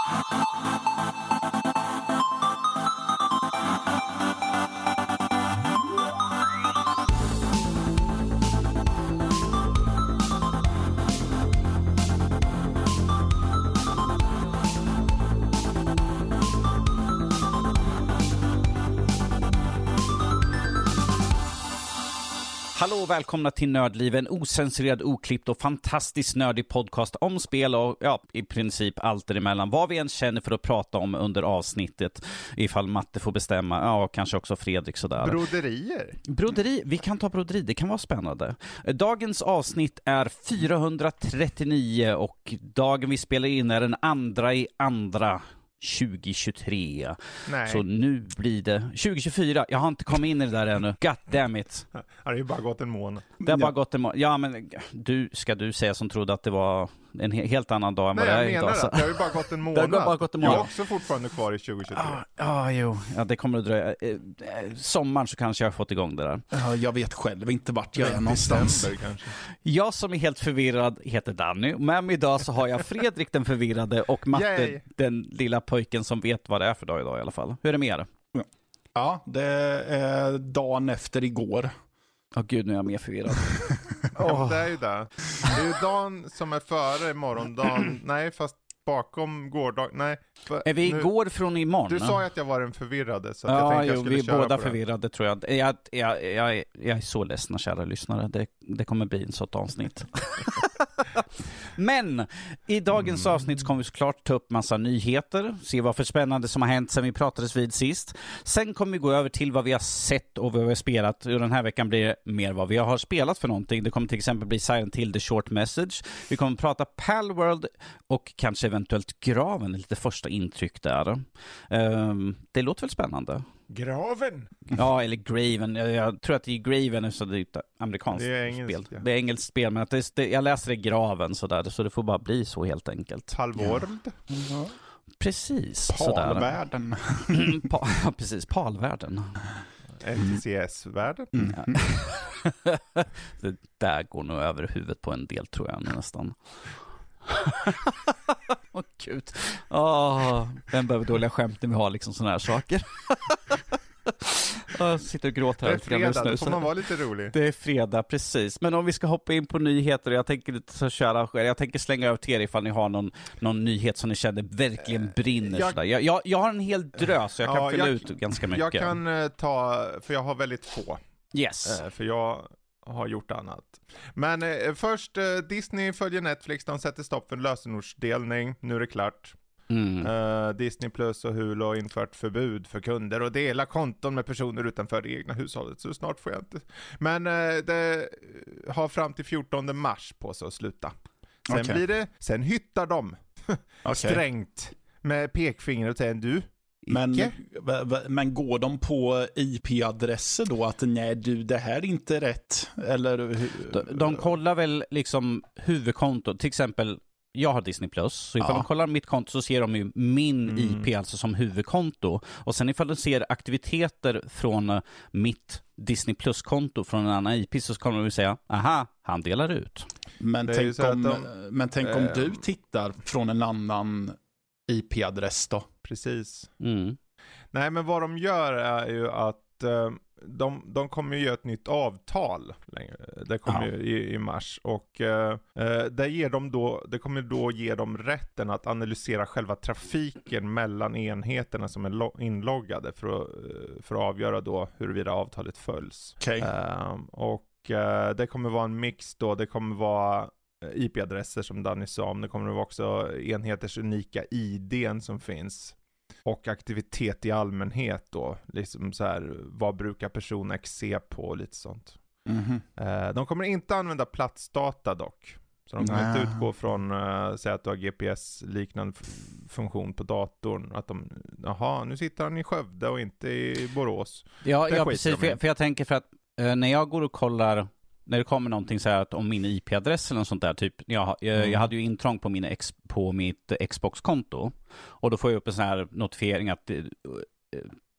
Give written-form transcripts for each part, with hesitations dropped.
Hallå och välkomna till Nördliv, en osensurerad, oklippt och fantastiskt nördig podcast om spel och i princip allt däremellan. Vad vi än känner för att prata om under avsnittet, ifall Matte får bestämma, och kanske också Fredrik sådär. Broderi, vi kan ta broderi, det kan vara spännande. Dagens avsnitt är 439 och dagen vi spelar in är den 2/2 2023. Nej. Så nu blir det 2024. Jag har inte kommit in i det där ännu. God damn it. Det har ju bara gått en månad. Det har bara gått en månad. Ja, men ska du säga som trodde att det var en helt annan dag än vad det är idag. Nej, det har ju bara gått en månad. Det har bara gått en månad. Jag är också fortfarande kvar i 2023. Jo. Ja, det kommer att dröja. Sommaren så kanske jag har fått igång det där. Ja, jag vet själv inte vart jag är någonstans. Jag som är helt förvirrad heter Danny. Men idag så har jag Fredrik den förvirrade och Matte den lilla pojken som vet vad det är för dag idag i alla fall. Hur är det med er? Ja, det är dagen efter igår. Gud, nu är jag mer förvirrad. Det är ju det. Det är ju dagen som är före morgondagen. Nej, fast bakom gårdag. Nej. Är vi igår från imorgon? Du sa ju att jag var en förvirrade. Så att jag tänkte jag skulle vi är båda på förvirrade tror jag. Jag är så ledsen, kära lyssnare. Det kommer bli en sånt avsnitt. Men i dagens avsnitt kommer vi såklart ta upp massa nyheter, se vad för spännande som har hänt sen vi pratades vid sist. Sen kommer vi gå över till vad vi har sett och vad vi har spelat. Och den här veckan blir det mer vad vi har spelat för någonting. Det kommer till exempel bli Silent Hill The Short Message. Vi kommer prata Palworld och kanske eventuellt Graven, lite första intryck där. Det låter väl spännande? Graven? Ja, eller Graven. Jag tror att det är Graven, så det är ett amerikanskt spel. Ja. Det är engelskt spel, men att jag läser det Graven sådär, så det får bara bli så helt enkelt. Palworld? Ja. Precis. Palvärlden. Precis, Palvärlden. NTCS-världen? Det där går nog över huvudet på en del, tror jag nästan. Gud. Vem behöver dåliga skämt när vi har liksom såna här saker? Jag sitter och gråter. Det är fredag, då får man vara lite rolig. Det är fredag, precis. Men om vi ska hoppa in på nyheter, jag tänker lite så köra. Jag tänker slänga över till er ifall ni har någon nyhet som ni känner verkligen brinner. Jag har en hel drös, så jag kan fylla ut ganska mycket. Jag kan ta, för jag har väldigt få. Yes. För jag har gjort annat. Men först, Disney följer Netflix. De sätter stopp för lösenordsdelning. Nu är det klart. Disney Plus och Hulu har infört förbud för kunder att dela konton med personer utanför det egna hushållet. Så snart får jag inte. Men det har fram till 14 mars på sig att sluta. Sen sen hyttar de strängt med pekfingret och säger du. Men går de på IP-adresser då att nej du, det här är inte rätt? Eller de kollar väl liksom huvudkontot, till exempel jag har Disney Plus, så ifall de kollar mitt konto så ser de ju min IP alltså som huvudkonto, och sen ifall de ser aktiviteter från mitt Disney Plus-konto från en annan IP så kommer de ju säga, aha, han delar ut. Men tänk om du tittar från en annan IP-adress då? Precis. Nej, men vad de gör är ju att de kommer ju göra ett nytt avtal. Det kommer ju i mars. Och det kommer då ge dem rätten att analysera själva trafiken mellan enheterna som är inloggade för att avgöra då huruvida avtalet följs. Okay. Det kommer vara en mix då. Det kommer vara IP-adresser som Danny sa om. Det kommer vara också enheters unika ID:n som finns. Och aktivitet i allmänhet då. Liksom så här, vad brukar person X se på och lite sånt. De kommer inte använda platsdata dock. Så de kommer inte utgå från, säga att du har GPS-liknande funktion på datorn. Att nu sitter han i Skövde och inte i Borås. Ja precis. För jag tänker för att när jag går och kollar, när det kommer någonting så här att om min IP-adress eller något sånt där, typ, jag hade ju intrång på mitt Xbox-konto, och då får jag upp en sån här notifiering att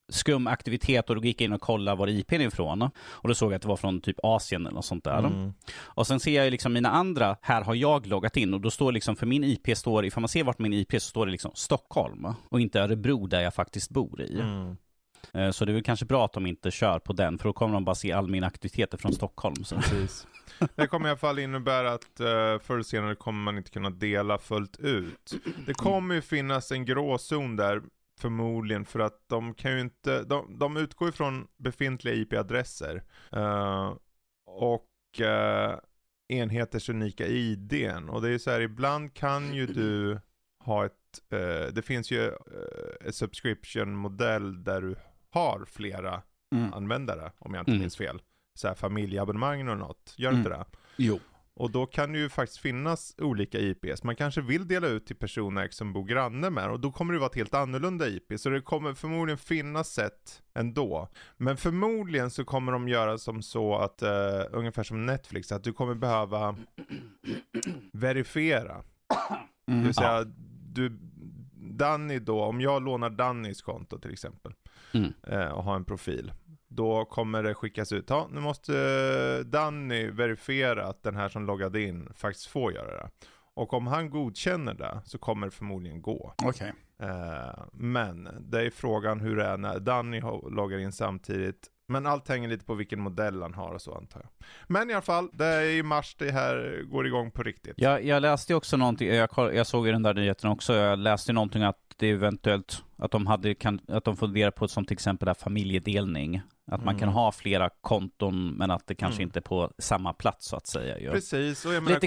skum aktivitet och då gick jag in och kollade var IPn är ifrån. Och då såg jag att det var från typ Asien eller något sånt där. Och sen ser jag liksom mina andra, här har jag loggat in och då står liksom, för min IP står, ifall man ser vart min IP så står det liksom Stockholm och inte Örebro där jag faktiskt bor i. Så det är väl kanske bra att de inte kör på den, för då kommer de bara se all min aktiviteter från Stockholm. Så. Precis. Det kommer i alla fall innebära att förr eller senare kommer man inte kunna dela fullt ut. Det kommer ju finnas en gråzon där förmodligen, för att de kan ju inte, de utgår ifrån befintliga IP-adresser och enheters unika ID:n. Och det är ju så här, ibland kan ju du ha det finns ju en subscription-modell där du har flera användare, om jag inte minns fel. Så här familjeabonnemang och något. Gör inte det? Jo. Och då kan det ju faktiskt finnas olika IPs. Man kanske vill dela ut till personer som bor granne med, och då kommer det vara ett helt annorlunda IP. Så det kommer förmodligen finnas sätt ändå. Men förmodligen så kommer de göra som så att, ungefär som Netflix, att du kommer behöva verifiera. Det vill säga, Danny då, om jag lånar Dannys konto till exempel och har en profil, då kommer det skickas ut. Ja, nu måste Danny verifiera att den här som loggade in faktiskt får göra det. Och om han godkänner det så kommer det förmodligen gå. Okej. Men det är frågan hur det är när Danny loggar in samtidigt. Men allt hänger lite på vilken modell han har och så, antar jag. Men i alla fall, det är i mars det här går igång på riktigt. Jag läste också någonting, jag såg i den där nyheten också, jag läste någonting att det eventuellt, att de funderar på ett som till exempel där familjedelning. Att man kan ha flera konton men att det kanske inte är på samma plats så att säga. Ja. Precis. Och jag menar...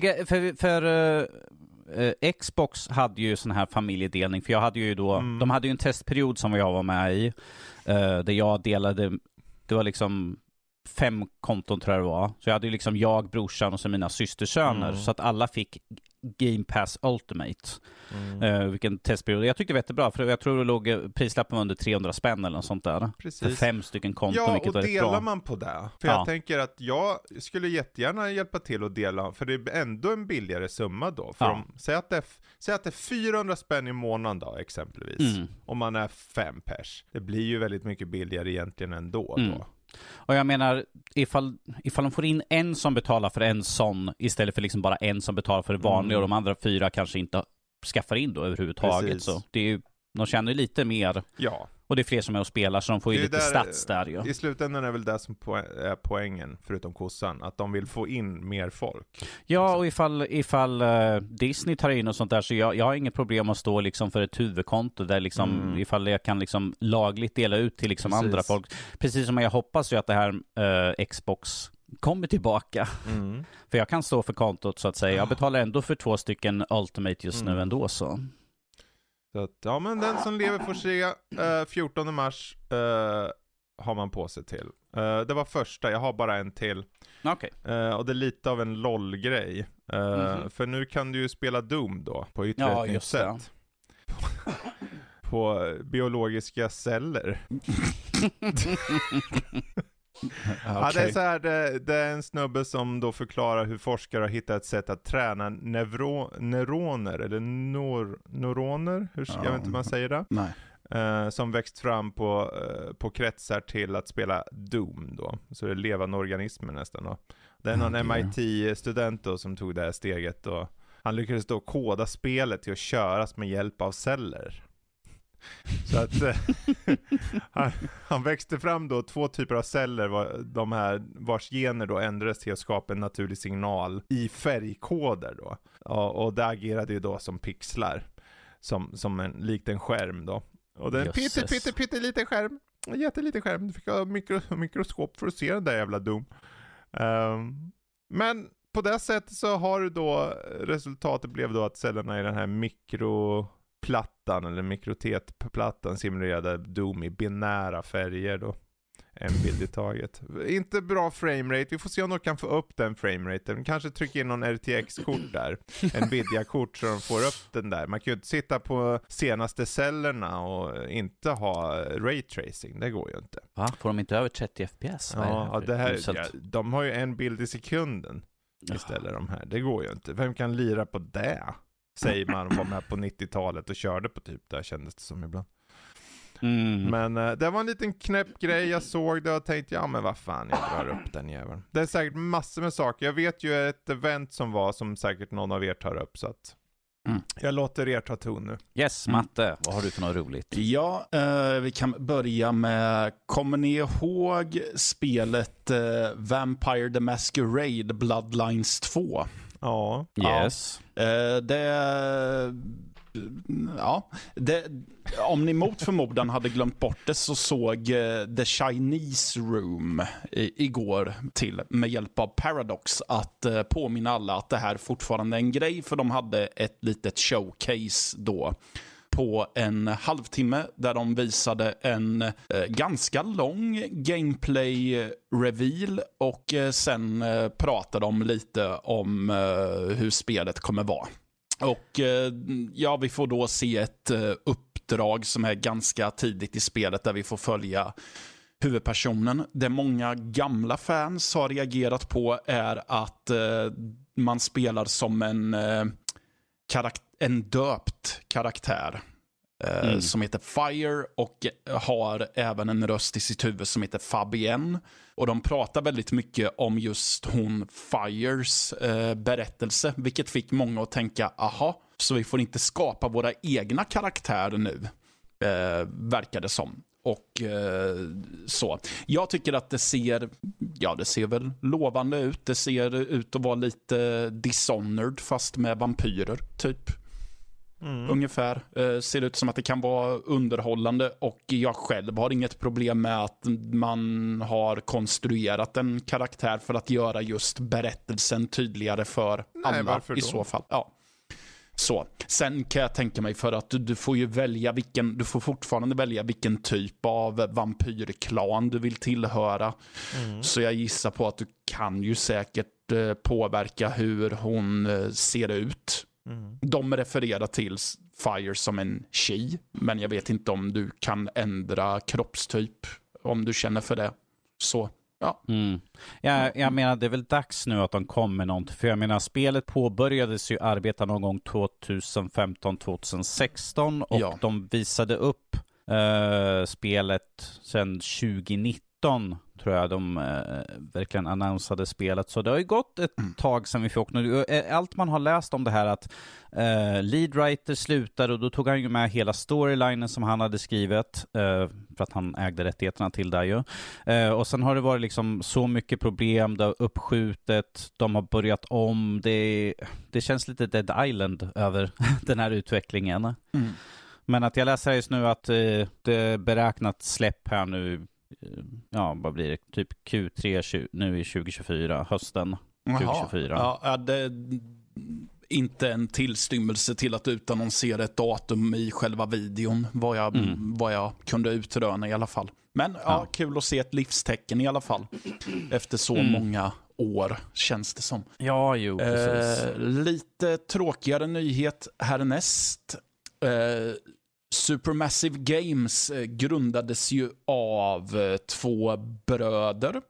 för Xbox hade ju sån här familjedelning, för jag hade ju då, de hade ju en testperiod som jag var med i, där jag delade, det var liksom 5 konton tror jag det var. Så jag hade ju liksom jag, brorsan och så mina systersöner. Så att alla fick Game Pass Ultimate. Vilken testperiod. Jag tyckte det var jättebra, för jag tror det låg prislappen under 300 spänn eller något sånt där. Precis. För 5 stycken konton, ja, vilket var rätt bra. Ja, och delar man på det. För jag tänker att jag skulle jättegärna hjälpa till att dela, för det är ändå en billigare summa då. För säg att det är 400 spänn i månaden då, exempelvis. Om man är 5 pers. Det blir ju väldigt mycket billigare egentligen ändå då. Och jag menar, ifall de får in en som betalar för en sån istället för liksom bara en som betalar för det vanliga och de andra 4 kanske inte skaffar in då överhuvudtaget. Precis. Så det är ju, de känner ju lite mer. Ja. Och det är fler som är och spelar, så de får ju lite stats där ju. I slutändan är väl det som är poängen, förutom kossan, att de vill få in mer folk. Ja, och ifall Disney tar in och sånt där, så jag har inget problem att stå liksom för ett huvudkonto där liksom, ifall jag kan liksom lagligt dela ut till liksom andra folk. Precis som jag hoppas ju att det här Xbox kommer tillbaka. För jag kan stå för kontot så att säga. Jag betalar ändå för 2 stycken Ultimate just nu ändå så. Så att, ja, men den som lever får se. 14 mars har man på sig till. Det var första, jag har bara en till. Okay. Och det är lite av en LOL-grej. För nu kan du ju spela Doom då, på ytterligare ett nytt sätt. På biologiska celler. Ja, det är så här, det är en snubbe som då förklarar hur forskare har hittat ett sätt att träna neuroner eller neuroner, jag vet inte hur man säger det. Nej. Som växt fram på kretsar till att spela Doom då. Så det är levande organismer nästan då. Det är någon MIT-student då som tog det här steget och han lyckades då koda spelet till att köras med hjälp av celler. Så att han växte fram då 2 typer av celler, de här vars gener då ändrades till att skapa en naturlig signal i färgkoder då. Och det agerade ju då som pixlar, som likt en skärm då. Och det är en pytteliten skärm, en jätteliten skärm. Du fick ha mikroskop för att se den där jävla Doom. Men på det sättet så har du då, resultatet blev då att cellerna i den här mikroplattan eller mikrotetplattan simulerade Doom i binära färger då. En bild i taget. Inte bra framerate. Vi får se om de kan få upp den frameraten. Kanske trycka in någon RTX-kort där. Nvidia-kort så de får upp den där. Man kan ju inte sitta på senaste cellerna och inte ha raytracing. Det går ju inte. Va? Får de inte över 30 FPS? Ja, de har ju en bild i sekunden istället de här. Det går ju inte. Vem kan lira på det? Säger man var med på 90-talet och körde på typ där, kändes det som ibland. Men det var en liten knäpp grej, jag såg det och tänkte, ja men vad fan, jag drar upp den jäveln. Det är säkert massor med saker. Jag vet ju ett event som var, som säkert någon av er tar upp, så att jag låter er ta ton nu. Yes, Matte, vad har du för något roligt? Ja, vi kan börja med, kommer ni ihåg spelet Vampire the Masquerade Bloodlines 2? Ja. Yes. Om ni mot förmodan hade glömt bort det, så såg The Chinese Room igår till med hjälp av Paradox att påminna alla att det här fortfarande är en grej, för de hade ett litet showcase då på en halvtimme där de visade en ganska lång gameplay-reveal och sen pratade de lite om hur spelet kommer vara. Och ja, vi får då se ett uppdrag som är ganska tidigt i spelet där vi får följa huvudpersonen. Det många gamla fans har reagerat på är att man spelar som en döpt karaktär som heter Fire och har även en röst i sitt huvud som heter Fabienne. Och de pratar väldigt mycket om just hon Fires berättelse, vilket fick många att tänka, aha, så vi får inte skapa våra egna karaktärer nu, verkar det som. Och så. Jag tycker att det ser väl lovande ut. Det ser ut att vara lite Dishonored fast med vampyrer, typ. Ungefär. Ser ut som att det kan vara underhållande, och jag själv har inget problem med att man har konstruerat en karaktär för att göra just berättelsen tydligare för alla i så fall. Ja. Så. Sen kan jag tänka mig, för att du får ju välja du får fortfarande välja vilken typ av vampyrklan du vill tillhöra. Så jag gissar på att du kan ju säkert påverka hur hon ser ut. De refererar till Fire som en she, men jag vet inte om du kan ändra kroppstyp om du känner för det. Så, ja. Jag menar, det är väl dags nu att de kommer med någonting. För jag menar, spelet påbörjades ju arbeta någon gång 2015-2016 och de visade upp spelet sedan 2019, tror jag de verkligen annonsade spelet. Så det har ju gått ett tag sedan vi fick nu. Allt man har läst om det här att lead writer slutade, och då tog han ju med hela storylinen som han hade skrivit för att han ägde rättigheterna till det ju. Och sen har det varit liksom så mycket problem, det har uppskjutet, de har börjat om. Det känns lite Dead Island över den här utvecklingen. Men att jag läser just nu att det är beräknat släpp här nu, ja, vad blir det? Typ Q3 nu i 2024, hösten 2024. Ja, det är inte en tillstymmelse till att utannonsera ett datum i själva videon, vad jag kunde utröna i alla fall. Men ja, kul att se ett livstecken i alla fall. Efter så många år, känns det som. Ja, jo, precis. Lite tråkigare nyhet härnäst. Supermassive Games grundades ju av två bröder.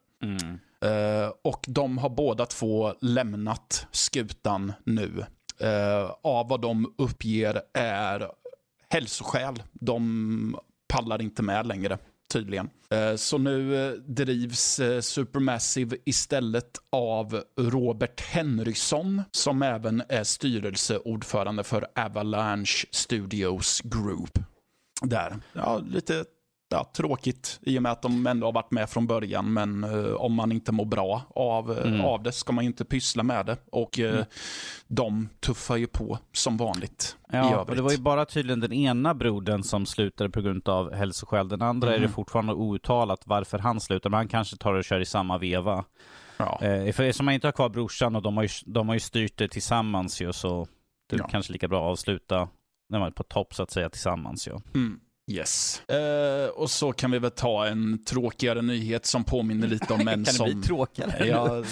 Och de har båda två lämnat skutan nu. Av vad de uppger är hälsoskäl. De pallar inte med längre, tydligen. Så nu drivs Supermassive istället av Robert Henrysson, som även är styrelseordförande för Avalanche Studios Group. Där. Ja, lite tråkigt i och med att de ändå har varit med från början, men om man inte mår bra av det ska man ju inte pyssla med det, och de tuffar ju på som vanligt. Ja, och det var ju bara tydligen den ena brodern som slutade på grund av hälsoskäl. Den andra är det fortfarande outtalat varför han slutar, men han kanske tar och kör i samma veva. Ja. För som man inte har kvar brorsan, och de har ju styrt det tillsammans ju, så det är kanske lika bra att avsluta när man är på topp så att säga tillsammans ju. Yes. Och så kan vi väl ta en tråkigare nyhet som påminner lite om en som... Kan det bli tråkigare? Ja,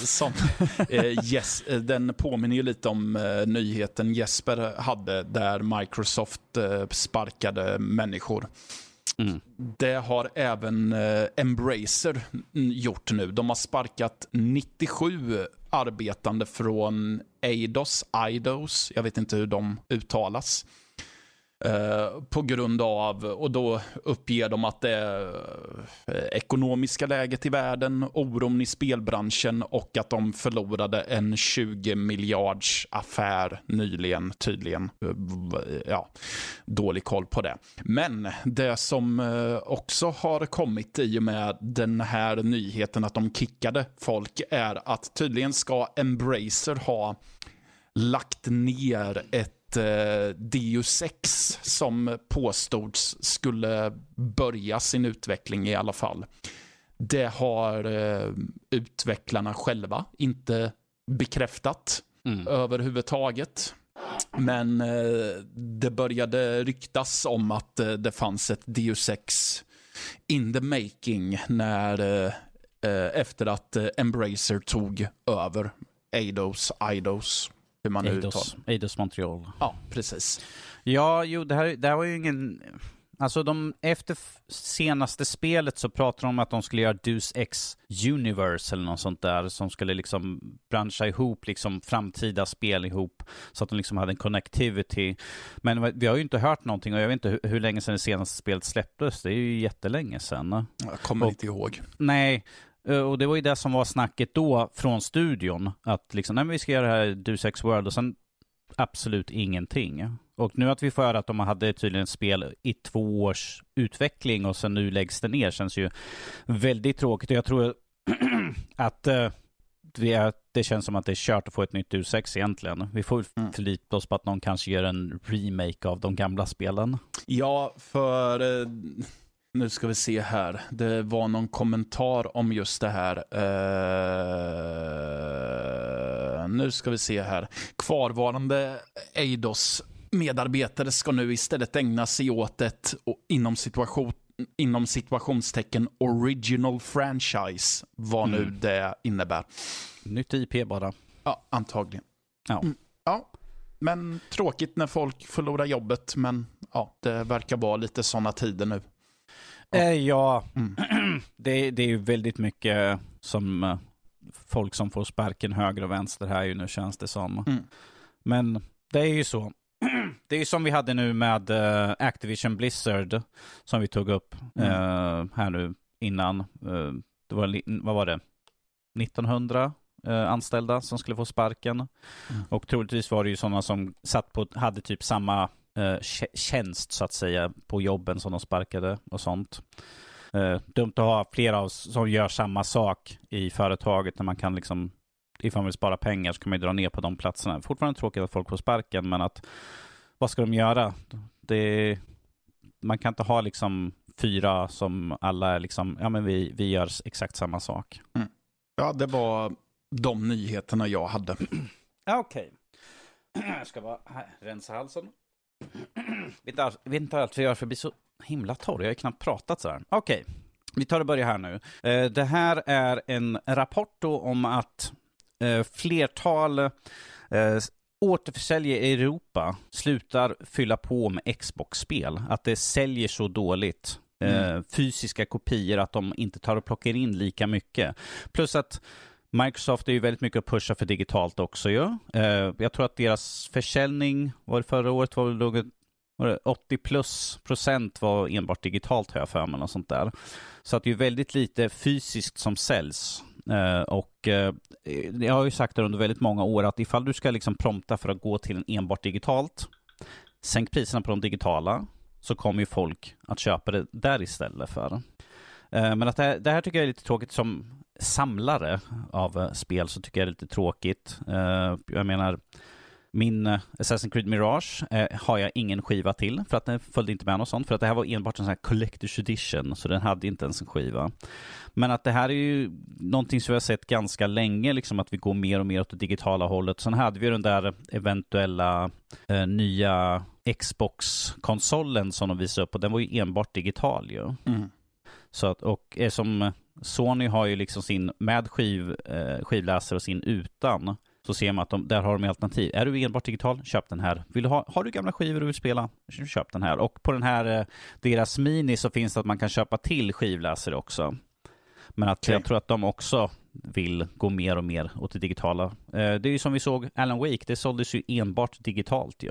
yes, den påminner ju lite om nyheten Jesper hade där Microsoft sparkade människor. Det har även Embracer gjort nu. De har sparkat 97 arbetande från Eidos, jag vet inte hur de uttalas. På grund av, och då uppger de att det är ekonomiska läget i världen, oron i spelbranschen och att de förlorade en 20 miljards affär nyligen, tydligen. Ja, dålig koll på det. Men det som också har kommit i och med den här nyheten att de kickade folk är att tydligen ska Embracer ha lagt ner ett Deus Ex som påstods skulle börja sin utveckling i alla fall. Det har utvecklarna själva inte bekräftat överhuvudtaget. Men det började ryktas om att det fanns ett Deus Ex in the making när efter att Embracer tog över Eidos. Hur man Eidos Montreal. Ja, precis. Ja, jo, det här var ju ingen... Alltså efter senaste spelet så pratade de om att de skulle göra Deus Ex Universe eller något sånt där som skulle liksom branscha ihop liksom framtida spel ihop så att de liksom hade en connectivity. Men vi har ju inte hört någonting och jag vet inte hur länge sedan det senaste spelet släpptes. Det är ju jättelänge sedan. Jag kommer inte ihåg. Nej, och det var ju det som var snacket då från studion att liksom, nej men vi ska göra det här Deus Ex World och sen absolut ingenting. Och nu att vi får höra att de hade tydligen ett spel i 2 års utveckling och sen nu läggs det ner känns ju väldigt tråkigt. Och jag tror att det känns som att det är kört att få ett nytt Deus Ex egentligen. Vi får förlita oss på att någon kanske gör en remake av de gamla spelen. Ja, för nu ska vi se här. Det var någon kommentar om just det här. Nu ska vi se här. Kvarvarande Eidos medarbetare ska nu istället ägna sig åt ett inom situationstecken original franchise. Vad nu det innebär. Nytt IP bara. Ja, antagligen. Ja. Ja, men tråkigt när folk förlorar jobbet. Men ja, det verkar vara lite sådana tider nu. Ja, det är ju väldigt mycket som folk som får sparken höger och vänster här ju nu känns det som. Men det är ju så. Det är ju som vi hade nu med Activision Blizzard som vi tog upp här nu innan. Det var, vad var det? 1900 anställda som skulle få sparken. Och troligtvis var det ju sådana som hade typ samma tjänst så att säga på jobben som de sparkade och sånt. Dumt att ha flera av oss som gör samma sak i företaget när man kan liksom, ifall man vill spara pengar så kan man ju dra ner på de platserna. Fortfarande tråkigt att folk får sparken, men att vad ska de göra? Man kan inte ha liksom 4 som alla är liksom, ja men vi gör exakt samma sak. Ja, det var de nyheterna jag hade. Okej. Jag ska bara rensa halsen. Vet inte allt för jag blir så himla torr. Jag har knappt pratat så här. Okej, vi tar och börjar här nu. Det här är en rapport då om att flertal återförsäljare i Europa slutar fylla på med Xbox-spel. Att det säljer så dåligt. Fysiska kopior att de inte tar och plockar in lika mycket. Plus att Microsoft är ju väldigt mycket att pusha för digitalt också. Ja. Jag tror att deras försäljning var förra året var 80+% var enbart digitalt har jag för mig och sånt där. Så att det är väldigt lite fysiskt som säljs. Och jag har ju sagt det under väldigt många år att ifall du ska liksom prompta för att gå till en enbart digitalt, sänk priserna på de digitala så kommer ju folk att köpa det där istället för. Men att det här tycker jag är lite tråkigt som samlare av spel, så tycker jag det är lite tråkigt. Jag menar, min Assassin's Creed Mirage har jag ingen skiva till för att den följde inte med något sånt, för att det här var enbart en sån här Collector's Edition, så den hade inte ens en skiva. Men att det här är ju någonting som vi har sett ganska länge, liksom att vi går mer och mer åt det digitala hållet. Sen hade vi den där eventuella nya Xbox-konsolen som de visade upp, och den var ju enbart digital ju. Så att, och som Sony har ju liksom sin med skivläsare och sin utan, så ser man att där har de alternativ. Är du enbart digital? Köp den här. Har du gamla skivor du vill spela? Köp den här. Och på den här deras mini så finns det att man kan köpa till skivläsare också. Men att jag tror att de också vill gå mer och mer åt det digitala. Det är ju som vi såg Alan Wake, det såldes ju enbart digitalt ju.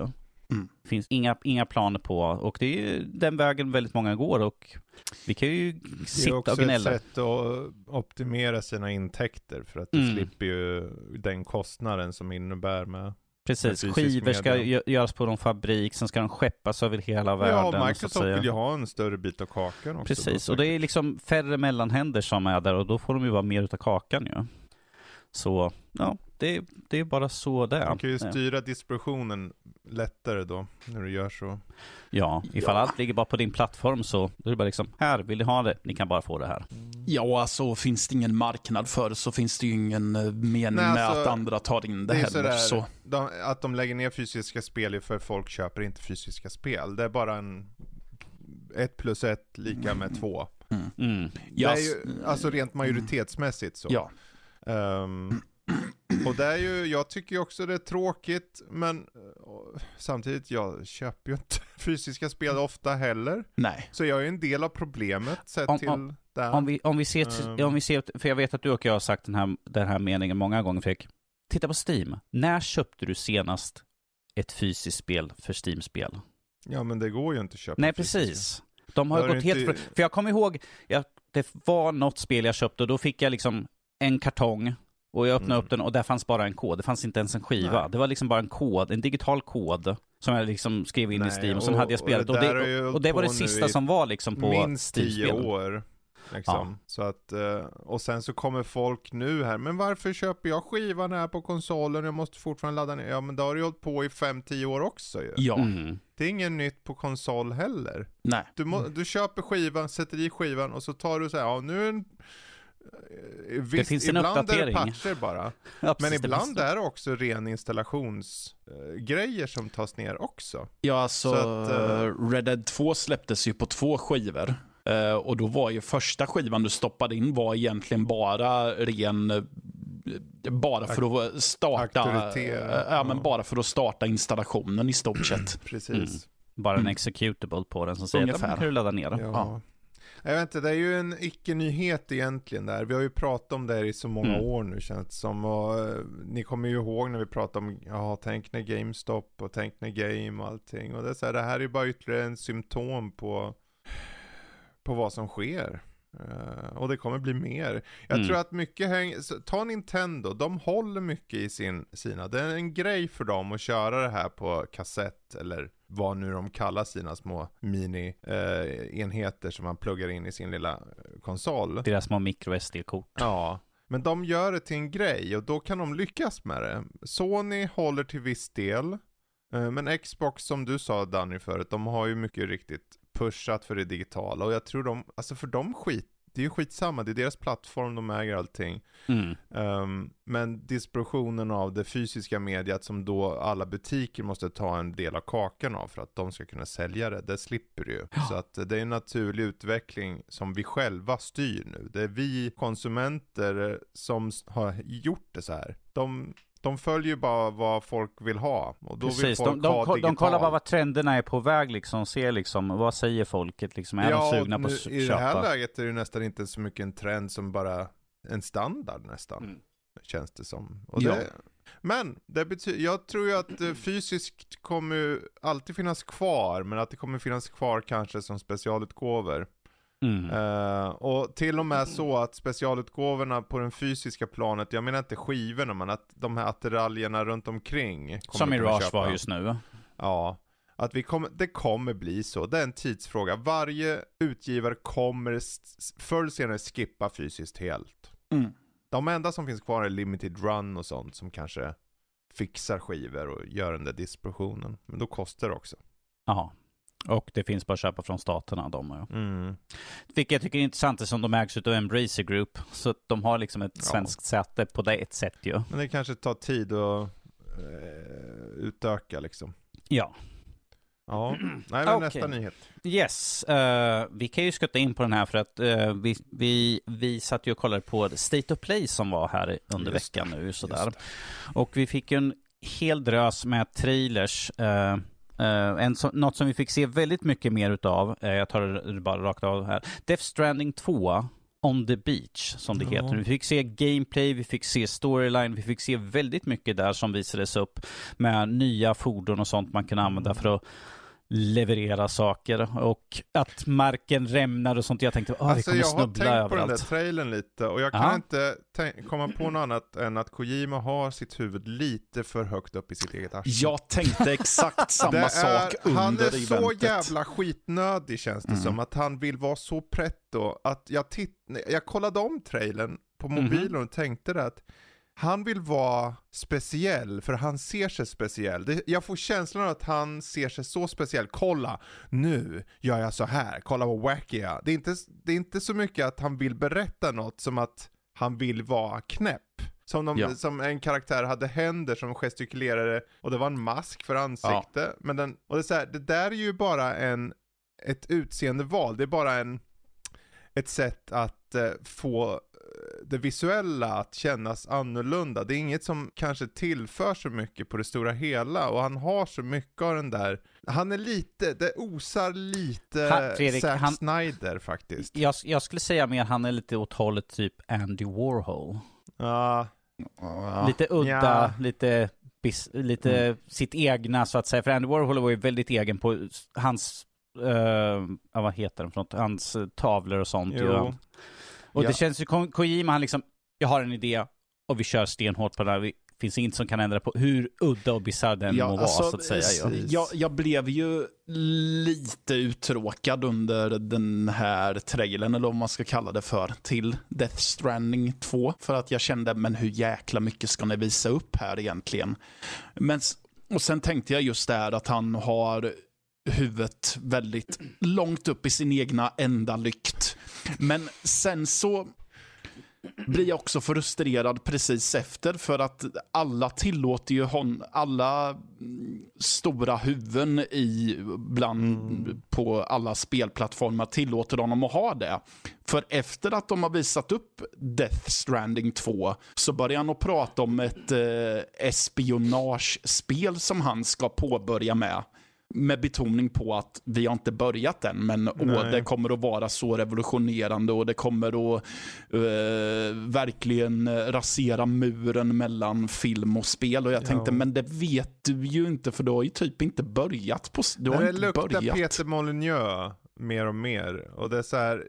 Det finns inga planer på, och det är ju den vägen väldigt många går, och vi kan ju sitta och gnälla. Det är också ett sätt att optimera sina intäkter, för att du slipper ju den kostnaden som innebär med. Precis, skivor ska göras på någon fabrik, sen ska de skeppas över hela världen. Ja, Microsoft vill ju ha en större bit av kakan också. Precis, och det är liksom färre mellanhänder som är där, och då får de ju vara mer utav kakan ju. Så, ja, det är bara så det är. Man kan ju styra distributionen lättare då, när du gör så. Ja, ifall allt ligger bara på din plattform, så är det bara liksom, här vill ni ha det, ni kan bara få det här. Ja, alltså finns det ingen marknad för det, så finns det ju ingen mening med att andra tar in det heller. Så. Att de lägger ner fysiska spel är för folk köper inte fysiska spel. Det är bara en 1 + 1 lika med 2. Det är ju, alltså rent majoritetsmässigt så. Ja. Och det är ju, jag tycker ju också det är tråkigt, men samtidigt, jag köper ju inte fysiska spel ofta heller. Nej. Så jag är en del av problemet sett till det. Om vi ser, för jag vet att du och jag har sagt den här meningen många gånger, Fredrik. Titta på Steam. När köpte du senast ett fysiskt spel för Steam-spel? Ja, men det går ju inte att köpa. Nej, precis. De har gått helt... För jag kommer ihåg, det var något spel jag köpte, och då fick jag liksom en kartong, och jag öppnade upp den, och där fanns bara en kod. Det fanns inte ens en skiva. Nej. Det var liksom bara en kod, en digital kod som jag liksom skrev in i Steam, och sen hade jag spelat. Och det var det sista som var liksom på minst 10 år. Liksom. Ja. Så att, och sen så kommer folk nu här, men varför köper jag skivan här på konsolen? Jag måste fortfarande ladda ner. Ja, men det har du hållit på i 5-10 år också ju. Ja. Det är ingen nytt på konsol heller. Nej. Du köper skivan, sätter i skivan, och så tar du så här, ja, nu är en... det finns en ibland uppdatering. Är det patcher bara. Ja, men ibland är det också ren installationsgrejer som tas ner också. Ja, alltså Red Dead 2 släpptes ju på 2 skivor. Och då var ju första skivan du stoppade in var egentligen bara bara för att starta men bara för att starta installationen i stort sett. Precis. Bara en executable på den som säger att man kan ladda ner. Ja. Jag vet inte, det är ju en icke-nyhet egentligen där. Vi har ju pratat om det här i så många år nu, känns det som. Och ni kommer ju ihåg när vi pratade om tänk när GameStop och tänk när Game och allting. Och det är så här, det här är ju bara ytterligare en symptom på vad som sker. Och det kommer bli mer. Jag tror att mycket ta Nintendo, de håller mycket i sina. Det är en grej för dem att köra det här på kassett, eller vad nu de kallar sina små mini-enheter som man pluggar in i sin lilla konsol. Deras små micro-SD-kort. Ja, men de gör det till en grej, och då kan de lyckas med det. Sony håller till viss del, men Xbox, som du sa Danny förut, de har ju mycket riktigt pushat för det digitala, och jag tror för dem det är ju skitsamma, det är deras plattform, de äger allting. Men distributionen av det fysiska mediet, som då alla butiker måste ta en del av kakan av för att de ska kunna sälja det slipper ju. Så att det är en naturlig utveckling som vi själva styr nu. Det är vi konsumenter som har gjort det så här. De följer bara vad folk vill ha, och då vill folk ha digitalt. De kollar bara vad trenderna är på väg liksom, ser liksom, vad säger folket liksom, är de sugna på att köpa? I det här läget är det nästan inte så mycket en trend som bara en standard nästan, känns det som. Och men det betyder, jag tror ju att fysiskt kommer alltid finnas kvar, men att det kommer finnas kvar kanske som specialutgåvor. Och till och med så att specialutgåvorna på den fysiska planet, jag menar inte skivorna, men att de här attiraljerna runt omkring som Mirage var just nu. Ja, att det kommer bli så. Det är en tidsfråga. Varje utgivare kommer förr eller senare skippa fysiskt helt. De enda som finns kvar är limited run och sånt, som kanske fixar skivor och gör den där distributionen. Men då kostar det också. Jaha. Och det finns bara att köpa från staterna. Vilket jag tycker är intressant, som de ägs av Embracer Group. Så att de har liksom ett svenskt säte på det ett sätt ju. Men det kanske tar tid att utöka liksom. Ja. Ja, nej, men nästa nyhet. Yes, vi kan ju skutta in på den här, för att vi satt ju och kollade på State of Play som var här under veckan nu. Sådär. Och vi fick en hel drös med trailers. Något som vi fick se väldigt mycket mer utav, jag tar det bara rakt av här, Death Stranding 2 on the beach, som det heter. Vi fick se gameplay, vi fick se storyline, vi fick se väldigt mycket där som visades upp med nya fordon och sånt man kan använda för att leverera saker, och att marken rämnar och sånt. Jag tänkte, det kommer snubbla överallt. Jag har tänkt på den där trailern lite, och jag kan inte komma på något annat än att Kojima har sitt huvud lite för högt upp i sitt eget arsle. Jag tänkte exakt samma sak under han är eventet. Så jävla skitnödig, känns det som, att han vill vara så pretto, att jag kollade om trailern på mobilen och tänkte det, att han vill vara speciell, för han ser sig speciell. Jag får känslan av att han ser sig så speciell. Kolla, nu gör jag så här. Kolla vad wacky jag. Det är inte så mycket att han vill berätta något, som att han vill vara knäpp. Som en karaktär hade händer som gestikulerade, och det var en mask för ansikte. Men det är så här, det där är ju bara ett utseendeval. Det är bara ett sätt att få det visuella att kännas annorlunda. Det är inget som kanske tillför så mycket på det stora hela, och han har så mycket av den där. Han är lite, det osar lite Fredrik, Zack Snyder faktiskt. Jag skulle säga mer han är lite åt hållet typ Andy Warhol. Lite udda, lite sitt egna, så att säga. För Andy Warhol var ju väldigt egen på hans vad heter den för något? Hans tavlor och sånt. Och det känns ju, Kojima, han liksom, jag har en idé och vi kör stenhårt på det här. Det finns inget som kan ändra på hur udda och bizarr den må vara, så att säga. Jag blev ju lite uttråkad under den här trailern, eller vad man ska kalla det för, till Death Stranding 2. För att jag kände, men hur jäkla mycket ska ni visa upp här egentligen? Och sen tänkte jag just där att han har huvudet väldigt långt upp i sin egna enda lykt. Men sen så blir jag också frustrerad precis efter, för att alla tillåter ju alla stora huvuden på alla spelplattformar tillåter honom att ha det. För efter att de har visat upp Death Stranding 2 så börjar han att prata om ett espionagespel som han ska påbörja med betoning på att vi har inte börjat än, men det kommer att vara så revolutionerande, och det kommer att verkligen rasera muren mellan film och spel. Och jag tänkte, men det vet du ju inte, för du har ju typ inte börjat på... Du har det inte luktar börjat. Peter Molyneux mer och mer, och det är så här,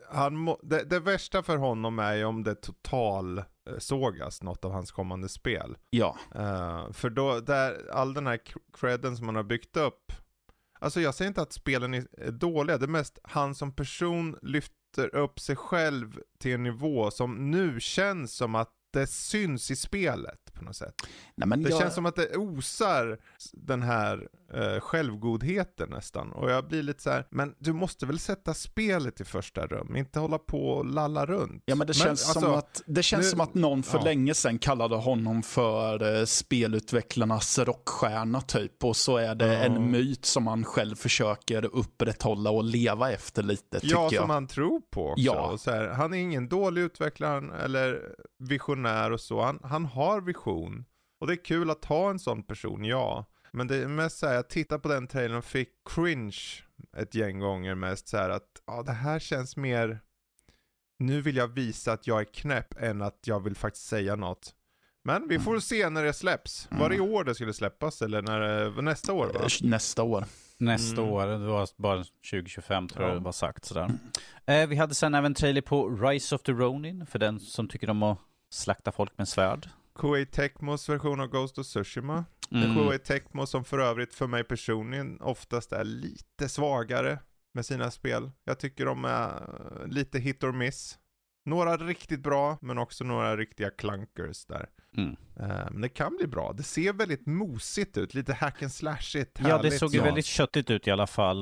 det värsta för honom är ju om det total sågas något av hans kommande spel. Ja. För då, all den här credden som man har byggt upp, alltså jag säger inte att spelen är dåliga, det är mest han som person lyfter upp sig själv till en nivå som nu känns som att det syns i spelet på något sätt. Nej, men det känns som att det osar den här självgodheten nästan. Och jag blir lite så här, men du måste väl sätta spelet i första rum, inte hålla på och lalla runt. Ja, men det känns som att någon för länge sedan kallade honom för spelutvecklarnas rockstjärna typ, och så är det en myt som man själv försöker upprätthålla och leva efter lite, tycker jag. Ja, som man tror på också. Ja. Och så här, han är ingen dålig utvecklare eller visionär och så. Han har vision. Och det är kul att ha en sån person, ja. Men det är mest så här, jag tittar på den trailern och fick cringe ett gäng gånger mest så här att det här känns mer, nu vill jag visa att jag är knäpp än att jag vill faktiskt säga något. Men vi får se när det släpps. Var det i år det skulle släppas, eller nästa år, va? Nästa år. Nästa år, det var bara 2025 tror jag det var sagt sådär. Vi hade sen även trailer på Rise of the Ronin, för den som tycker om att slakta folk med svärd. Koei Tecmos version av Ghost of Tsushima. Koei Tecmo som för övrigt för mig personligen oftast är lite svagare med sina spel. Jag tycker de är lite hit or miss. Några riktigt bra, men också några riktiga clunkers där. Men det kan bli bra. Det ser väldigt mosigt ut, lite hack and slashigt. Ja, det såg ju väldigt köttigt ut i alla fall.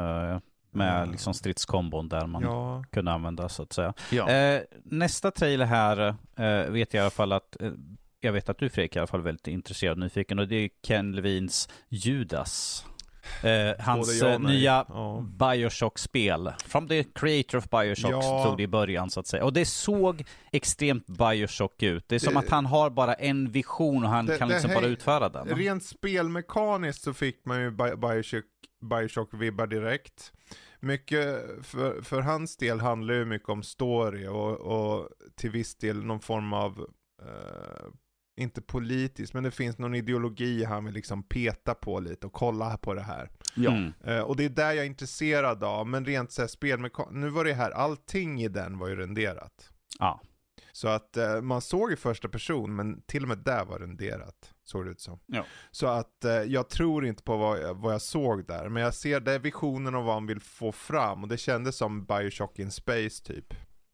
Med liksom stridskombon där man kunde använda, så att säga. Ja. Nästa trailer här vet jag i alla fall att jag vet att du, Fredrik, är i alla fall väldigt intresserad och nyfiken, och det är Ken Levines Judas. Hans nya Bioshock-spel. From the creator of Bioshock stod det i början, så att säga. Och det såg extremt Bioshock ut. Det är som att han har bara en vision och han kan liksom bara utföra den. Rent spelmekaniskt så fick man ju Bioshock-vibbar direkt. mycket för hans del handlar ju mycket om story och till viss del någon form av inte politiskt, men det finns någon ideologi han vill liksom peta på lite och kolla på det här. Ja. Och det är där jag är intresserad av, men rent så här nu var det här, allting i den var ju renderat. Ja. Så att man såg i första person, men till och med där var renderat, såg det ut som. Ja. Så att jag tror inte på vad jag såg där, men jag ser det visionen av vad han vill få fram, och det kändes som Bioshock in Space typ.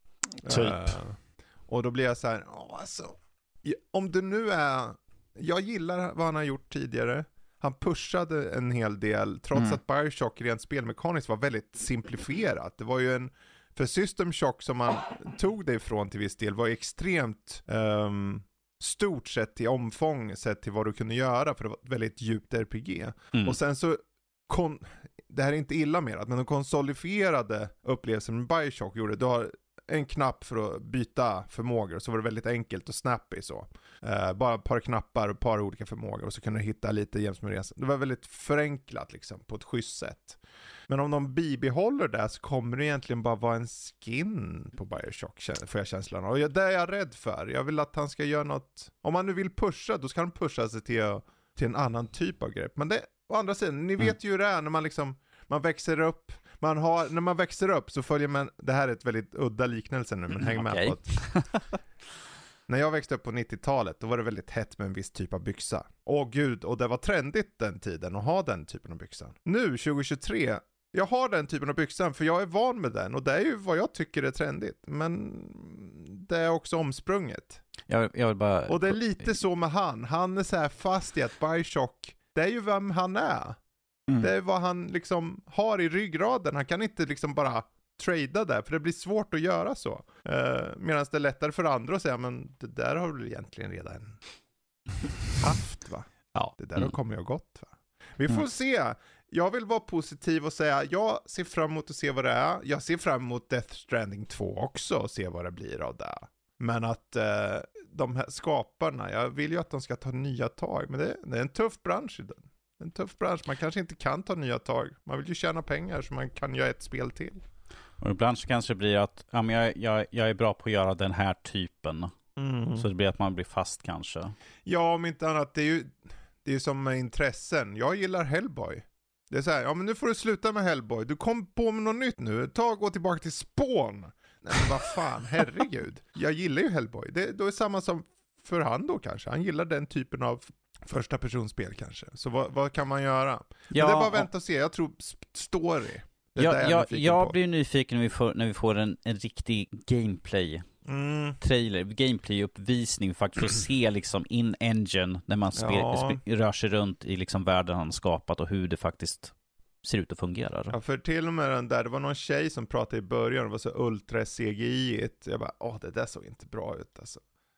Och då blir jag så här, alltså, om det nu är, jag gillar vad han har gjort tidigare. Han pushade en hel del, trots att Bioshock rent spelmekaniskt var väldigt simplifierat. Det var ju för System Shock som man tog det ifrån till viss del var extremt stort sett till omfång, sett till vad du kunde göra, för det var ett väldigt djupt RPG. Och sen så det här är inte illa med men de konsolifierade upplevelsen med Bioshock gjorde, du har en knapp för att byta förmågor, och så var det väldigt enkelt och snappy så. Bara ett par knappar och ett par olika förmågor, och så kunde du hitta lite jäms med resan. Det var väldigt förenklat liksom, på ett schysst sätt. Men om de bibehåller det så kommer det egentligen bara vara en skin på Bioshock, får jag känslan av. Och det är jag rädd för. Jag vill att han ska göra något. Om han nu vill pusha, då ska han pusha sig till en annan typ av grepp. Men det, å andra sidan, ni vet ju hur det är när man växer upp. När man växer upp så följer man, det här är ett väldigt udda liknelse nu, men häng med på det. När jag växte upp på 90-talet, då var det väldigt hett med en viss typ av byxa. Och det var trendigt den tiden att ha den typen av byxan. Nu, 2023, jag har den typen av byxan för jag är van med den, och det är ju vad jag tycker är trendigt. Men det är också omsprunget. Jag vill bara... Och det är lite så med han är så här fast i att Bioshock, det är ju vem han är. Det är vad han liksom har i ryggraden. Han kan inte liksom bara trada där, för det blir svårt att göra så. Medan det är lättare för andra att säga, men det där har du egentligen redan haft, va? Ja. Det där har kommit och gått, va? Vi får se. Jag vill vara positiv och säga, jag ser fram emot att se vad det är. Jag ser fram emot Death Stranding 2 också och se vad det blir av det. Men att de här skaparna, jag vill ju att de ska ta nya tag. Men det är en tuff bransch i den. En tuff bransch. Man kanske inte kan ta nya tag. Man vill ju tjäna pengar så man kan göra ett spel till. Och ibland så kanske det blir att jag är bra på att göra den här typen. Så det blir att man blir fast kanske. Ja, om inte annat. Det är ju som med intressen. Jag gillar Hellboy. Det är så här, ja men nu får du sluta med Hellboy. Du kom på med något nytt nu. Gå tillbaka till Spawn. Nej men vad fan, herregud. Jag gillar ju Hellboy. Då är samma som för han då kanske. Han gillar den typen av första personspel kanske. Så vad kan man göra? Ja, det är bara att vänta och se. Jag tror story. Jag blir nyfiken när vi får en riktig gameplay trailer, gameplay-uppvisning, faktiskt för att se liksom in-engine när man rör sig runt i liksom världen han skapat och hur det faktiskt ser ut att fungera. Ja, för till och med den där, det var någon tjej som pratade i början, det var så ultra CGI-igt. Jag bara, det där såg inte bra ut alltså.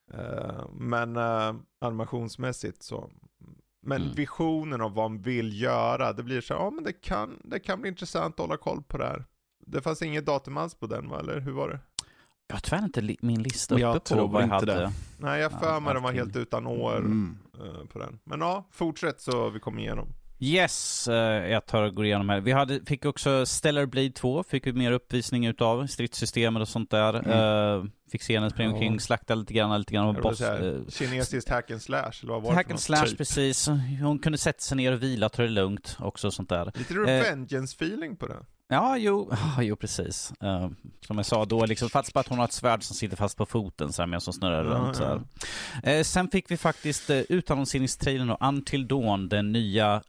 Men animationsmässigt så. Men visionen av vad man vill göra, det blir så men det kan bli intressant att hålla koll på det här. Det fanns inget datum alls på den, va? Eller hur var det? Jag har tyvärr inte min lista uppe på vad jag hade. Det. Nej, jag för mig den var helt utan år på den. Men ja, fortsätt så vi kommer igenom. Yes, jag tar och går igenom här. Fick också Stellar Blade 2, fick vi mer uppvisning utav stridssystemet och sånt där. Fick se henne springa omkring, slakta lite grann boss. Kinesiskt hack and slash, eller vad var det? Hack and slash, typ. Precis. Hon kunde sätta sig ner och vila, ta det lugnt också, sånt där. Lite Revengeance-feeling på det. Ja, jo, precis. Som jag sa då, liksom, faktiskt bara att hon har ett svärd som sitter fast på foten så här, med som snurrar runt. Så här. Sen fick vi faktiskt utannonseringstrailern och Until Dawn, den nya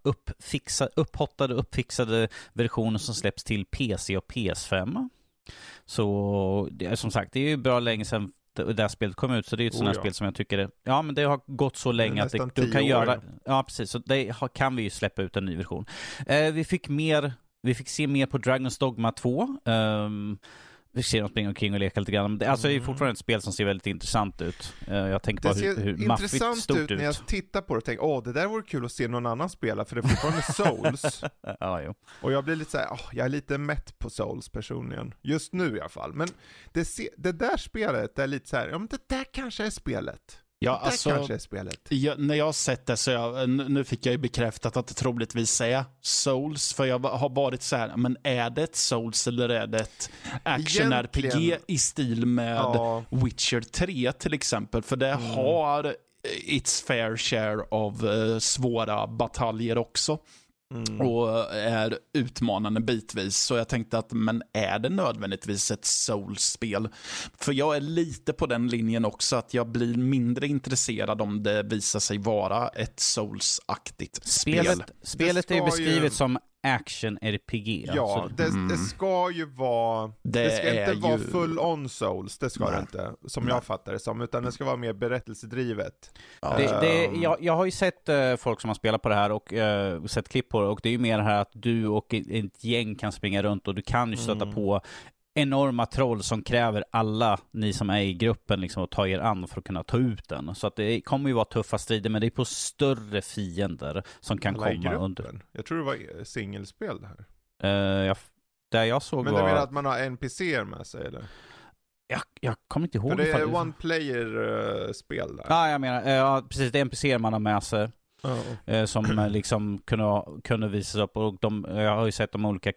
uppfixade versionen som släpps till PC och PS5. Så som sagt, det är ju bra länge sedan det här spelet kom ut, så det är ett sådant spel som jag tycker men det har gått så länge att du kan göra. Ja, precis. Så det kan vi ju släppa ut en ny version. Vi fick se mer på Dragon's Dogma 2. Vi ser dem springa omkring och leka lite grann. Det är fortfarande ett spel som ser väldigt intressant ut. Jag tänker på hur maffigt stort ut. När jag tittar på det och tänker, det där vore kul att se någon annan spela, för det är fortfarande Souls. Jo. Och jag blir lite så här, jag är lite mätt på Souls personligen. Just nu i alla fall. Men det där spelet är lite så här, men det där kanske är spelet. Ja, det alltså, kanske är spelet. när jag har sett det så nu fick jag ju bekräftat att det troligtvis är Souls. För jag har varit så här, men är det ett Souls eller är det ett action-RPG i stil med Witcher 3 till exempel? För det har its fair share av svåra bataljer också. Och är utmanande bitvis. Så jag tänkte att, men är det nödvändigtvis ett Souls-spel? För jag är lite på den linjen också, att jag blir mindre intresserad om det visar sig vara ett Souls-aktigt spel. Spelet är ju beskrivet som action-RPG. Ja, alltså, det ska ju vara... Det ska inte vara full-on Souls, det ska det inte. Som jag fattar det som, utan det ska vara mer berättelsedrivet. Jag har ju sett folk som har spelat på det här och sett klipp på det, och det är ju mer det här att du och ett gäng kan springa runt och du kan ju stöta på enorma troll som kräver alla ni som är i gruppen liksom att ta er an för att kunna ta ut den. Så att det kommer ju vara tuffa strider, men det är på större fiender som kan komma under. Jag tror det var singelspel det här. Där jag såg men du menar att man har NPCer med sig eller? Jag kommer inte ihåg. För det är one-player-spel där. Ja, jag menar, precis, det är NPCer man har med sig. Som liksom kunde visas upp, och jag har ju sett de olika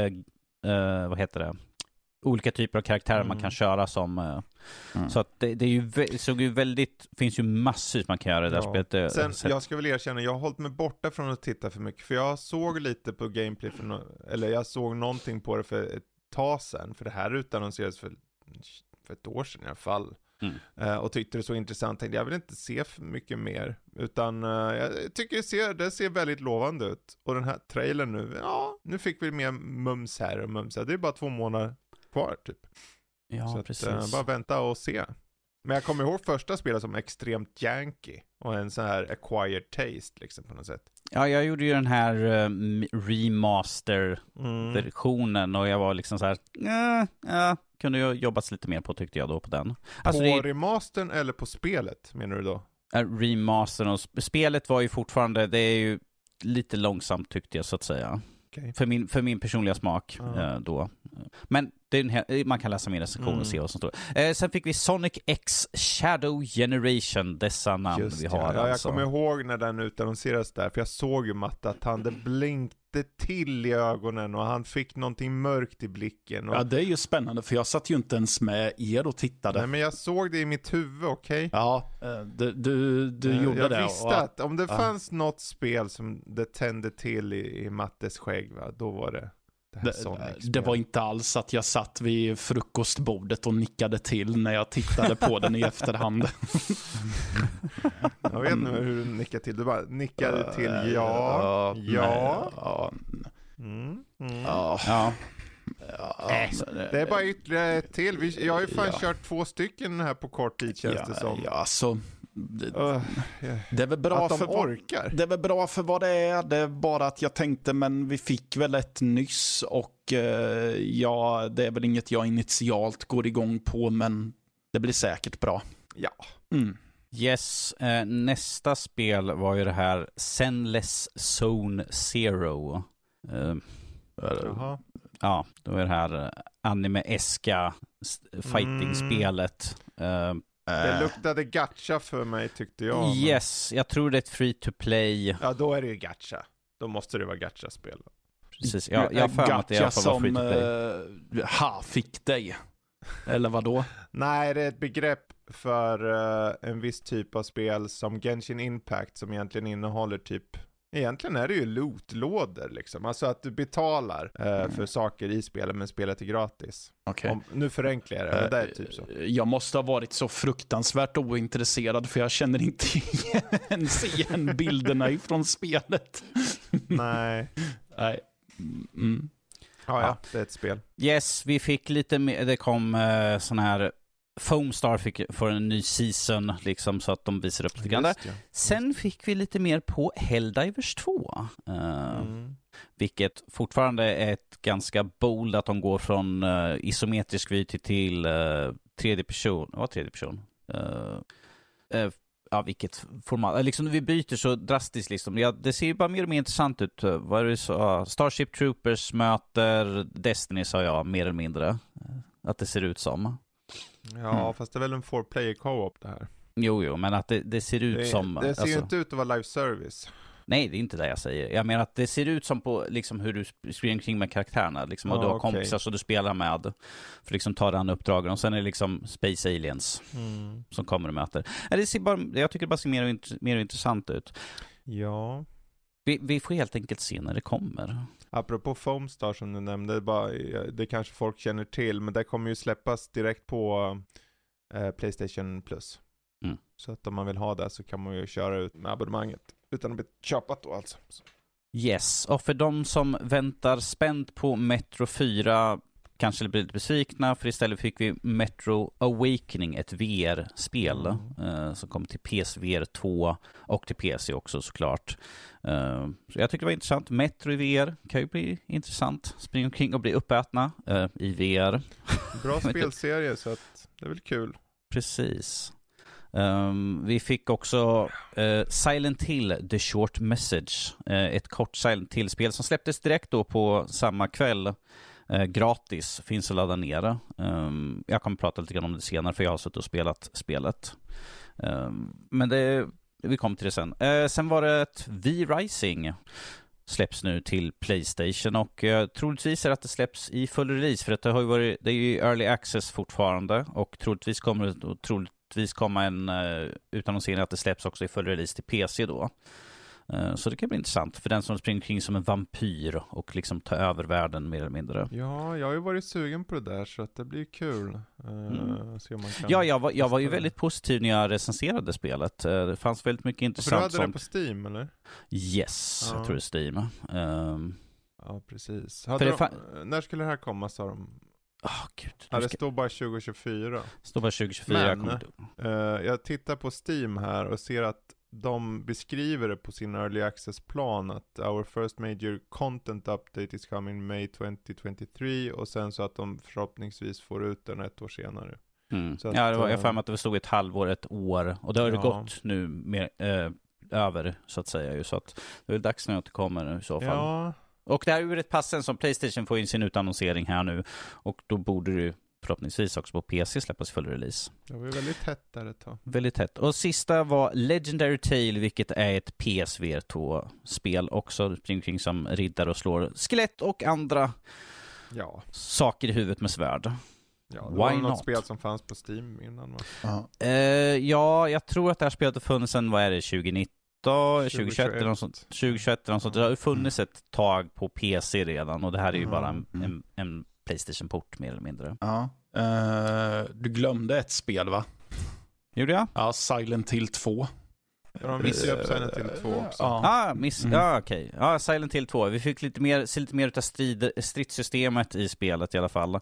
olika typer av karaktärer man kan köra som så att det är ju såg ju väldigt, finns ju massivt man kan göra i det här spelet. Sen jag ska väl erkänna, jag har hållit mig borta från att titta för mycket, för jag såg lite på gameplay eller jag såg någonting på det för ett tag sedan, för det här utannonserades för ett år sedan i alla fall. Och tyckte det så intressant, tänkte jag vill inte se för mycket mer, utan jag tycker det ser väldigt lovande ut. Och den här trailern nu fick vi mer mums här och mums här. Det är bara 2 månader kvar typ. Ja, så precis. Att, bara vänta och se. Men jag kommer ihåg första spelet som extremt janky och en sån här acquired taste liksom på något sätt. Ja, jag gjorde ju den här remaster-versionen och jag var liksom så här, kunde ju jobbats lite mer på, tyckte jag då, på den. Alltså på remastern eller på spelet menar du då? Remastern, och spelet var ju fortfarande, det är ju lite långsamt tyckte jag, så att säga. Okay. För min personliga smak då. Men det är man kan läsa min recension och se vad som står. Sen fick vi Sonic X Shadow Generation, dessa namn just vi har. Ja, jag kommer ihåg när den utannonserades där, för jag såg ju Matt att han blinkade till i ögonen och han fick någonting mörkt i blicken. Ja, det är ju spännande, för jag satt ju inte ens med er och tittade. Nej, men jag såg det i mitt huvud, okej? Ja, du gjorde jag det. Jag visste att om det fanns något spel som det tände till i Mattes skägg, va, då var det det var inte alls att jag satt vid frukostbordet och nickade till när jag tittade på den i efterhand. Jag vet inte hur du nickade till. Du bara nickade till Det är bara ytterligare ett till. Jag har ju fan kört 2 stycken här på kort tid, känns det som. Ja, så... Det är väl bra att de orkar. Det är väl bra för vad det är. Det är bara att jag tänkte, men vi fick väl ett nyss och det är väl inget jag initialt går igång på, men det blir säkert bra. Ja. Yes, nästa spel var ju det här Zenless Zone Zero. Ja, det var det här anime-eska fighting-spelet. Det luktade gacha för mig, tyckte jag. Yes, jag tror det är ett free-to-play. Ja, då är det ju gacha. Då måste det vara gacha-spel. Precis, jag har för mig att det i alla fall var free-to-play. Fick dig. Eller vad då? Nej, det är ett begrepp för en viss typ av spel som Genshin Impact, som egentligen innehåller typ... Egentligen är det ju lootlådor liksom. Alltså att du betalar för saker i spelet, men spelet är gratis. Okay. Nu förenklar jag det, men det är typ så. Jag måste ha varit så fruktansvärt ointresserad, för jag känner inte ens igen bilderna ifrån spelet. Nej. Ja, det är ett spel. Yes, vi fick lite mer, det kom sån här Foamstar får en ny season liksom, så att de visar upp lite grann där. Sen fick vi lite mer på Helldivers 2. Vilket fortfarande är ett ganska bold, att de går från isometrisk vy till tredje person. Vad tredje person? Ja, vilket format. Liksom vi byter så drastiskt liksom. Ja, det ser ju bara mer och mer intressant ut. Vad är det så? Starship Troopers möter Destiny, sa jag, mer eller mindre. Att det ser ut som. Ja, fast det är väl en 4-player co-op det här. Jo, men att det ser ut som... Det ser ju inte ut att vara live service. Nej, det är inte det jag säger. Jag menar att det ser ut som på liksom hur du springer kring med karaktärerna. Liksom, och du har kompisar som du spelar med. För liksom ta den uppdragen. Och sen är det liksom Space Aliens som kommer och möter. Jag tycker det bara ser mer intressant ut. Ja. Vi får helt enkelt se när det kommer. Apropå Foamstar som du nämnde, det kanske folk känner till. Men det kommer ju släppas direkt på PlayStation Plus. Så att om man vill ha det så kan man ju köra ut med abonnemanget. Utan att bli köpat då alltså. Yes, och för de som väntar spänt på Metro 4 kanske blir lite besvikna, för istället fick vi Metro Awakening, ett VR-spel som kom till PSVR 2 och till PC också såklart. Så jag tycker det var intressant. Metro i VR kan ju bli intressant. Springa omkring och bli uppätna i VR. Bra spelserie, så att det är väl kul. Precis. Vi fick också Silent Hill The Short Message, ett kort Silent Hill-spel som släpptes direkt då på samma kväll, gratis, finns att ladda ner. Jag kommer prata lite grann om det senare, för jag har suttit och spelat spelet, men vi kommer till det sen. Sen var det ett V-Rising släpps nu till PlayStation, och troligtvis är det att det släpps i full release, för att det är ju early access fortfarande, och troligtvis kommer det komma en utannonsering att det släpps också i full release till PC då. Så det kan bli intressant för den som springer kring som en vampyr och liksom tar över världen mer eller mindre. Ja, jag har ju varit sugen på det där, så att det blir kul. Se om man kan jag var ju väldigt positiv när jag recenserade spelet. Det fanns väldigt mycket intressant. För du hade det på Steam, eller? Yes, jag tror det är Steam. Ja, precis. När skulle det här komma, sa de? Gud, det står bara 2024. Det står bara 2024. Men jag tittar på Steam här och ser att de beskriver det på sin early access-plan att our first major content update is coming May 2023, och sen så att de förhoppningsvis får ut den ett år senare. Så att, jag får med att det stod ett halvår, ett år, och det har det gått nu mer, över så att säga, så att det är dags nu att det kommer i så fall. Ja. Och det här är ju rätt passen som PlayStation får in sin utannonsering här nu, och då borde det förhoppningsvis också på PC släppas full release. Det var väldigt tätt där ett tag. Väldigt tätt. Och sista var Legendary Tale, vilket är ett PSVR 2-spel också. Springer kring som riddare och slår skelett och andra saker i huvudet med svärd. Ja, det var något spel som fanns på Steam innan, va? Jag tror att det här spelet har funnits sedan, 2019? 2021 eller något sånt. 2021 eller något sånt. Det har ju funnits ett tag på PC redan, och det här är ju bara en PlayStation-port mer eller mindre. Ja. Du glömde ett spel, va? Gjorde jag? Ja, Silent Hill 2. De missade upp Silent Hill 2 också. Okej. Ja, Silent Hill 2. Vi fick lite mer utav stridssystemet i spelet i alla fall.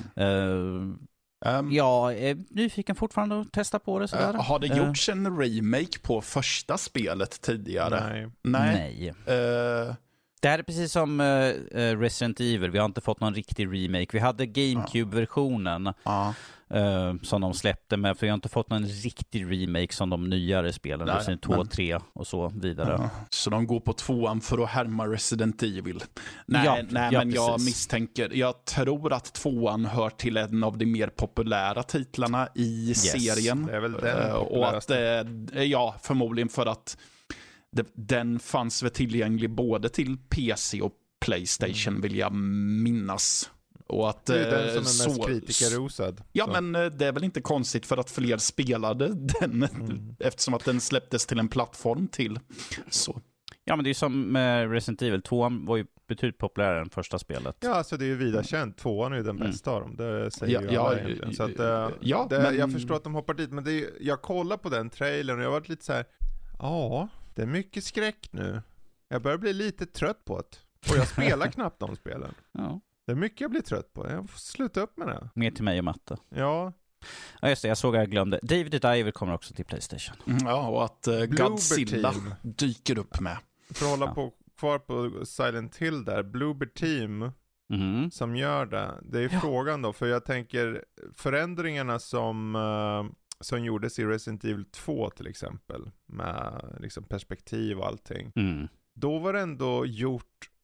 Jag är nyfiken fortfarande att testa på det sådär. Har det gjorts en remake på första spelet tidigare? Nej. Det här är precis som Resident Evil. Vi har inte fått någon riktig remake. Vi hade GameCube-versionen som de släppte med, för vi har inte fått någon riktig remake som de nyare spelen. Resident 2, 3 och så vidare. Så de går på 2:an för att härma Resident Evil. Nej, men jag misstänker. Jag tror att 2:an hör till en av de mer populära titlarna i serien. Det är väl den och att förmodligen för att den fanns väl tillgänglig både till PC och PlayStation, vill jag minnas. Och att, det är den som är mest kritikerrosad. Ja, men det är väl inte konstigt för att fler spelade den eftersom att den släpptes till en plattform till. Så. Ja, men det är som med Resident Evil 2 var ju betydligt populärare än första spelet. Ja, alltså det är ju vida känt. 2:an är ju den bästa av dem. Det säger ju alla egentligen. Så att, jag förstår att de hoppar dit, men jag kollar på den trailern och jag har varit lite så här: det är mycket skräck nu. Jag börjar bli lite trött på det. Och jag spelar knappt de spelen. Ja. Det är mycket jag blir trött på. Jag får sluta upp med det. Mer till mig och Matte. Ja. Ja, just det. Jag såg att jag glömde. David the Diver kommer också till PlayStation. Ja, och att Godzilla dyker upp med. För att hålla kvar på Silent Hill där. Bloober Team som gör det. Det är frågan då. För jag tänker förändringarna som gjordes i Resident Evil 2 till exempel. Med liksom perspektiv och allting. Då var det ändå gjort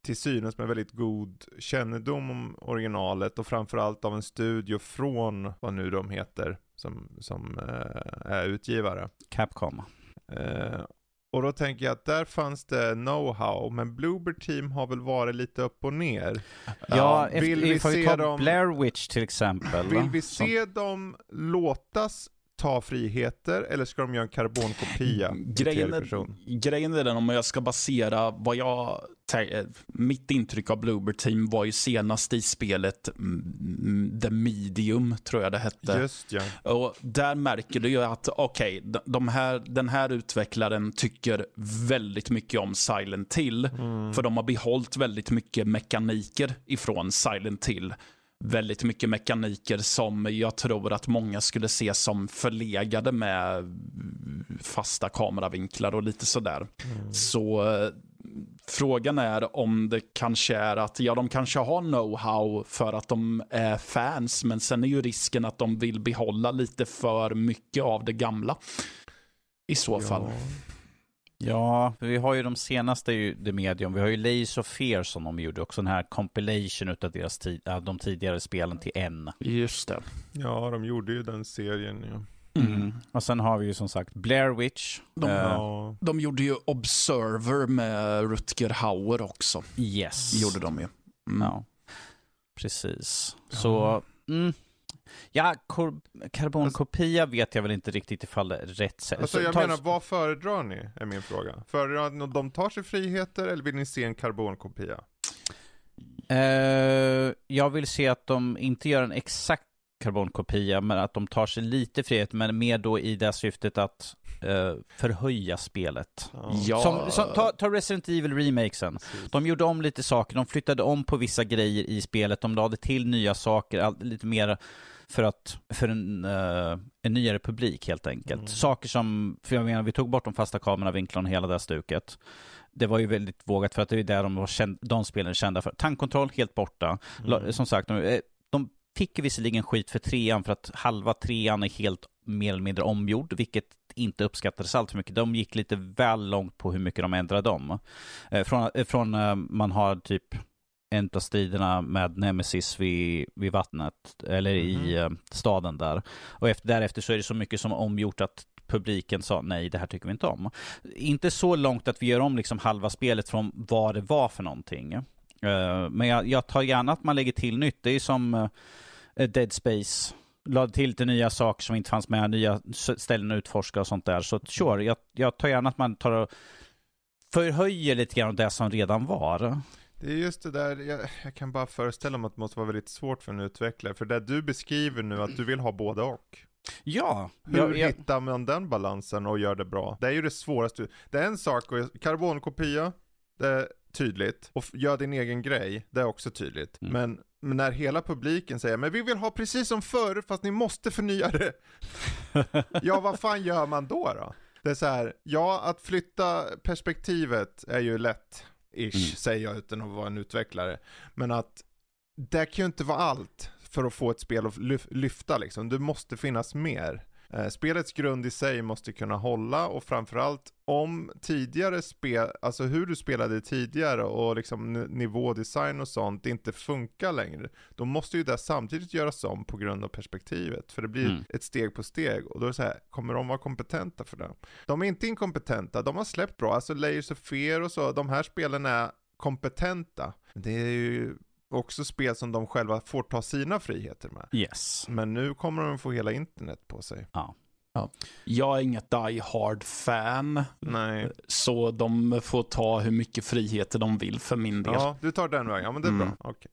till synes med väldigt god kännedom om originalet och framförallt av en studio från vad nu de heter som är utgivare. Capcom. Och då tänker jag att där fanns det know-how, men Bloober Team har väl varit lite upp och ner. Ja, vill vi se dem, Blair Witch till exempel. Vill vi se dem låtas ta friheter eller ska de göra en karbonkopia? Grejen är den, om jag ska basera vad mitt intryck av Bloober Team var ju senast i spelet The Medium, tror jag det hette. Just ja. Och där märker du ju att den här utvecklaren tycker väldigt mycket om Silent Hill, för de har behållit väldigt mycket mekaniker ifrån Silent Hill. Väldigt mycket mekaniker som jag tror att många skulle se som förlegade med fasta kameravinklar och lite sådär. Så frågan är om det kanske är att de kanske har know-how för att de är fans, men sen är ju risken att de vill behålla lite för mycket av det gamla i så fall. Ja, vi har ju de senaste The Medium. Vi har ju Layers of Fear som de gjorde också, den här compilation utav de tidigare spelen till en. Just det. Ja, de gjorde ju den serien, ja. Och sen har vi ju som sagt Blair Witch. De gjorde ju Observer med Rutger Hauer också. Yes. Gjorde de ju. Ja, precis. Så... Ja, karbonkopia vet jag väl inte riktigt ifall det är rätt. Alltså jag menar, vad föredrar ni är min fråga. Föredrar ni att de tar sig friheter eller vill ni se en karbonkopia? Jag vill se att de inte gör en exakt karbonkopia, men att de tar sig lite frihet, men mer då i det syftet att förhöja spelet. Ja. Ta Resident Evil remakesen. De gjorde om lite saker, de flyttade om på vissa grejer i spelet, de lade till nya saker, lite mer för en nyare publik helt enkelt. Saker som, för jag menar, vi tog bort de fasta kameravinklarna och hela det stuket. Det var ju väldigt vågat för att det är där de spelen är kända för. Tankkontroll helt borta. Som sagt, de fick visserligen skit för 3:an för att halva 3:an är helt mer eller mindre omgjord, vilket inte uppskattades allt för mycket. De gick lite väl långt på hur mycket de ändrade dem. Från man har typ en av striderna med Nemesis vid vattnet, eller i staden där. Och därefter så är det så mycket som omgjort att publiken sa nej, det här tycker vi inte om. Inte så långt att vi gör om liksom halva spelet från vad det var för någonting. Men jag tar gärna att man lägger till nytt. Det är som Dead Space. Lade till lite nya saker som inte fanns med, nya ställen att utforska och sånt där. Så sure, jag tar gärna att man tar och förhöjer lite grann det som redan var. Det är just det där, jag kan bara föreställa mig att det måste vara väldigt svårt för en utvecklare. För det du beskriver nu, att du vill ha både och. Ja. Hur hittar man den balansen och gör det bra? Det är ju det svåraste. Det är en sak, karbonkopia, det är tydligt. Och gör din egen grej, det är också tydligt. Men när hela publiken säger, men vi vill ha precis som förr, fast ni måste förnya det. Ja, vad fan gör man då? Det är så här, ja, att flytta perspektivet är ju lätt. Säger jag utan att vara en utvecklare. Men att det kan ju inte vara allt för att få ett spel att lyfta liksom. Det måste finnas mer. Spelets grund i sig måste kunna hålla, och framförallt om tidigare spel, alltså hur du spelade tidigare och liksom nivådesign och sånt inte funkar längre, då måste ju det samtidigt göras om på grund av perspektivet, för det blir ett steg på steg, och då är det så här, kommer de vara kompetenta för det? De är inte inkompetenta, de har släppt bra, alltså Layers of Fear och så, de här spelen är kompetenta. Det är ju också spel som de själva får ta sina friheter med. Yes. Men nu kommer de få hela internet på sig. Ja. Jag är inget Die Hard-fan. Nej. Så de får ta hur mycket friheter de vill för min del. Ja, du tar den vägen. Ja, men det är bra. Okej.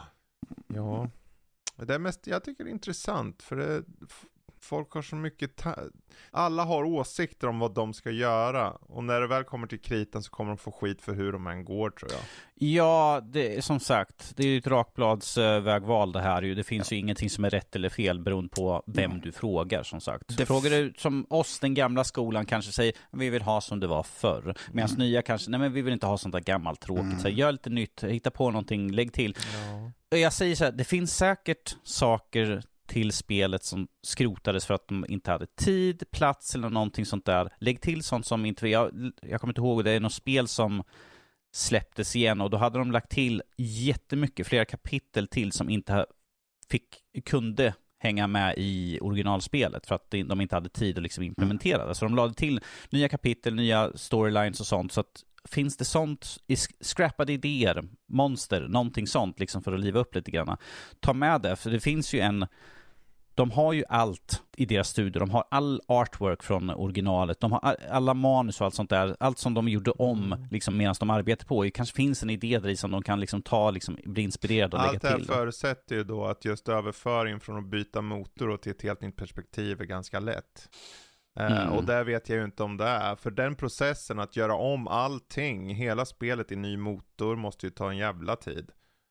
Ja. Det är mest, jag tycker det är intressant, för det, folk har så mycket alla har åsikter om vad de ska göra, och när det väl kommer till kritan så kommer de få skit för hur de än går, tror jag. Ja, det är som sagt, det är ju ett rakblads vägval det här. Det finns ju ingenting som är rätt eller fel beroende på vem du frågar, som sagt. Frågar du som oss, den gamla skolan, kanske säger vi vill ha som det var förr. Medan nya kanske, nej men vi vill inte ha sånt där gammalt tråkigt. Så gör lite nytt, hitta på någonting, lägg till. Ja. Jag säger så här, det finns säkert saker till spelet som skrotades för att de inte hade tid, plats eller någonting sånt där. Lägg till sånt som inte... Jag kommer inte ihåg, det är något spel som släpptes igen, och då hade de lagt till jättemycket, flera kapitel till som inte kunde hänga med i originalspelet för att de inte hade tid att liksom implementera det. Så de lade till nya kapitel, nya storylines och sånt, så att finns det sånt, scrappade idéer, monster, någonting sånt liksom för att liva upp lite grann, ta med det, för det finns ju de har ju allt i deras studio. De har all artwork från originalet. De har alla manus och allt sånt där. Allt som de gjorde om liksom, medan de arbetar på. Det kanske finns en idé där som de kan liksom, bli inspirerade och lägga till. Allt det här förutsätter ju då att just överföring från att byta motor och till ett helt nytt perspektiv är ganska lätt. Och där vet jag ju inte om det är. För den processen att göra om allting, hela spelet i ny motor, måste ju ta en jävla tid.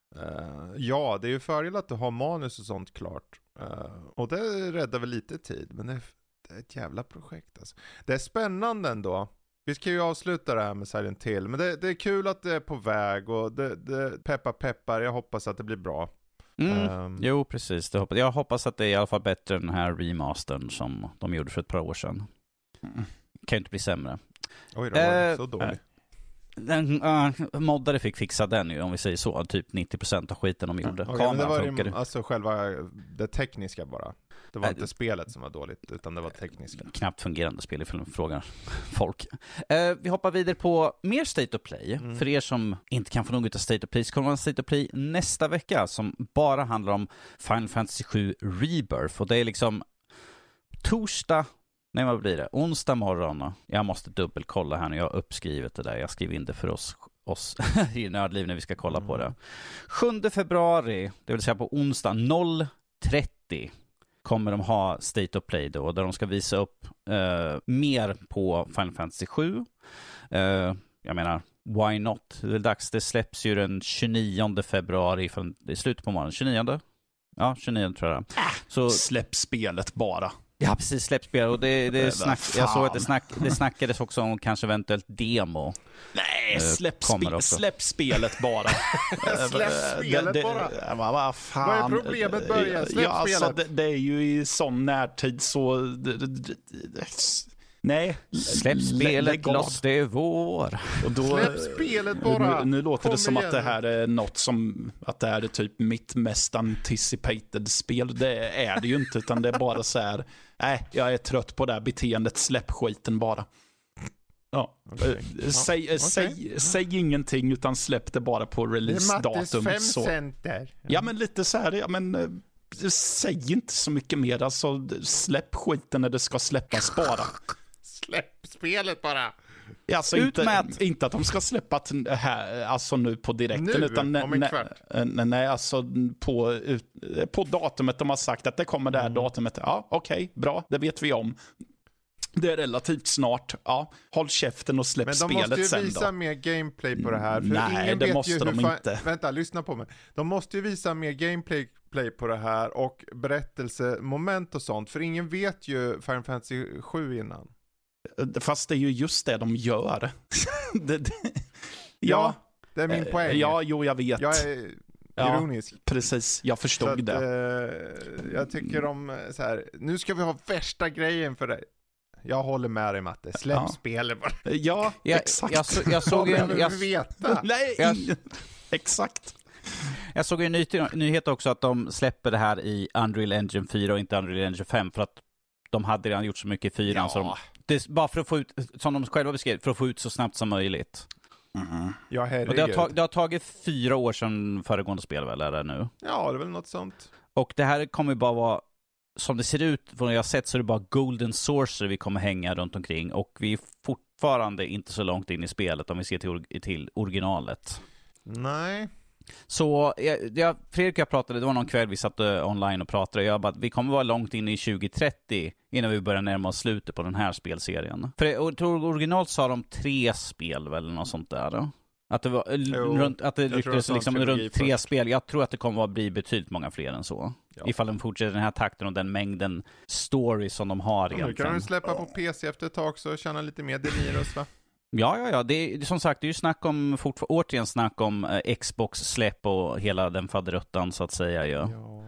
Ja, det är ju fördel att du har manus och sånt klart. Och det räddar väl lite tid. Men det är ett jävla projekt alltså. Det är spännande ändå. Vi ska ju avsluta det här med Silent Hill. Men det är kul att det är på väg. Och det peppar. Jag hoppas att det blir bra. Jo, precis. Jag hoppas att det är i alla fall bättre än den här remastern som de gjorde för ett par år sedan. Kan ju inte bli sämre. Oj, det var så dåligt. Moddare fick fixa den ju, om vi säger så. Typ 90% av skiten de gjorde. Okay, men det var alltså själva det tekniska bara. Det var inte spelet som var dåligt, utan det var tekniska. Knappt fungerande spel i frågar folk. Vi hoppar vidare på mer State of Play. För er som inte kan få något av State of Play, så kommer det en State of Play nästa vecka som bara handlar om Final Fantasy 7 Rebirth. Och det är liksom torsdag. Nej, vad blir det? Onsdag morgon. Jag måste dubbelkolla här nu. Jag har uppskrivit det där. Jag skriver in det för oss i Nördliv när vi ska kolla på det. 7 februari, det vill säga på onsdag 0:30 kommer de ha State of Play då, där de ska visa upp mer på Final Fantasy 7. Jag menar, why not? Det är dags. Det släpps ju den 29 februari. Det är slut på morgonen. 29? Ja, 29 tror jag. Så släpp spelet bara. Ja, precis, släppspel. Och jag såg att det snackades också om kanske eventuellt demo. Nej, släpp spelet bara. Släpp spelet bara? Vad fan? Vad är problemet, Börje? Släpp spelet. Alltså, det är ju i sån närtid så... Nej. Släpp spelet loss, det är vår. Och då, släpp spelet bara. Nu låter det som att det här är något som... Att det här är typ mitt mest anticipated spel. Det är det ju inte, utan det är bara så här... Nej, jag är trött på det här beteendet. Släpp skiten bara. Ja. Okay. Säg ingenting, utan släpp det bara på release-datum. Det är Mattes 5 center. Ja, men lite så här... Ja, men... Säg inte så mycket mer. Alltså, släpp skiten när det ska släppas bara. Släpp spelet bara. Alltså, inte att de ska släppa här, alltså nu på direkten. Nu, utan nej, alltså på datumet de har sagt att det kommer det här datumet. Ja, okej, bra, det vet vi om. Det är relativt snart. Ja, håll käften och släpp spelet sen då. Men de måste ju visa mer gameplay på det här. För nej, det måste de inte. Vänta, lyssna på mig. De måste ju visa mer gameplay på det här och berättelsemoment och sånt. För ingen vet ju Final Fantasy 7 innan. Fast det är ju just det de gör. Ja, det är min poäng. Ja, jo, jag vet. Jag är ironisk. Ja, precis, jag förstod det. Jag tycker så här, nu ska vi ha värsta grejen för dig. Jag håller med dig, Matte. Släpp spelet bara. Ja, exakt. Jag såg exakt. Jag såg en nyhet också att de släpper det här i Unreal Engine 4 och inte Unreal Engine 5 för att de hade redan gjort så mycket i 4. Ja. Så bara för att få ut, som de själva beskrev, för att få ut så snabbt som möjligt. Ja, och det har tagit 4 år sedan föregående spel, väl, är det nu? Ja, det är väl något sånt. Och det här kommer bara vara, som det ser ut, vad jag har sett, så är det bara Golden Sorcerer vi kommer hänga runt omkring. Och vi är fortfarande inte så långt in i spelet om vi ser till originalet. Nej. Så Fredrik och jag pratade, det var någon kväll vi satt online och pratade. Jag bara, vi kommer vara långt in i 2030 innan vi börjar närma oss slutet på den här spelserien. För jag tror originalt sa de 3 spel väl, eller något sånt där då? Att det var att det lyckades liksom runt 3 spel. Jag tror att det kommer att bli betydligt många fler än så. Ja. Ifall de fortsätter den här takten och den mängden stories som de har egentligen. Nu kan de släppa på PC efter ett tag så tjäna lite mer delirus, va? Ja. Det är, som sagt, det är ju återigen snack om Xbox-släpp och hela den faderuttan, så att säga. Ja.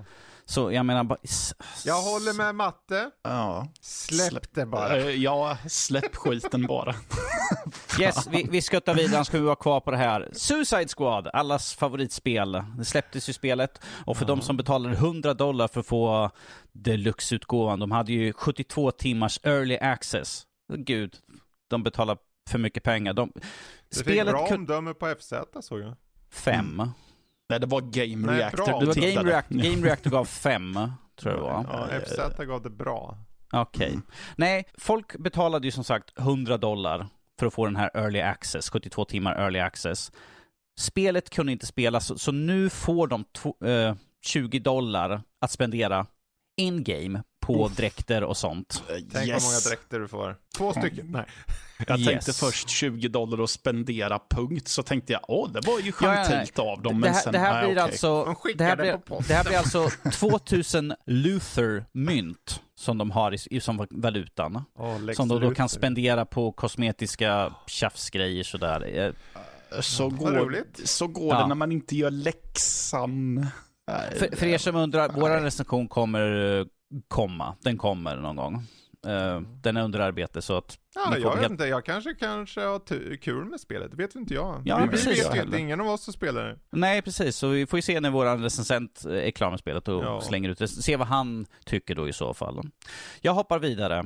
Så jag menar bara... Jag håller med Matte. Ja. Släpp det bara. Ja, släpp skiten bara. Yes, vi skuttar vidare, ska vi vara kvar på det här. Suicide Squad, allas favoritspel. Det släpptes ju spelet, och för de som betalade $100 för att få deluxe-utgåvan, de hade ju 72 timmars early access. Gud, de betalar för mycket pengar. Det fick bra omdöme på FZ, såg jag. 5. Nej, det var Game Reactor. Det var Game Reactor gav 5, tror jag det var. Ja, FZ gav det bra. Okej. Nej, folk betalade ju som sagt $100 för att få den här early access, 72 timmar early access. Spelet kunde inte spelas, så nu får de $20 att spendera in-game på dräkter och sånt. Tänk vad många dräkter du får. 2 stycken. Nej. Jag tänkte först $20 att spendera, punkt. Så tänkte jag, det var ju gentilt av dem. Det här blir alltså 2000 Luther-mynt som de har som valutan. Som de då kan spendera på kosmetiska tjafsgrejer sådär. Så går det när man inte gör läxan. För er som undrar, vår recension kommer komma. Den kommer någon gång. Den är under arbete, så att... Ja, jag vet inte. Jag kanske har kul med spelet. Det vet inte jag. Ja, vi vet ju inte. Ingen av oss som spelar det. Nej, precis. Så vi får ju se när vår recensent är klar med spelet och slänger ut det. Se vad han tycker då i så fall. Jag hoppar vidare.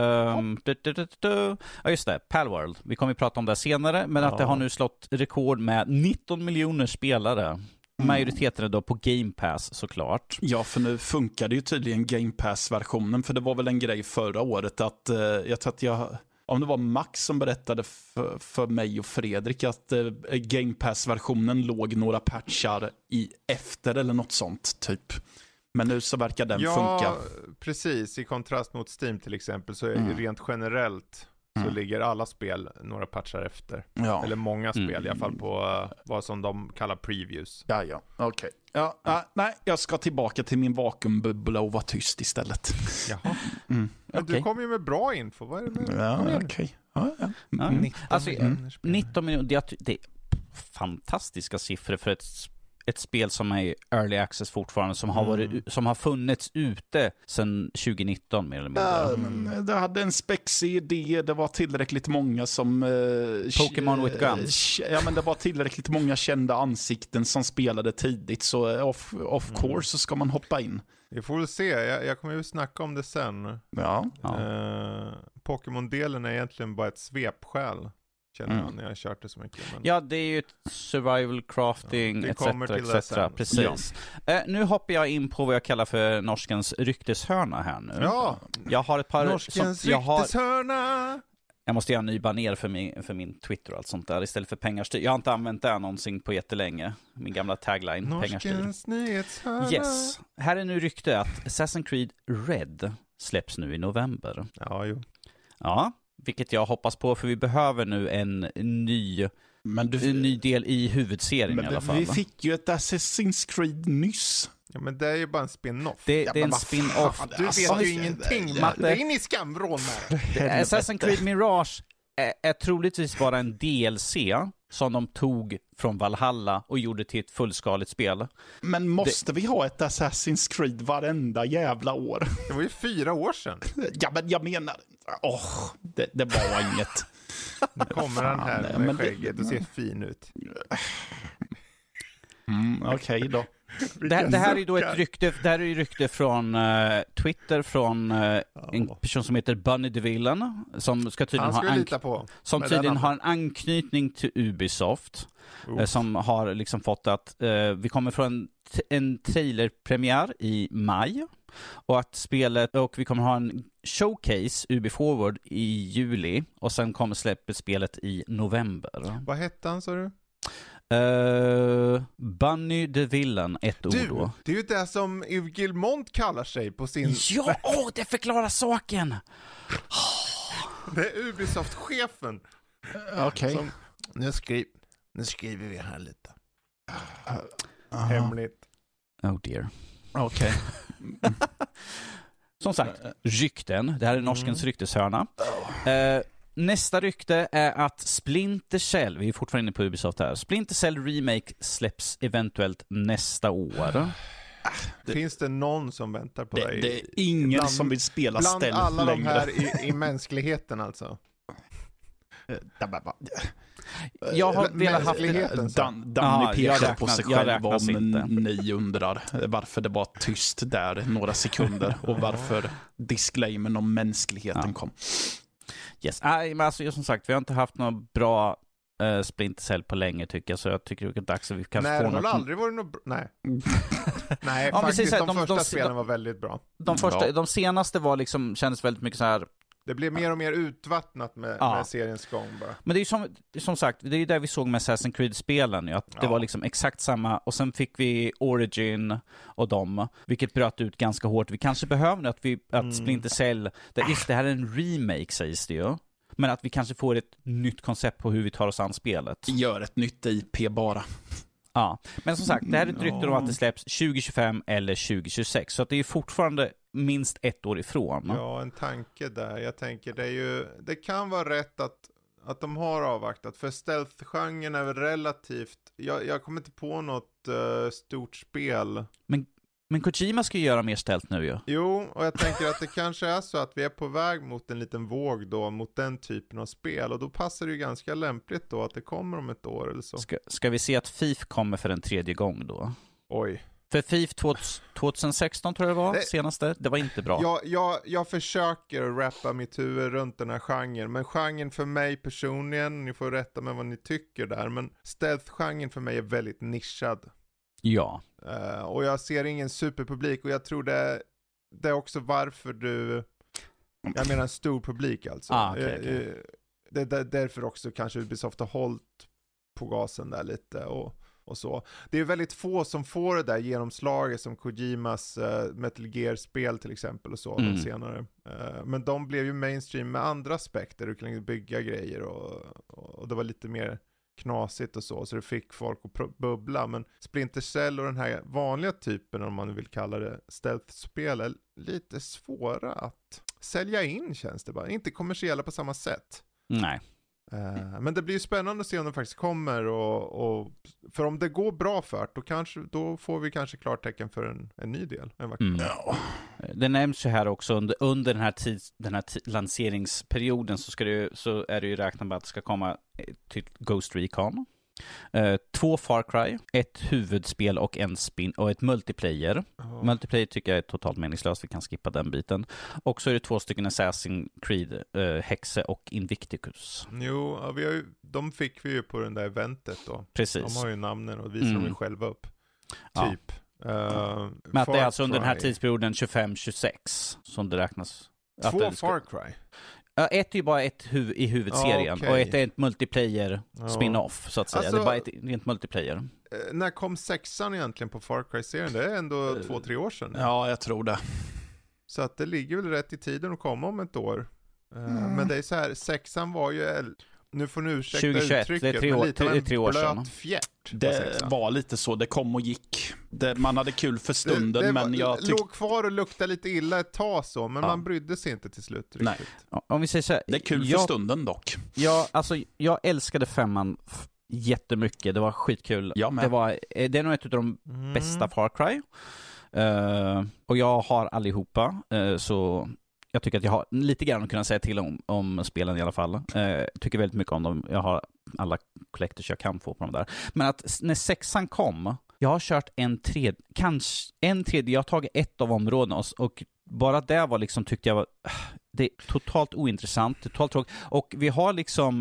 Ja, just det. Palworld. Vi kommer att prata om det senare. Men att det har nu slått rekord med 19 miljoner spelare. Majoriteten är då på Game Pass, såklart. Ja, för nu funkar det ju tydligen Game Pass-versionen. För det var väl en grej förra året att jag tror att om det var Max som berättade för mig och Fredrik att Game Pass-versionen låg några patchar efter eller något sånt typ. Men nu så verkar den funka. Ja, precis. I kontrast mot Steam till exempel så är det rent generellt så ligger alla spel några patchar efter. Ja. Eller många spel, i alla fall på vad som de kallar previews. Ja, okej. Ja, nej, jag ska tillbaka till min vakuumbubbla och vara tyst istället. Jaha. Du kommer ju med bra info. Vad är det med? Ja, okej. Ja. 19 miljoner, det är fantastiska siffror för ett spel som är early access fortfarande, som har funnits ute sedan 2019 mer eller mindre. Det hade en spexig idé, det var tillräckligt många som Pokémon with guns. Ja, men det var tillräckligt många kända ansikten som spelade tidigt, så of course så ska man hoppa in. Vi får väl se, jag kommer ju snacka om det sen. Ja. Pokémon-delen är egentligen bara ett svepskäl. Känner jag när jag har kört det så mycket. Men... Ja, det är ju ett survival crafting, etc. Precis. Ja. Nu hoppar jag in på vad jag kallar för norskens rykteshörna här nu. Ja, jag har ett par... norskens rykteshörna! Jag måste göra en ny baner för min Twitter och allt sånt där istället för pengarstyr. Jag har inte använt det någonsin på jättelänge. Min gamla tagline, pengarstyr. Norskens nyhetshörna. Yes. Här är nu rykte att Assassin's Creed Red släpps nu i november. Ja, jo. Ja, vilket jag hoppas på, för vi behöver nu en ny del i huvudserien i alla fall. Vi fick ju ett Assassin's Creed nyss. Ja, men det är ju bara en spin-off. Det är en spin-off. Du vet ju ingenting, Matte. Det är in i skamvrån här. Assassin's Creed Mirage är troligtvis bara en DLC som de tog från Valhalla och gjorde till ett fullskaligt spel. Men måste vi ha ett Assassin's Creed varenda jävla år? Det var ju 4 år sedan. Ja, men jag menar... det var inget. Nu kommer han här med skägget och ser fin ut. Okej då. Det här är då ett rykte. Det här är rykte från Twitter från en person som heter Bunny DeVillen som ska tydligen har en anknytning till Ubisoft som har liksom fått att vi kommer från en trailerpremiär i maj och vi kommer ha en showcase Ubi Forward i juli och sen kommer släppet spelet i november. Vad hette han, sa du? Bunny DeVillen, ett ord då. Det är ju det som Yves Guillemot kallar sig på sin... Ja, det förklarar saken! Det är Ubisoft-chefen. Okej. Nu skriver vi här lite. Hemligt. Oh dear. Okej. Som sagt, rykten. Det här är norskens rykteshörna. Nästa rykte är att Splinter Cell, vi är fortfarande inne på Ubisoft här, Splinter Cell Remake släpps eventuellt nästa år. Finns det någon som väntar på dig? Det är ingen som vill spela stealth längre. Bland alla de här i mänskligheten alltså. Jag har velat haft Danny pekar på sig själv om ni undrar varför det var tyst där några sekunder och varför disclaimern om mänskligheten kom. Yes. Men alltså, som sagt, vi har inte haft något bra Splinter Cell på länge tycker jag, så jag tycker det är dags att vi kan få något. Nej, det har aldrig varit något bra. Nej. Nej, faktiskt de första spelen var väldigt bra. De senaste var liksom, kändes väldigt mycket så här. Det blev mer och mer utvattnat med seriens gång bara. Men det är ju som sagt, det är ju där vi såg med Assassin's Creed-spelen ju, att det var liksom exakt samma, och sen fick vi Origin och dem, vilket bröt ut ganska hårt. Vi kanske behöver att Splinter Cell, det här är en remake sägs det ju, men att vi kanske får ett nytt koncept på hur vi tar oss an spelet. Gör ett nytt IP bara. Ja, men som sagt, det här är ett rykte om att det släpps 2025 eller 2026, så att det är fortfarande minst ett år ifrån. Ja, en tanke där. Jag tänker det kan vara rätt att de har avvaktat, för stealth-genren är väl relativt, jag kommer inte på något stort spel. Men Kojima ska ju göra mer stealth nu ju. Jo, och jag tänker att det kanske är så att vi är på väg mot en liten våg då, mot den typen av spel, och då passar det ju ganska lämpligt då att det kommer om ett år eller så. Ska vi se att FIF kommer för en tredje gång då? Oj. För FIF 2016 tror jag det var, senaste. Det var inte bra. Jag försöker rappa mitt huvud runt den här genren. Men genren för mig personligen, ni får rätta med vad ni tycker där, men stealth-genren för mig är väldigt nischad. Ja. Och jag ser ingen superpublik, och jag tror det är också varför jag menar en stor publik alltså. Okay. Det är därför också kanske Ubisoft har hållit på gasen där lite och så. Det är väldigt få som får det där genomslaget som Kojimas Metal Gear-spel till exempel och så, de senare. Men de blev ju mainstream med andra aspekter. Du kunde bygga grejer och det var lite mer knasigt och så det fick folk att bubbla. Men Splinter Cell och den här vanliga typen, om man vill kalla det stealth-spel, är lite svåra att sälja in, känns det bara. Inte kommersiella på samma sätt. Nej. Men det blir ju spännande att se om det faktiskt kommer och för om det går bra för då får vi kanske klartecken för en ny del. Det nämns ju här också under den här lanseringsperioden så är det ju räknat med att det ska komma till Ghost Recon. 2 Far Cry, ett huvudspel och och ett multiplayer. Multiplayer tycker jag är totalt meningslöst, vi kan skippa den biten. Och så är det 2 stycken Assassin's Creed, Hexe och Invictus. Jo, de fick vi ju på den där eventet då. Precis. De har ju namnen och visar dem ju själva upp. Typ. Men att det är alltså under den här tidsperioden 25-26 som det räknas. 2 Far Cry? Ett är ju bara ett i huvudserien och ett är ett multiplayer spin-off så att säga. Alltså, det är bara ett rent multiplayer. När kom 6an egentligen på Far Cry-serien? Det är ändå 2-3 år sedan. Ja, jag tror det. Så att det ligger väl rätt i tiden att komma om ett år. Men det är så här, 6an var ju, nu får ni ursäkta 2021, uttrycket, det är 3 år sedan. Blöt fjärt. Det var lite så, det kom och gick. Man hade kul för stunden, men jag låg kvar och luktade lite illa ett tag så, men man brydde sig inte till slut riktigt. Nej. Om vi säger så här, det är kul för stunden dock. Ja, alltså jag älskade 5an jättemycket. Det var skitkul. Det är nog ett av de bästa Far Cry. Och jag har allihopa, så jag tycker att jag har lite grann att kunna säga till om spelen i alla fall. Tycker väldigt mycket om dem. Jag har alla collectors jag kan få på dem där. Men att när 6an kom, jag har kört kanske en tredje, jag har tagit ett av områdena och bara det var liksom, tyckte jag var, det är totalt ointressant, totalt tråkigt. Och vi har liksom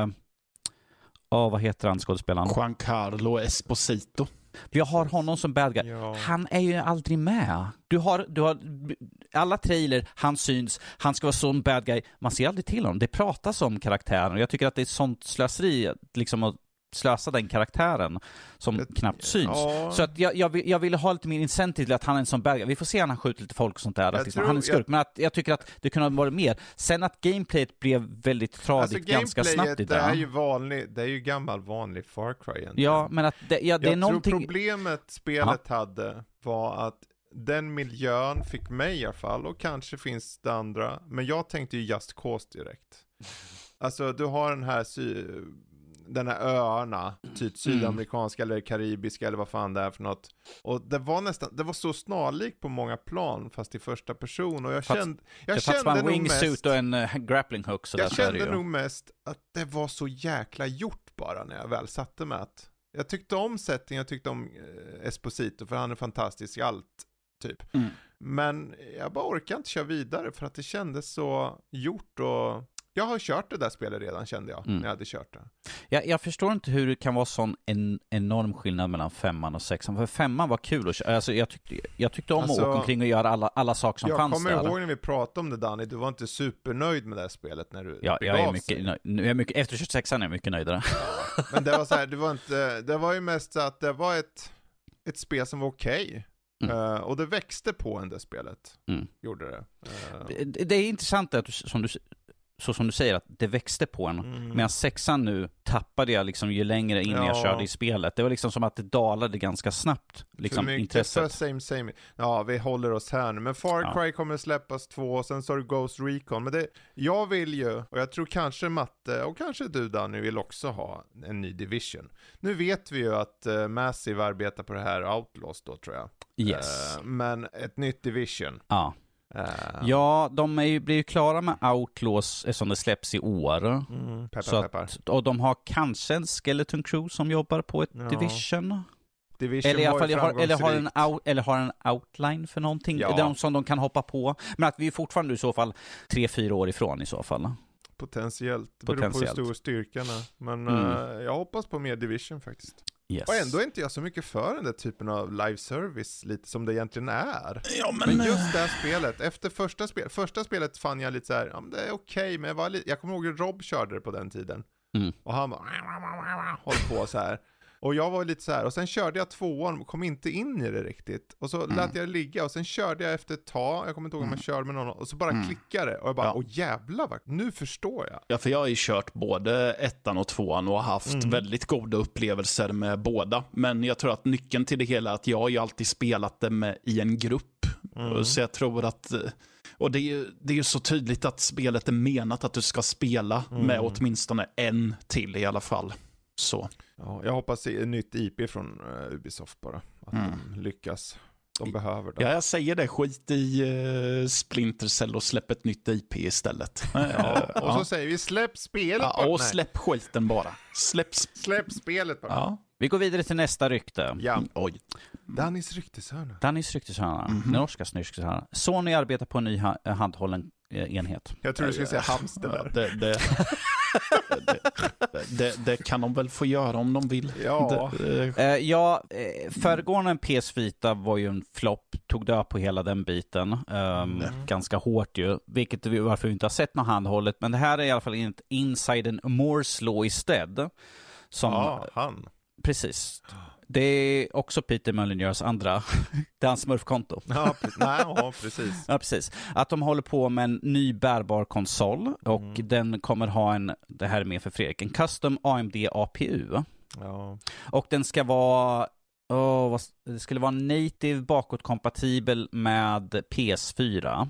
vad heter han, skådespelaren? Giancarlo Esposito. Vi har honom som bad guy. Ja. Han är ju aldrig med. Du har alla trailer, han syns, han ska vara sån bad guy. Man ser aldrig till honom. Det pratas om karaktären och jag tycker att det är sånt slöseri liksom att slösa den karaktären som knappt syns. Ja. Så att jag ville ha lite mer incentive till att han är en sån bad guy. Vi får se när han skjuter lite folk och sånt där. Att han är skurk. Men att jag tycker att det kunde ha varit mer. Sen att gameplayet blev väldigt tradigt ganska snabbt i det. Det är ju gammal vanlig Far Cry egentligen. Ja, men att det är någonting... tror problemet spelet hade var att den miljön fick mig i alla fall, och kanske finns det andra, men jag tänkte ju Just Cause direkt. Alltså du har den här den här öarna, typ sydamerikanska eller karibiska eller vad fan det är för något. Och det var så snarlikt på många plan, fast i första person. Och jag kände nog wingsuit och en grappling hook. Jag kände nog mest att det var så jäkla gjort bara när jag väl satte mig att jag tyckte om setting, jag tyckte om Esposito, för han är fantastisk i allt, typ. Men jag bara orkar inte köra vidare för att det kändes så gjort och jag har kört det där spelet redan, kände jag, när jag hade kört det. Jag förstår inte hur det kan vara sån en enorm skillnad mellan 5:an och 6:an. För 5:an var kul att köra. Alltså, jag tyckte om att åka omkring och göra alla saker som fanns där. Jag kommer ihåg när vi pratade om det, Danny. Du var inte supernöjd med det här spelet när du jag är mycket efter 26:an är jag mycket nöjdare. Ja, men det var så här, det var ju mest så att det var ett spel som var okej. Och det växte på det spelet. Gjorde det. Det är intressant att som du säger, att det växte på en. Medan 6:an nu tappade jag liksom ju längre in jag körde i spelet. Det var liksom som att det dalade ganska snabbt. Liksom, intresset. Same. Ja, vi håller oss här nu. Men Far Cry kommer släppas 2 och sen så är det Ghost Recon. Men jag vill ju, och jag tror kanske Matte och kanske du Danny vill också ha en ny Division. Nu vet vi ju att Massive arbetar på det här Outlaws då, tror jag. Yes. Men ett nytt Division. Ja. Ja, de blir ju klara med Outlaws som det släpps i år. Peppar. Och de har kanske en Skeleton Crew som jobbar på ett Division. Eller i alla fall har en outline för någonting som de kan hoppa på. Men att vi är fortfarande i så fall 3-4 år ifrån i så fall. Potentiellt. Det beror på hur stor styrkan är. Men jag hoppas på mer Division faktiskt. Yes. Och ändå är inte jag så mycket för den där typen av live service, lite som det egentligen är. Ja, men just det här spelet, efter första spelet fann jag lite så här, det är okej, men jag kommer ihåg att Rob körde det på den tiden. Och han bara håll på så här. Och jag var lite så här, och sen körde jag 2:an och kom inte in i det riktigt. Och så lät jag det ligga, och sen körde jag efter ett tag, jag kommer inte ihåg om jag körde med någon, och så bara klickade det. Och jag bara, jävlar, nu förstår jag. Ja, för jag har ju kört både 1:an och 2:an och haft väldigt goda upplevelser med båda. Men jag tror att nyckeln till det hela är att jag har ju alltid spelat det i en grupp. Så jag tror att... Och det är ju så tydligt att spelet är menat att du ska spela med åtminstone en till i alla fall. Så. Ja, jag hoppas se ett nytt IP från Ubisoft bara. Att de lyckas. De behöver det. Ja, jag säger det. Skit i Splinter Cell och släpp ett nytt IP istället. Och så säger vi släpp spelet bara. Ja, och släpp skiten bara. Släpp spelet bara. Ja. Vi går vidare till nästa rykte. Ja. Oj. Dannys rykteshörna. Den norska rykteshörna. Sony arbetar på en ny handhållen enhet. Jag tror du skulle säga hamster där. Det kan de väl få göra om de vill. Föregående PS Vita var ju en flopp, tog död på hela den biten. Ganska hårt ju, vilket varför vi inte har sett något handhållet. Men det här är i alla fall inte Inside and Moore's Law Instead. Han. Precis. Det är också Peter Molyneux andra. Det är hans smurfkonto. Precis. Ja, precis. Att de håller på med en ny bärbar konsol. Och den kommer ha det här är med för Fredrik, en custom AMD APU. Ja. Och den ska vara det skulle vara native bakåtkompatibel med PS4.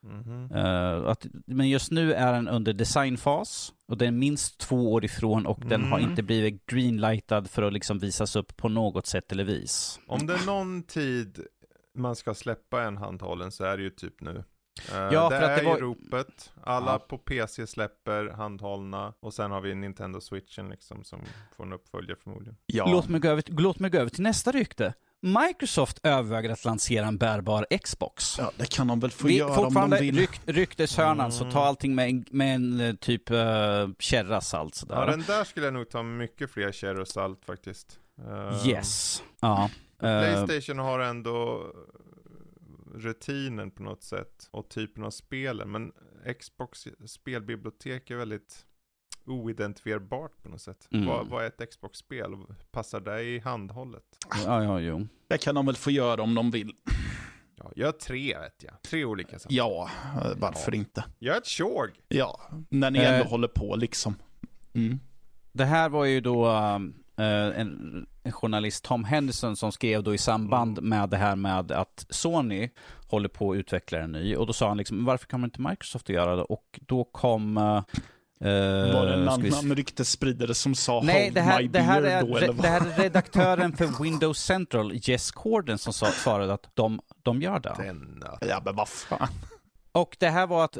Men just nu är den under designfas och den är minst 2 år ifrån och den har inte blivit greenlightad för att liksom visas upp på något sätt eller vis. Om det är någon tid man ska släppa en handhållen så är det ju typ nu. Ja, det för att är ju ropet. Alla på PC släpper handhållna och sen har vi Nintendo Switchen liksom som får en uppföljare förmodligen. Ja. Låt mig gå över till nästa rykte. Microsoft överväger att lansera en bärbar Xbox. Ja, det kan de väl få göra om de vill. Rykteshörnan, så ta allting med en typ kärra salt. Sådär. Ja, den där skulle jag nog ta mycket fler kärra och salt faktiskt. Yes. Ja. PlayStation har ändå rutinen på något sätt och typen av spelen, men Xbox spelbibliotek är väldigt oidentifierbart på något sätt. Vad är ett Xbox-spel? Passar det i handhållet? Jo. Det kan de väl få göra om de vill. Ja, gör 3 vet jag. 3 olika saker. Ja, varför inte? Gör ett tjog. Ja, när ni ändå håller på liksom. Det här var ju då en journalist, Tom Henderson, som skrev då i samband med det här med att Sony håller på att utveckla en ny. Och då sa han liksom, varför kan man inte Microsoft göra det? Och då kom Var det en annan ryktesspridare som sa nej, det här är redaktören för Windows Central, Jess Corden, som svarade att de gör det. Ja, men vad fan. Och det här var att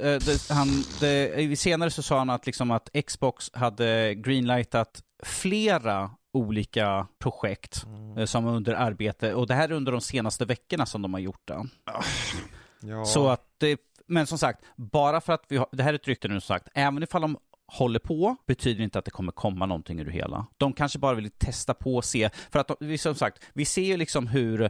senare så sa han att, liksom, att Xbox hade greenlightat flera olika projekt som under arbete, och det här är under de senaste veckorna som de har gjort det. Ja. Så att men som sagt, bara för att det här är ett rykte nu, som sagt, även ifall de håller på, betyder inte att det kommer komma någonting ur det hela. De kanske bara vill testa på och se, för att som sagt, vi ser ju liksom hur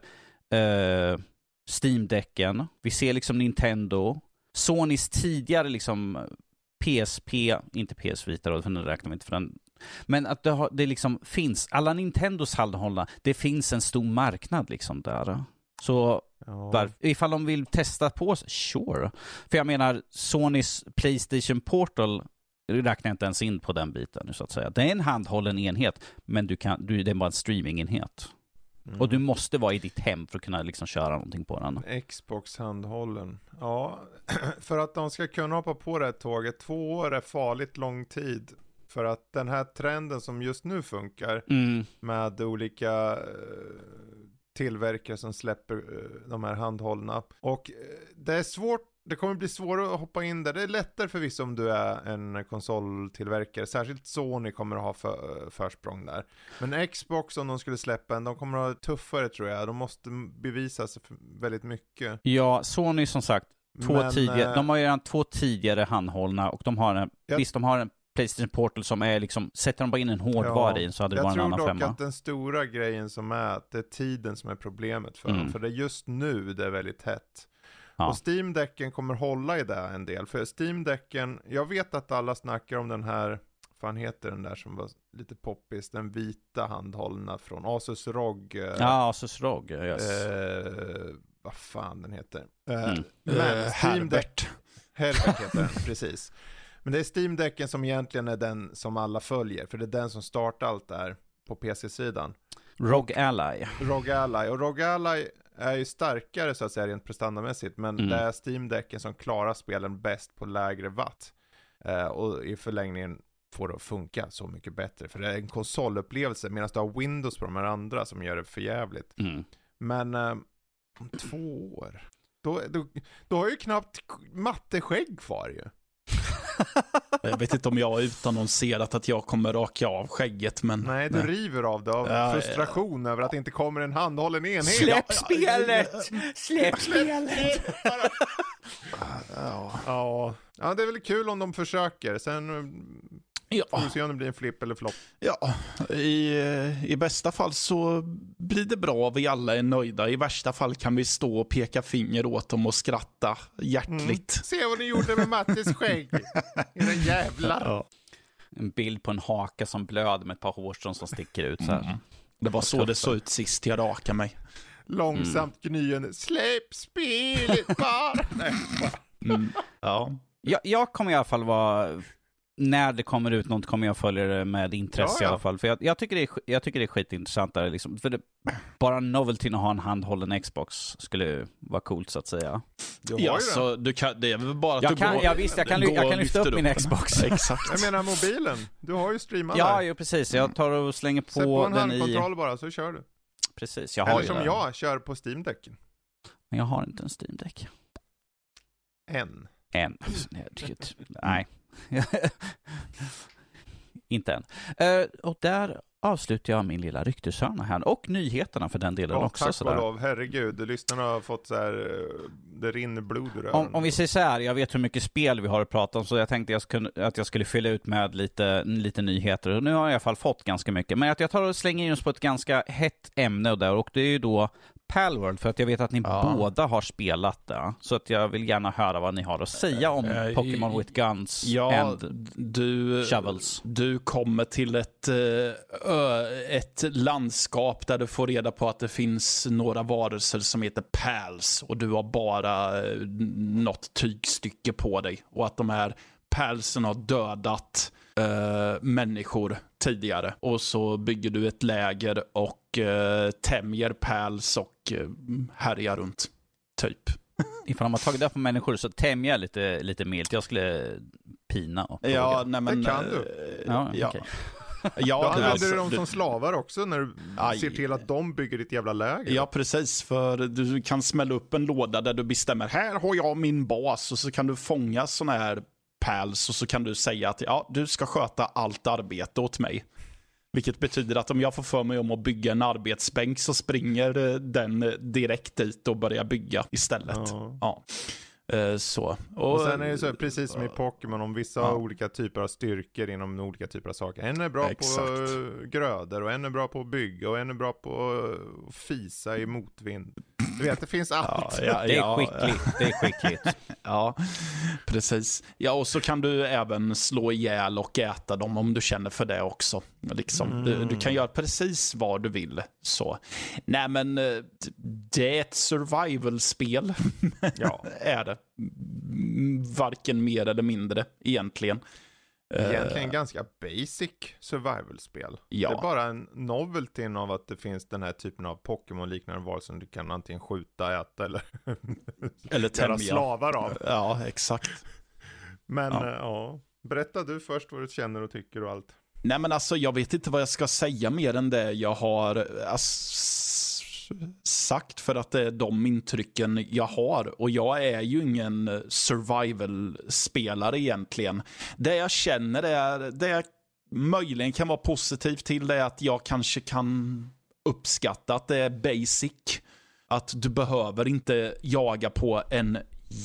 Steam-däcken, vi ser liksom Nintendo, Sonys tidigare liksom PSP, inte PS Vita då, för den räknar vi inte för den. Men att det liksom finns, alla Nintendos handhållna, det finns en stor marknad liksom där. Så ifall de vill testa på, sure. För jag menar, Sonys PlayStation Portal räknar jag inte ens in på den biten, så att säga. Det är en handhållen enhet, men det är bara en streamingenhet. Och du måste vara i ditt hem för att kunna liksom köra någonting på den. Xbox handhållen. Ja, för att de ska kunna hoppa på det här tåget. 2 år är farligt lång tid. För att den här trenden som just nu funkar med olika tillverkare som släpper de här handhållna. Och det är svårt. Det kommer bli svårare att hoppa in där. Det är lättare för vissa om du är en konsoltillverkare. Särskilt Sony kommer att ha försprång där. Men Xbox, om de skulle släppa en, de kommer att ha tuffare, tror jag. De måste bevisa sig väldigt mycket. Ja, Sony som sagt, de har ju redan 2 tidigare handhållna, och de har visst, de har en PlayStation Portal som är liksom, sätter de bara in en hårdvara i, så hade det varit en annan femma. Jag tror dock att den stora grejen som är att det är tiden som är problemet för dem. För det är just nu det är väldigt hett. Ja. Och Steam-däcken kommer hålla i det en del. För Steam-däcken, jag vet att alla snackar om den här, fan heter den där som var lite poppis, den vita handhållna från Asus ROG. Ja, Asus ROG, yes. Vad fan den heter. Herbert heter den, precis. Men det är Steam-däcken som egentligen är den som alla följer. För det är den som startar allt där på PC-sidan. ROG Ally. Och ROG Ally är ju starkare så att säga rent prestandamässigt, men det är Steam-däcken som klarar spelen bäst på lägre watt. Och i förlängningen får det att funka så mycket bättre. För det är en konsolupplevelse, medan du har Windows på de här andra som gör det för jävligt. Men om 2 år, då har jag ju knappt matteskägg kvar ju. Jag vet inte om jag har utannonserat att jag kommer raka av skägget, men... Nej, du river av det av frustration över att det inte kommer en handhållen enhet. Släpp spelet! Släpp spelet! Ja, det är väl kul om de försöker. Sen får vi se om det blir en flipp eller flopp. Ja, i bästa fall så blir det bra, vi alla är nöjda. I värsta fall kan vi stå och peka finger åt dem och skratta hjärtligt. Se vad ni gjorde med Mattis skägg. Era jävlar. Ja. En bild på en haka som blöd med ett par hårstrån som sticker ut så här. Det var så det såg ut sist jag rakade mig. Långsamt gnyende. Släpp spelet bara. Ja. Jag kommer i alla fall vara... När det kommer ut något kommer jag följa det med intresse i alla fall. För jag tycker det är skitintressant där, liksom. För bara noveltyn att ha en handhållen Xbox skulle vara coolt, så att säga. Ja, så det är väl bara att jag kan lyfta upp min Xbox. Exakt. Jag menar mobilen. Du har ju streamat där. Ja, ju precis. Jag tar och slänger på den i... handkontroll bara, så kör du. Precis, eller som jag kör på Steam-däcken. Men jag har inte en Steam-däck. En. Nej. Inte än. Och där avslutar jag min lilla rykteshörna här. Och nyheterna för den delen också. Tack och lov. Herregud, lyssnarna har fått så här, det rinner blod ur öronen. Om vi säger så här, jag vet hur mycket spel vi har att prata om, så jag tänkte att jag skulle fylla ut med lite nyheter. Och nu har jag i alla fall fått ganska mycket. Men att jag tar och slänger in oss på ett ganska hett ämne där, och det är ju då Palworld, för att jag vet att ni båda har spelat det. Så att jag vill gärna höra vad ni har att säga om Pokémon with Guns and Shovels. Du kommer till ett landskap där du får reda på att det finns några varelser som heter Pals, och du har bara något tygstycke på dig, och att de här Palsen har dödat människor tidigare, och så bygger du ett läger och tämjer Pals och härjar runt typ. Ifall de har tagit det på människor så tämjer jag lite milt. Jag skulle pina och Ja, nej men... Det kan du. Ja. Okay. Ja, då använder alltså, du dem som slavar också när du ser till att de bygger ditt jävla läger. Ja, precis. För du kan smälla upp en låda där du bestämmer, här har jag min bas, och så kan du fånga såna här pals och så kan du säga att du ska sköta allt arbete åt mig. Vilket betyder att om jag får för mig om att bygga en arbetsbänk så springer den direkt dit och börjar bygga istället. Ja. Så. Och sen är det så precis som i Pokémon, om vissa olika typer av styrkor inom olika typer av saker. En är bra på grödor och en är bra på att bygga och en är bra på att fisa i motvind. Du vet, det finns allt. Det är skickligt. Det är skickligt. Ja, precis. Ja, och så kan du även slå ihjäl och äta dem om du känner för det också. Liksom. Du kan göra precis vad du vill. Så. Nej, men det är ett survival-spel. Ja. Är det. Varken mer eller mindre, egentligen. Egentligen ganska basic survival-spel. Ja. Det är bara en novelty av att det finns den här typen av Pokémon-liknande val som du kan antingen skjuta, äta eller tämja slavar av. Ja, exakt. Men berätta du först vad du känner och tycker och allt. Nej, men alltså jag vet inte vad jag ska säga mer än det jag har sagt, för att det är de intrycken jag har. Och jag är ju ingen survival-spelare egentligen. Det jag känner är, det jag möjligen kan vara positiv till, det är att jag kanske kan uppskatta att det är basic. Att du behöver inte jaga på en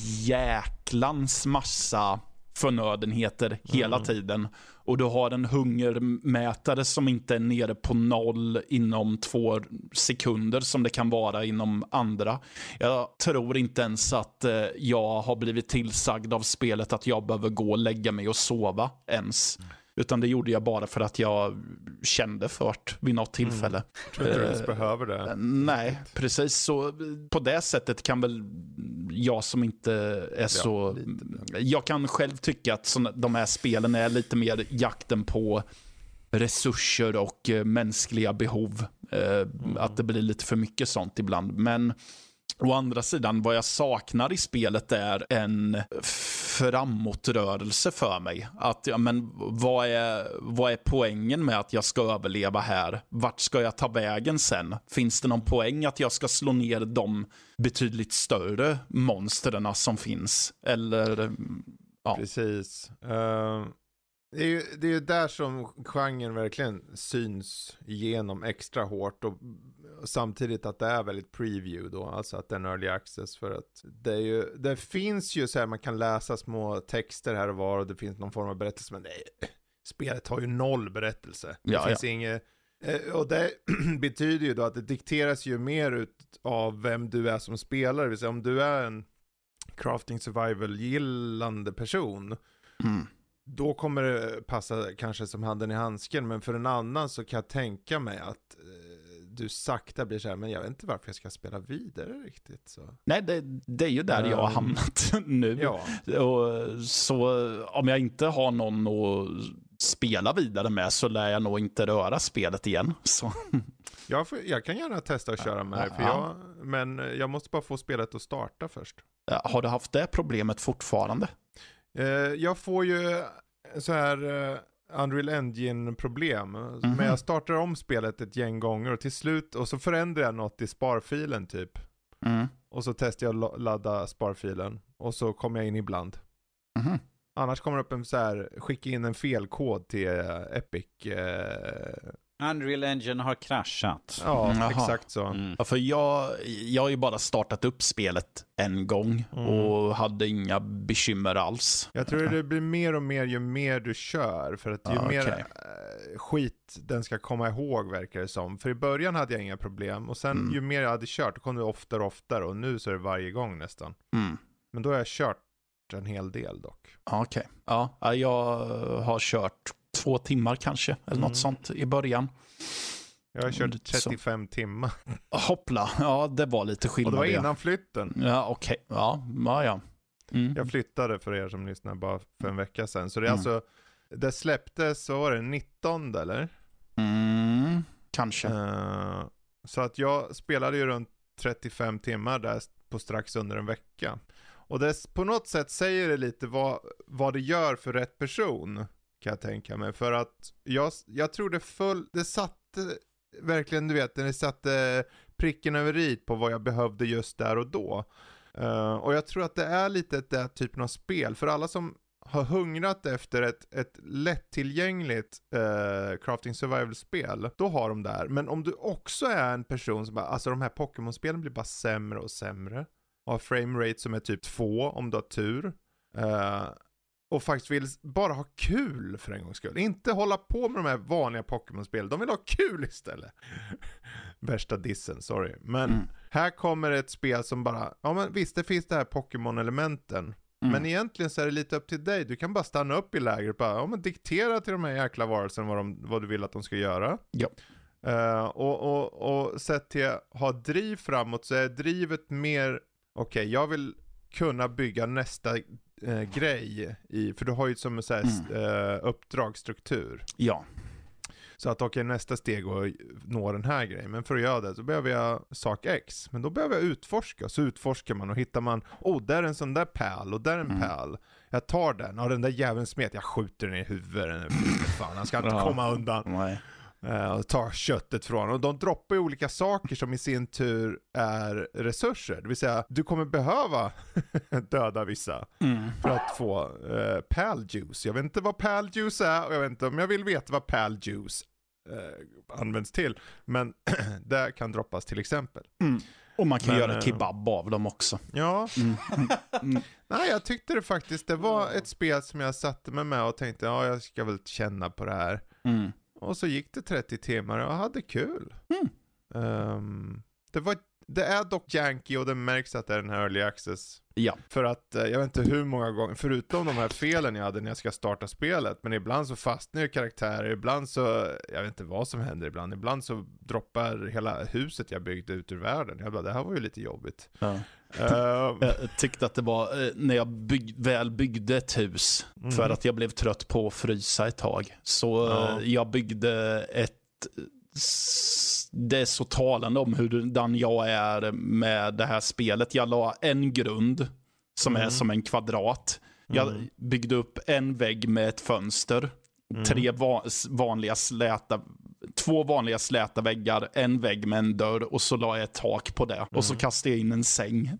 jäklans massa förnödenheter hela tiden. Och du har en hungermätare som inte är nere på 0 inom 2 sekunder som det kan vara inom andra. Jag tror inte ens att jag har blivit tillsagd av spelet att jag behöver gå och lägga mig och sova ens. Utan det gjorde jag bara för att jag kände för det vid något tillfälle. Jag tror inte du ens behöver det. Nej, precis. Så på det sättet kan väl jag som inte är så... Jag kan själv tycka att de här spelen är lite mer jakten på resurser och mänskliga behov. Att det blir lite för mycket sånt ibland. Men å andra sidan, vad jag saknar i spelet är en framåtrörelse för mig. Att, vad är poängen med att jag ska överleva här? Vart ska jag ta vägen sen? Finns det någon poäng att jag ska slå ner de betydligt större monsterna som finns? Eller, ja. Precis. Det är ju där som genren verkligen syns igenom extra hårt, och samtidigt att det är väldigt preview då, alltså att det är en early access, för att det finns ju så här, man kan läsa små texter här och var och det finns någon form av berättelse, men spelet har ju 0 berättelse. Det finns inget, och det betyder ju då att det dikteras ju mer ut av vem du är som spelare, det vill säga om du är en crafting survival gillande person, då kommer det passa kanske som handen i handsken, men för en annan så kan jag tänka mig att du sakta blir så här, men jag vet inte varför jag ska spela vidare riktigt. Så. Nej, det är ju där jag har hamnat nu. Ja. Och så om jag inte har någon att spela vidare med så lär jag nog inte röra spelet igen. Så. Jag kan gärna testa att köra med det, men jag måste bara få spelet att starta först. Har du haft det problemet fortfarande? Jag får ju så här Unreal Engine-problem. Men jag startar om spelet ett gäng gånger och till slut, och så förändrar jag något i sparfilen typ. Och så testar jag att ladda sparfilen och så kommer jag in ibland. Annars kommer det upp en så här, skicka in en felkod till Epic. Unreal Engine har kraschat. Ja, exakt så. Ja, för jag har ju bara startat upp spelet en gång och hade inga bekymmer alls. Jag tror det blir mer och mer ju mer du kör, för att ju mer skit den ska komma ihåg, verkar det som. För i början hade jag inga problem, och sen ju mer jag hade kört, då kom det oftare och oftare, och nu så är det varje gång nästan. Men då har jag kört en hel del dock. Okej. Ja, jag har kört 2 timmar kanske, eller något sånt i början. Jag har kört 35 timmar. Hoppla, ja det var lite skillnad. Och det var innan flytten. Ja, okej. Ja. Jag flyttade för er som lyssnar bara för en vecka sedan. Så det är alltså, det släpptes, så var det 19 eller? Kanske. Så att jag spelade ju runt 35 timmar där på strax under en vecka. Och det på något sätt säger det lite vad det gör för rätt person, kan jag tänka mig. För att jag tror det satte verkligen, du vet, det satte pricken över i på vad jag behövde just där och då. Och jag tror att det är lite det typen av spel. För alla som har hungrat efter ett lättillgängligt crafting survival-spel, då har de där. Men om du också är en person som bara, alltså de här Pokémon-spelen blir bara sämre och sämre. Har framerate som är typ 2 om du har tur. Och faktiskt vill bara ha kul för en gångs skull. Inte hålla på med de här vanliga Pokémon-spelen. De vill ha kul istället. Värsta dissen, sorry. Men här kommer ett spel som bara, ja men visst, det finns det här Pokémon-elementen. Men egentligen så är det lite upp till dig. Du kan bara stanna upp i lägret och bara, ja men diktera till de här jäkla varelserna vad du vill att de ska göra. Ja. Och sett till att ha driv framåt, så är drivet mer, okej, jag vill kunna bygga nästa grej för du har ju som en så här, uppdragsstruktur. Ja. Så att nästa steg är att nå den här grejen. Men för att göra det så behöver jag sak X. Men då behöver jag utforska. Så utforskar man och hittar man, där är en sån där pärl och där är en pärl. Jag tar den, och den där jäveln smet, jag skjuter den i huvudet. Fan, han ska inte komma undan. Nej. Och tar köttet från. Och de droppar ju olika saker som i sin tur är resurser. Det vill säga, du kommer behöva döda vissa för att få pärljuice. Jag vet inte vad pärljuice är, och jag vet inte om jag vill veta vad pärljuice används till. Men det kan droppas till exempel. Och man kan göra kebab av dem också. Ja. Nej, jag tyckte det faktiskt, det var ett spel som jag satte mig med och tänkte, ja, jag ska väl känna på det här. Och så gick det 30 timmar och jag hade kul. Det är dock janky och det märks att det är den här early access. Ja. För att jag vet inte hur många gånger, förutom de här felen jag hade när jag ska starta spelet, men ibland så fastnar karaktärer, ibland så, jag vet inte vad som händer ibland så droppar hela huset jag byggde ut ur världen. Jag bara, det här var ju lite jobbigt. Ja. Jag tyckte att det var när jag väl byggde ett hus, för att jag blev trött på att frysa ett tag. Så jag byggde det är så talande om hurdan jag är med det här spelet. Jag la en grund som är som en kvadrat. Jag byggde upp en vägg med ett fönster. 2 vanliga släta väggar, en vägg med en dörr, och så la jag ett tak på det. Och så kastade jag in en säng.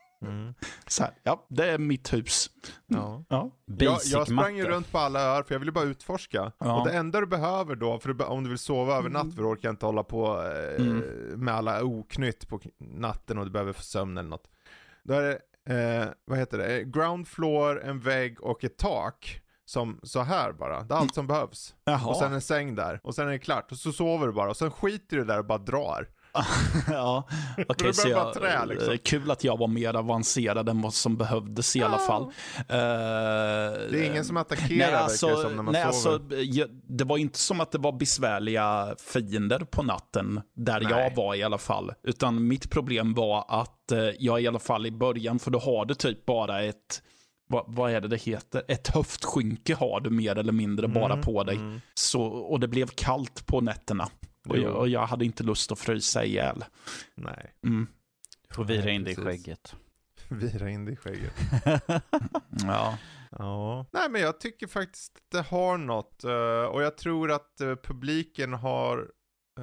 Så här, ja, det är mitt hus. Ja. Jag sprang ju runt på alla öar för jag ville bara utforska. Och det enda du behöver då, om du vill sova över natt, för du orkar inte hålla på med alla oknytt på natten och du behöver få sömn eller något. Då är det, vad heter det? Ground floor, en vägg och ett tak. Som så här bara. Det är allt som behövs. Och sen en säng där. Och sen är det klart. Och så sover du bara. Och sen skiter du där och bara drar. Ja, okej, så trä, liksom. Kul att jag var mer avancerad än vad som behövdes i alla fall. Det är ingen som attackerar som när man sover. Det var inte som att det var besvärliga fiender på natten där jag var i alla fall, utan mitt problem var att jag i alla fall i början, för då har du typ bara ett, vad är det heter? Ett höftskynke har du mer eller mindre bara på dig. Så, och det blev kallt på nätterna. Och jag hade inte lust att frysa ihjäl. Nej. Du får vira in det i skägget. Vira in det i skägget. Ja. Nej, men jag tycker faktiskt att det har något. Och jag tror att publiken har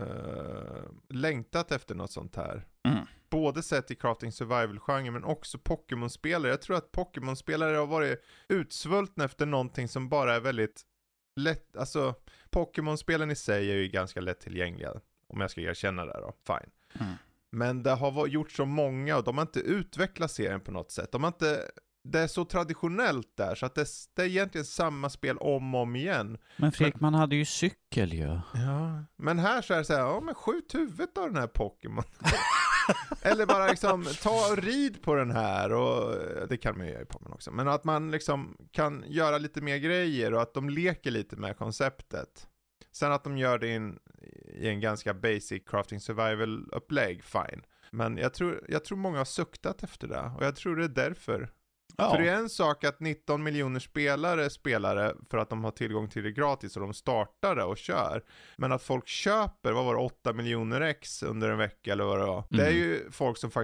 längtat efter något sånt här. Både sett i crafting survival-genren men också Pokémon-spelare. Jag tror att Pokémon-spelare har varit utsvultna efter någonting som bara är väldigt lätt. Alltså, Pokémon-spelen i sig är ju ganska lättillgängliga. Om jag ska erkänna det då, fine. Men det har gjort så många och de har inte utvecklat serien på något sätt. Det är så traditionellt där så att det är egentligen samma spel om igen. Men Fredrik, man hade ju cykel ju. Ja, men här så är det så här, men skjut huvudet av den här Pokémon. Eller bara liksom ta och rid på den här, och det kan man ju göra i Pokémon också. Men att man liksom kan göra lite mer grejer och att de leker lite med konceptet. Sen att de gör det i en ganska basic crafting survival upplägg, fine. Men jag tror många har suktat efter det, och jag tror det är därför. Ja. För det är en sak att 19 miljoner spelare för att de har tillgång till det gratis och de startar det och kör. Men att folk köper, 8 miljoner ex under en vecka eller vad det var. Det är ju folk som faktiskt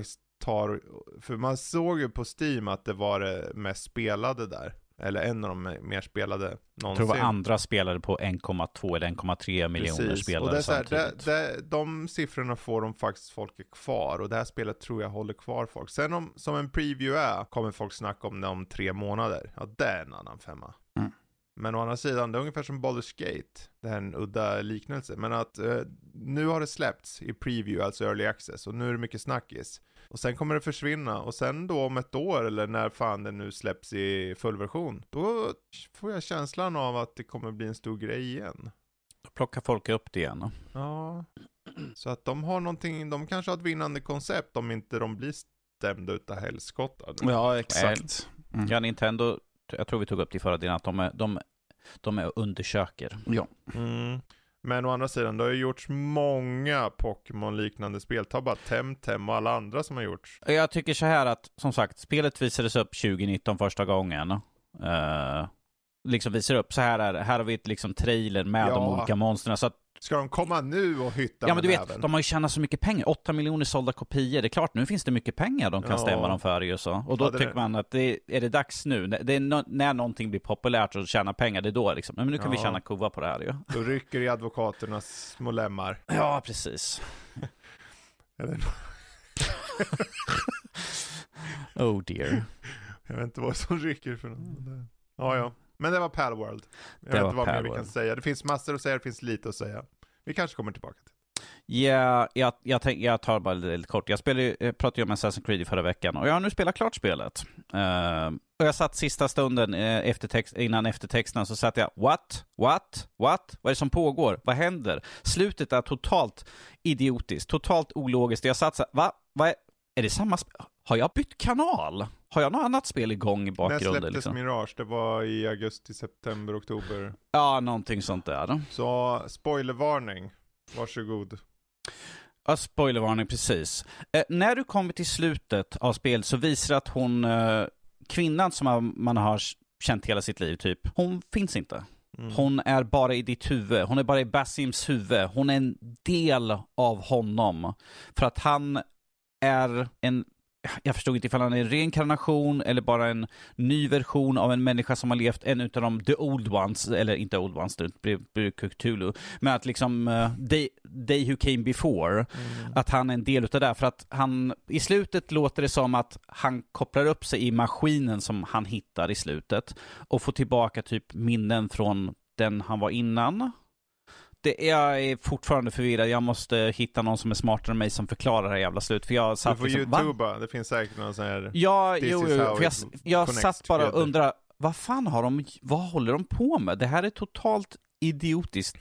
för man såg ju på Steam att det var det mest spelade där. Eller en av de mer spelade någonsin. Jag tror det var andra spelare på 1,2 eller 1,3 miljoner spelare. Och det är så här, samtidigt. de siffrorna får de faktiskt folk kvar. Och det här spelet tror jag håller kvar folk. Sen som en preview kommer folk snacka om det om 3 månader. Ja, det är en annan femma. Mm. Men å andra sidan, det är ungefär som Baldur's Gate. Det här är en udda liknelse. Men att nu har det släppts i preview, alltså early access. Och nu är det mycket snackis. Och sen kommer det försvinna. Och sen då om ett år, eller när fan det nu släpps i full version, då får jag känslan av att det kommer bli en stor grej igen. Då plockar folk upp det igen. Ja. Så att de har någonting, de kanske har ett vinnande koncept om inte de blir stämda utav helskottad. Ja, exakt. Ja, Nintendo, jag tror vi tog upp det i förra delen, att de är undersöker. Ja. Mm. Men å andra sidan, det har ju gjorts många Pokémon-liknande spel. Ta bara Temtem och alla andra som har gjorts. Jag tycker så här att, som sagt, spelet visades upp 2019 första gången. Liksom visar upp, så här har vi ett liksom trailer med de olika monsterna. Så att, ska de komma nu och hytta ja, men med du vet, näven? de har ju tjänat så mycket pengar. 8 miljoner sålda kopior. Det är klart, nu finns det mycket pengar de kan stämma dem för ju så. Och då tycker man att är det dags nu. Det är när någonting blir populärt och tjänar pengar, det är då liksom. Men nu kan vi tjäna kuva på det här ju. Då rycker i advokaternas små lemmar. Ja, precis. Oh dear. Jag vet inte vad som rycker för något. Ja. Men det var Palworld. Jag vet inte vad mer vi kan säga. Det finns massor att säga, det finns lite att säga. Vi kanske kommer tillbaka till. Ja, jag tar bara lite kort. Jag pratade ju om Assassin's Creed i förra veckan och jag har nu spelat klart spelet. Och jag satt sista stunden innan eftertexterna, så satt jag, what? Vad är det som pågår? Vad händer? Slutet är totalt idiotiskt, totalt ologiskt. Jag satt så här, är det samma spel? Har jag bytt kanal? Har jag något annat spel igång i bakgrunden? När släpptes liksom? Mirage? Det var i augusti, september, oktober. Ja, någonting sånt där. Så spoilervarning. Varsågod. Ja, spoilervarning, precis. När du kommer till slutet av spelet så visar det att hon, kvinnan som man har känt hela sitt liv typ, hon finns inte. Hon är bara i ditt huvud. Hon är bara i Basims huvud. Hon är en del av honom. För att han är jag förstod inte ifall han är en reinkarnation eller bara en ny version av en människa som har levt, en utav de The Old Ones, eller inte Old Ones, det blir Cthulhu, men att liksom they who came before, att han är en del utav det, för att han i slutet låter det som att han kopplar upp sig i maskinen som han hittar i slutet och får tillbaka typ minnen från den han var innan. Jag är fortfarande förvirrad. Jag måste hitta någon som är smartare än mig som förklarar det här jävla slut. För jag satt du får liksom, YouTuba. Det finns säkert någon sån här... Ja, för jag satt bara och undrade, vad håller de på med? Det här är totalt idiotiskt.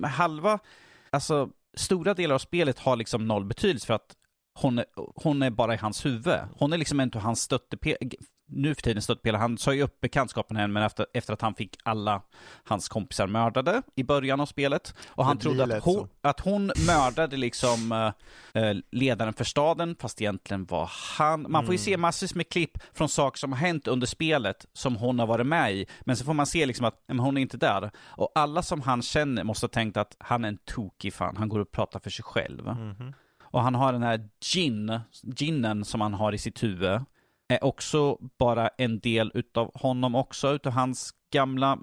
Stora delar av spelet har liksom noll betydelse för att hon är bara i hans huvud. Hon är liksom inte hans nu för tiden stöttepelare. Han sa ju upp bekantskapen henne, men efter att han fick alla hans kompisar mördade i början av spelet. Och han trodde att hon mördade liksom ledaren för staden, fast egentligen var han. Man får ju se massor med klipp från saker som har hänt under spelet som hon har varit med i. Men så får man se liksom att hon är inte där. Och alla som han känner måste ha tänkt att han är en tokig fan. Han går och pratar för sig själv. Och han har den här djinnen som han har i sitt huvud. Är också bara en del utav honom också, utav hans gamla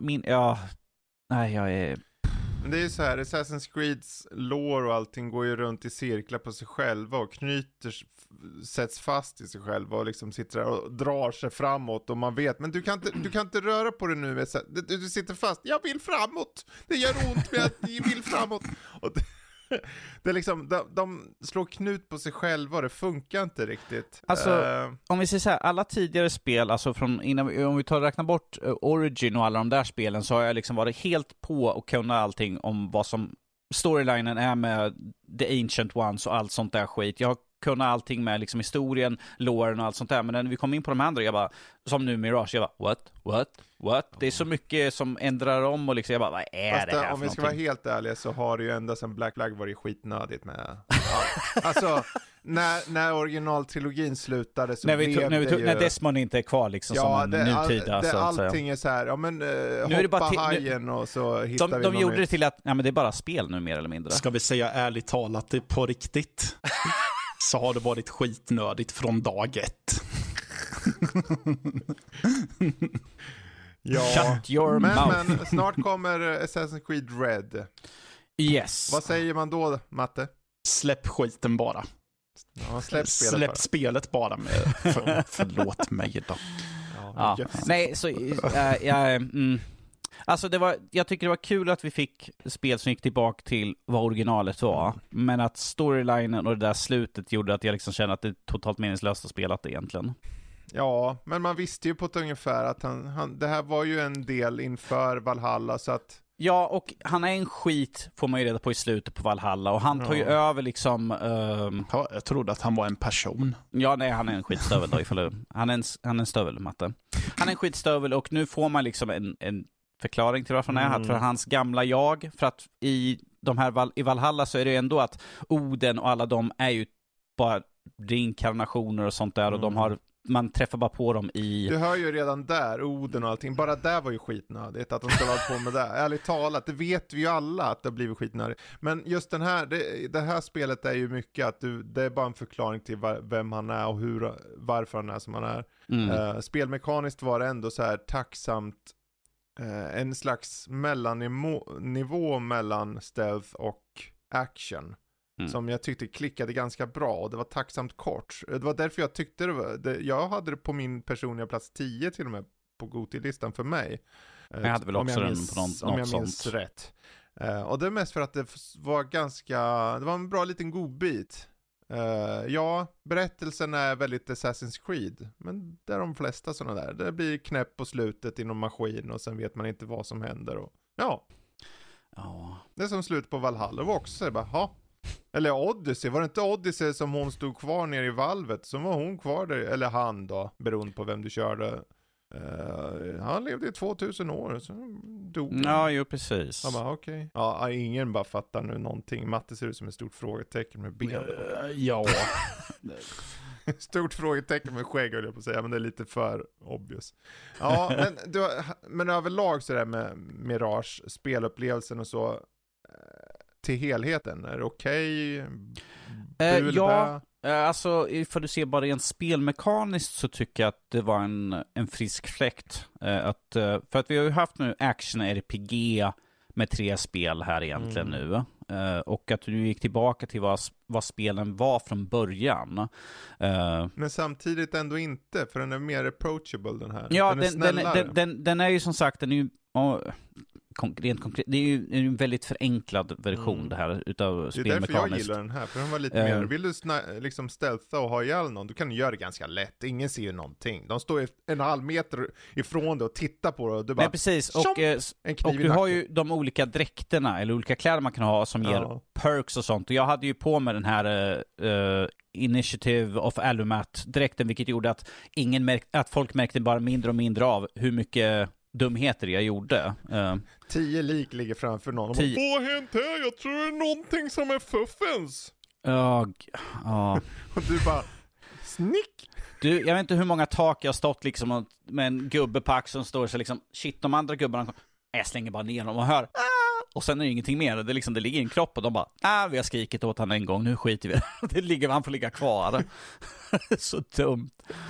Men det är ju så här, Assassin's Creeds lore och allting går ju runt i cirklar på sig själva och sätts fast i sig själva och liksom sitter där och drar sig framåt och man vet, men du kan inte röra på det nu, du sitter fast, jag vill framåt, det gör ont men jag vill framåt och det är liksom, de slår knut på sig själva och det funkar inte riktigt. Alltså, om vi säger så här, alla tidigare spel, alltså från innan, om vi räknar bort Origin och alla de där spelen, så har jag liksom varit helt på och kunna allting om vad som storylinen är med The Ancient Ones och allt sånt där skit. Jag har kunnat allting med liksom historien, loren och allt sånt där, men när vi kom in på de andra, jag bara, som nu Mirage, jag bara, what? Det är så mycket som ändrar om och liksom, jag bara, vad är fast det här om vi ska vara helt ärliga så har det ju ända sedan Black Flag varit skitnödigt med alltså, när originaltrilogin slutade så när Desmond inte är kvar liksom, som en nutida. Allting är så här, ja men hoppa hajen och så hittar vi de gjorde det till att, ja men det är bara spel nu mer eller mindre. Ska vi säga ärligt talat, det är på riktigt. så har det varit skitnödigt från dag ett. Ja, Shut your mouth. Men snart kommer Assassin's Creed Red. Yes. Vad säger man då, Matte? Släpp skiten bara. Ja, släpp Spelet bara med förlåt mig då. Ja. Nej, så alltså jag tycker det var kul att vi fick spel som gick tillbaka till vad originalet var, men att storylinen och det där slutet gjorde att jag liksom kände att det är totalt meningslöst att spela det egentligen. Ja, men man visste ju på ett ungefär att det här var ju en del inför Valhalla, så att... Ja, och han är en skit, får man ju reda på i slutet på Valhalla, och han tar ju över liksom... Jag trodde att han var en person. Ja, nej, han är en skitstövel då, han är en stövel, Matte. Han är en skitstövel, och nu får man liksom en förklaring till varför han är här, för hans gamla jag, för att i Valhalla så är det ju ändå att Oden och alla de är ju bara reinkarnationer och sånt där, och man träffar bara på dem i... Du hör ju redan där, Oden och allting. Bara där var ju skitnödigt att de ska vara på med det. Ärligt talat, det vet vi ju alla att det har blivit skitnödigt. Men just det här spelet är ju mycket att det är bara en förklaring till vem han är och varför han är som han är. Spelmekaniskt var det ändå så här tacksamt, en slags mellannivå mellan stealth och action. Som jag tyckte klickade ganska bra, och det var tacksamt kort. Det var därför jag tyckte jag hade det på min personliga plats 10 till och med på GOTY-listan för mig. Jag hade väl också den på något om jag minns sånt. Rätt. Och det är mest för att det var en bra liten godbit. Ja, berättelsen är väldigt Assassin's Creed, men det är de flesta sådana där. Det blir knäpp på slutet inom maskin och sen vet man inte vad som händer. Och, ja. Det är som slut på Valhalla. Det var också så bara, eller Odyssey, var det inte Odyssey som hon stod kvar nere i valvet? Så var hon kvar där, eller han då, beroende på vem du körde. Han levde i 2000 år, så dog han. Ja, jo, precis. Han bara, okej. Ja, ingen bara fattar nu någonting. Matte ser ut som ett stort frågetecken med ben. Ja. Stort frågetecken med skägg, höll jag på att säga, men det är lite för obvious. Ja, men överlag så där med Mirage, spelupplevelsen och så, till helheten, är det okej? Ja, alltså för du ser bara rent spelmekaniskt så tycker jag att det var en frisk fläkt. För att vi har ju haft nu action-RPG med 3 spel här egentligen nu. Och att du gick tillbaka till vad spelen var från början. Men samtidigt ändå inte, för den är mer approachable den här. Ja, den är ju som sagt, den är ju... rent konkret, det är ju en väldigt förenklad version det här utav spelmekaniskt. Det är därför jag gillar den här, för den var lite mer, vill du liksom stealtha och ha ihjäl någon, du kan göra det ganska lätt, ingen ser ju någonting. De står 1,5 meter ifrån det och tittar på det och du bara... Nej, precis, och du har ju de olika dräkterna eller olika kläder man kan ha som ger perks och sånt, och jag hade ju på mig den här Initiative of Alumat-dräkten, vilket gjorde att att folk märkte bara mindre och mindre av hur mycket dumheter jag gjorde. 10 lik ligger framför någon. Vad har hänt här? Jag tror det är någonting som är fuffens. Ja. Och du bara, snick! Du, jag vet inte hur många tak jag har stått liksom med en gubbe på axeln står så liksom, shit, de andra gubbarna, jag slänger bara ner dem och hör, och sen är det ingenting mer. Det ligger i en kropp och de bara, vi har skrikit åt han en gång, nu skiter vi han får ligga kvar. Så dumt.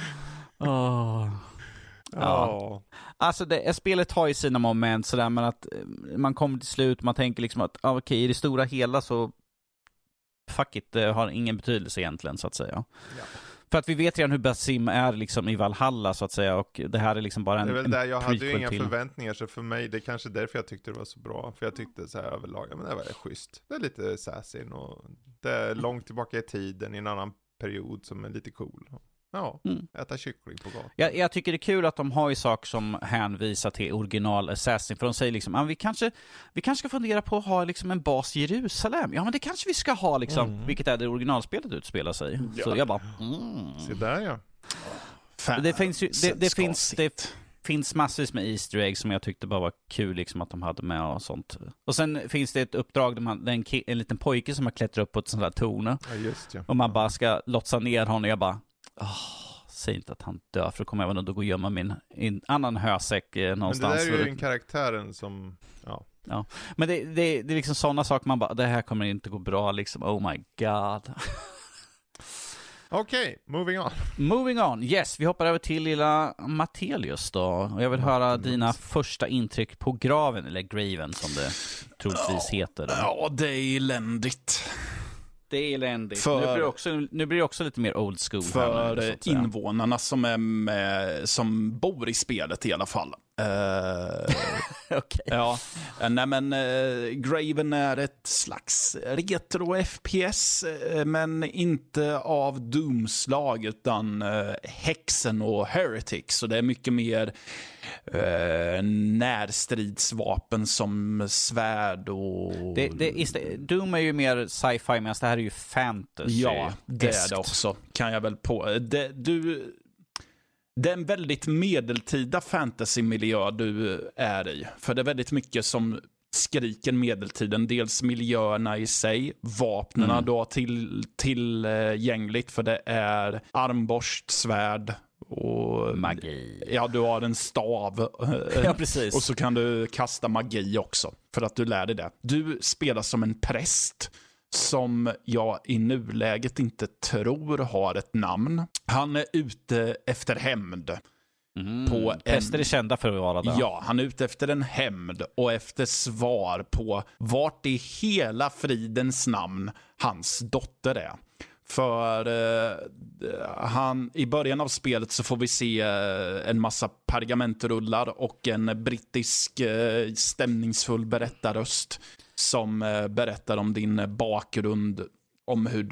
Ja. Alltså spelet har ju sina moment sådär, men att man kommer till slut, man tänker liksom att okej, i det stora hela så fuck it, det har ingen betydelse egentligen, så att säga. Ja. För att vi vet redan hur Basim är liksom i Valhalla, så att säga, och det här är liksom bara en det är väl där jag hade ju inga till. förväntningar, så för mig, det är kanske därför jag tyckte det var så bra, för jag tyckte så här överlag, men det var schysst. Det är lite assassin och det är långt tillbaka i tiden i en annan period som är lite cool. Ja, äta kyckling på gatan. Jag tycker det är kul att de har ju saker som hänvisar till original Assassin. För de säger liksom, vi kanske ska fundera på att ha liksom en bas i Jerusalem. Ja, men det kanske vi ska ha liksom, vilket är det originalspelet utspelar sig. Ja. Så jag bara, Se där, ja. Det finns massvis med Easter eggs som jag tyckte bara var kul liksom, att de hade med och sånt. Och sen finns det ett uppdrag där en liten pojke som har klättrat upp på ett sånt där torn. Ja, just ja. Och man bara ska lotsa ner honom, och jag bara, säg inte att han dör, för då kommer jag även att gå och gömma min annan hösäck någonstans. Men det där är ju en karaktären som, ja. Men det är liksom sådana saker man bara, det här kommer inte gå bra liksom, oh my god. Okej, moving on. Moving on, yes, vi hoppar över till lilla Matelius då. Och jag vill höra dina första intryck på graven, eller Graven som det troligtvis heter. Ja, det är eländigt. Det är eländigt. För, nu blir det också lite mer old school. För här, invånarna som är med, som bor i spelet i alla fall. Okay. Ja, nej men Graven är ett slags retro FPS, men inte av Doom-slag utan Hexen och Heretic. Så det är mycket mer närstridsvapen som svärd och... Doom är ju mer sci-fi, medan det här är ju fantasy. Ja, det är det också. Kan jag väl på... Det är en väldigt medeltida fantasymiljö du är i. För det är väldigt mycket som skriker medeltiden. Dels miljöerna i sig, vapnena du har tillgängligt. För det är armborst, svärd och... magi. Ja, du har en stav. Ja, precis. Och så kan du kasta magi också. För att du lär dig det. Du spelar som en präst som jag i nuläget inte tror har ett namn. Han är ute efter hämnd. Präster är kända för att vara där. Ja, han är ute efter en hämnd och efter svar på vart i hela fridens namn hans dotter är. För i början av spelet så får vi se en massa pergamentrullar och en brittisk stämningsfull berättarröst som berättar om din bakgrund, om hur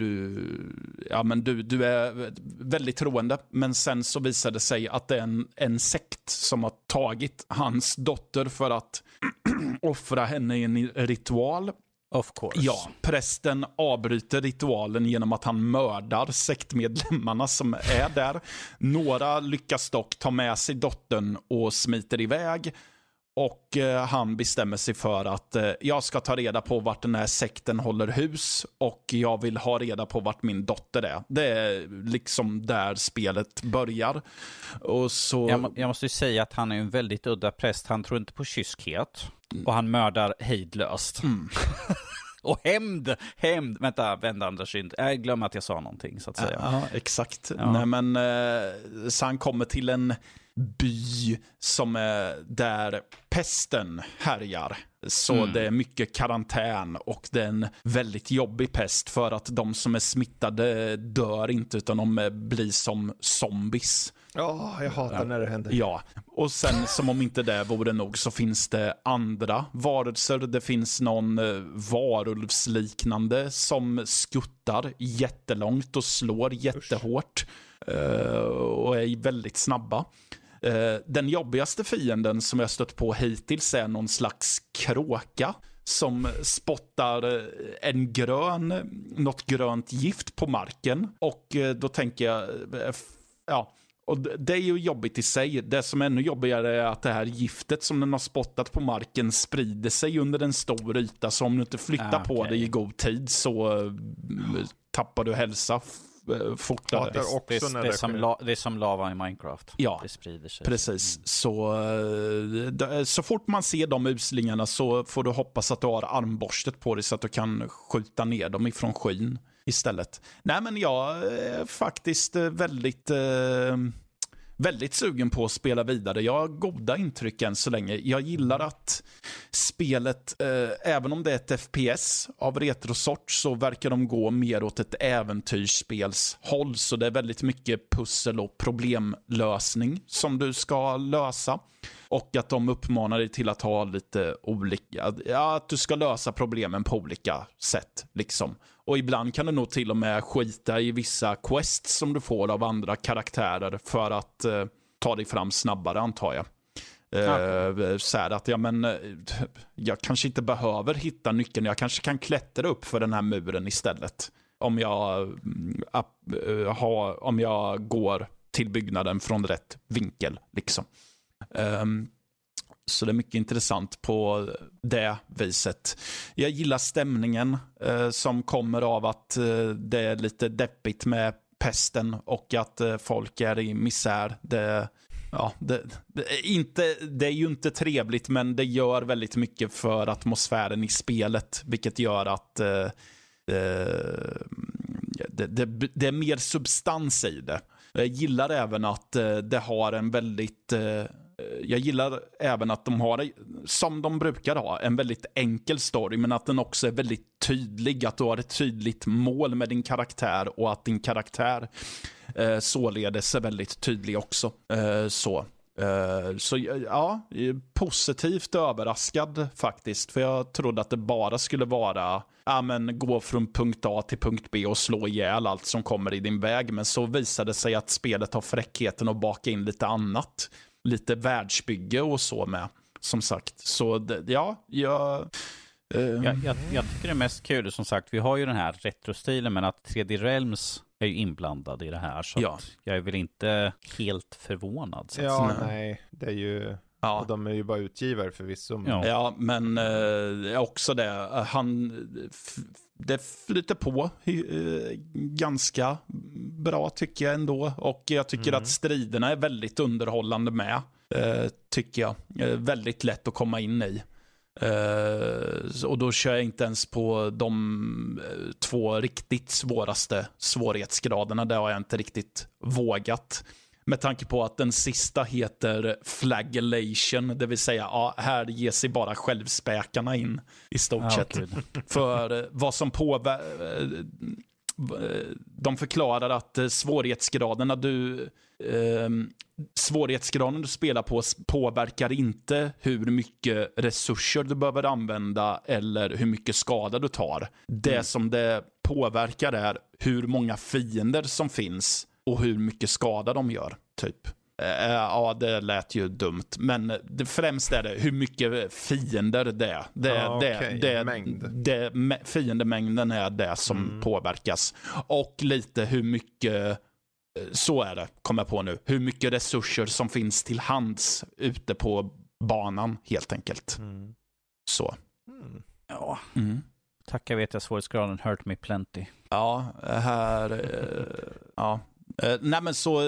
du är väldigt troende, men sen så visar det sig att det är en sekt som har tagit hans dotter för att offra henne i en ritual. Of course. Ja, prästen avbryter ritualen genom att han mördar sektmedlemmarna som är där. Några lyckas dock ta med sig dottern och smiter iväg. Och han bestämmer sig för att jag ska ta reda på vart den här sekten håller hus och jag vill ha reda på vart min dotter är. Det är liksom där spelet börjar. Och så... jag måste ju säga att han är en väldigt udda präst. Han tror inte på kyskhet och han mördar hejdlöst. Och hämnd. Vänta, Anders, jag glömmer att jag sa någonting så att säga. Ja, exakt. Ja. Nej, men så han kommer till en by som är där pesten härjar. Så det är mycket karantän och det är en väldigt jobbig pest för att de som är smittade dör inte utan de blir som zombies. Jag hatar när det händer. Ja, och sen som om inte det vore nog så finns det andra varelser. Det finns någon varulvsliknande som skuttar jättelångt och slår jättehårt och är väldigt snabba. Den jobbigaste fienden som jag stött på hittills är någon slags kråka som spottar något grönt gift på marken. Och då tänker jag, och det är ju jobbigt i sig. Det som är ännu jobbigare är att det här giftet som den har spottat på marken sprider sig under en stor yta. Så om du inte flyttar på det i god tid så tappar du hälsa fortare. Det är som lava i Minecraft. Ja, det sprider sig. Precis. Så fort man ser de uslingarna så får du hoppas att du har armborstet på dig så att du kan skjuta ner dem ifrån skyn istället. Nej, men jag är faktiskt väldigt sugen på att spela vidare. Jag har goda intryck än så länge. Jag gillar att spelet, även om det är ett FPS av retrosort, så verkar de gå mer åt ett äventyrsspelshåll. Så det är väldigt mycket pussel och problemlösning som du ska lösa. Och att de uppmanar dig till att ha lite olika, att du ska lösa problemen på olika sätt liksom. Och ibland kan du nog till och med skita i vissa quests som du får av andra karaktärer för att ta dig fram snabbare, antar jag. Så här att jag kanske inte behöver hitta nyckeln. Jag kanske kan klättra upp för den här muren istället. Om jag går till byggnaden från rätt vinkel liksom. Så det är mycket intressant på det viset. Jag gillar stämningen som kommer av att det är lite deppigt med pesten och att folk är i misär. Det är ju inte trevligt, men det gör väldigt mycket för atmosfären i spelet, vilket gör att det är mer substans i det. Jag gillar även att det har en väldigt... Jag gillar även att de har, som de brukar ha, en väldigt enkel story, men att den också är väldigt tydlig. Att du har ett tydligt mål med din karaktär och att din karaktär således är väldigt tydlig också. Så ja, positivt överraskad faktiskt. För jag trodde att det bara skulle vara gå från punkt A till punkt B och slå ihjäl allt som kommer i din väg. Men så visade det sig att spelet har fräckheten att baka in lite annat. Lite världsbygge och så med, som sagt. Så ja, jag tycker det är mest kul, som sagt, vi har ju den här retrostilen, men att 3D Realms är ju inblandad i det här, så att jag är väl inte helt förvånad. Så nej, det är ju... Ja. Och de är ju bara utgivare förvisso. Ja, men också det. Det flyter på ganska bra tycker jag ändå. Och jag tycker att striderna är väldigt underhållande med. Tycker jag. Väldigt lätt att komma in i. Och då kör jag inte ens på de 2 riktigt svåraste svårighetsgraderna. Det har jag inte riktigt vågat. Med tanke på att den sista heter Flagellation, det vill säga här ger sig bara självspäkarna in i stort sett. Okay. För vad som de förklarar att svårighetsgraden du spelar på påverkar inte hur mycket resurser du behöver använda eller hur mycket skada du tar. Det som det påverkar är hur många fiender som finns och hur mycket skada de gör, typ. Ja, det lät ju dumt. Men främst är det hur mycket fiender det är. Fiendemängden är det som påverkas. Och lite hur mycket, så är det, kommer jag på nu, hur mycket resurser som finns till hands ute på banan, helt enkelt. Så. Ja. Tackar vet jag, svårighetsgraden hurt me plenty. Ja, här... ja. Nej, men så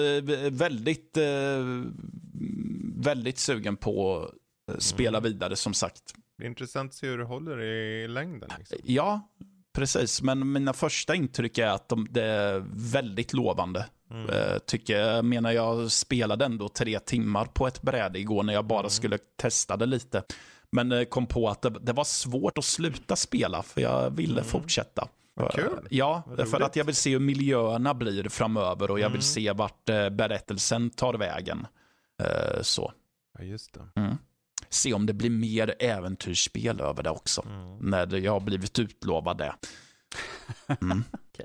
väldigt sugen på att spela vidare, som sagt. Det är intressant att se hur det håller i längden. Liksom. Ja, precis. Men mina första intryck är att det är väldigt lovande. Jag spelade ändå 3 timmar på ett bräde igår när jag bara skulle testa det lite. Men kom på att det var svårt att sluta spela, för jag ville fortsätta. Kul. Ja, för att jag vill se hur miljöerna blir framöver och jag vill se vart berättelsen tar vägen. Så. Ja, just det. Se om det blir mer äventyrsspel över det också. När jag har blivit utlovad det. Okay.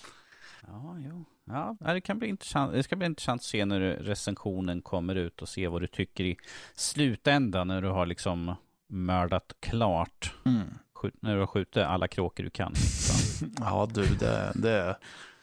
Ja, det kan bli intressant. Det ska bli intressant att se när recensionen kommer ut och se vad du tycker i slutändan, när du har liksom mördat klart. När du har skjutit alla kråkor du kan. Ja, du, det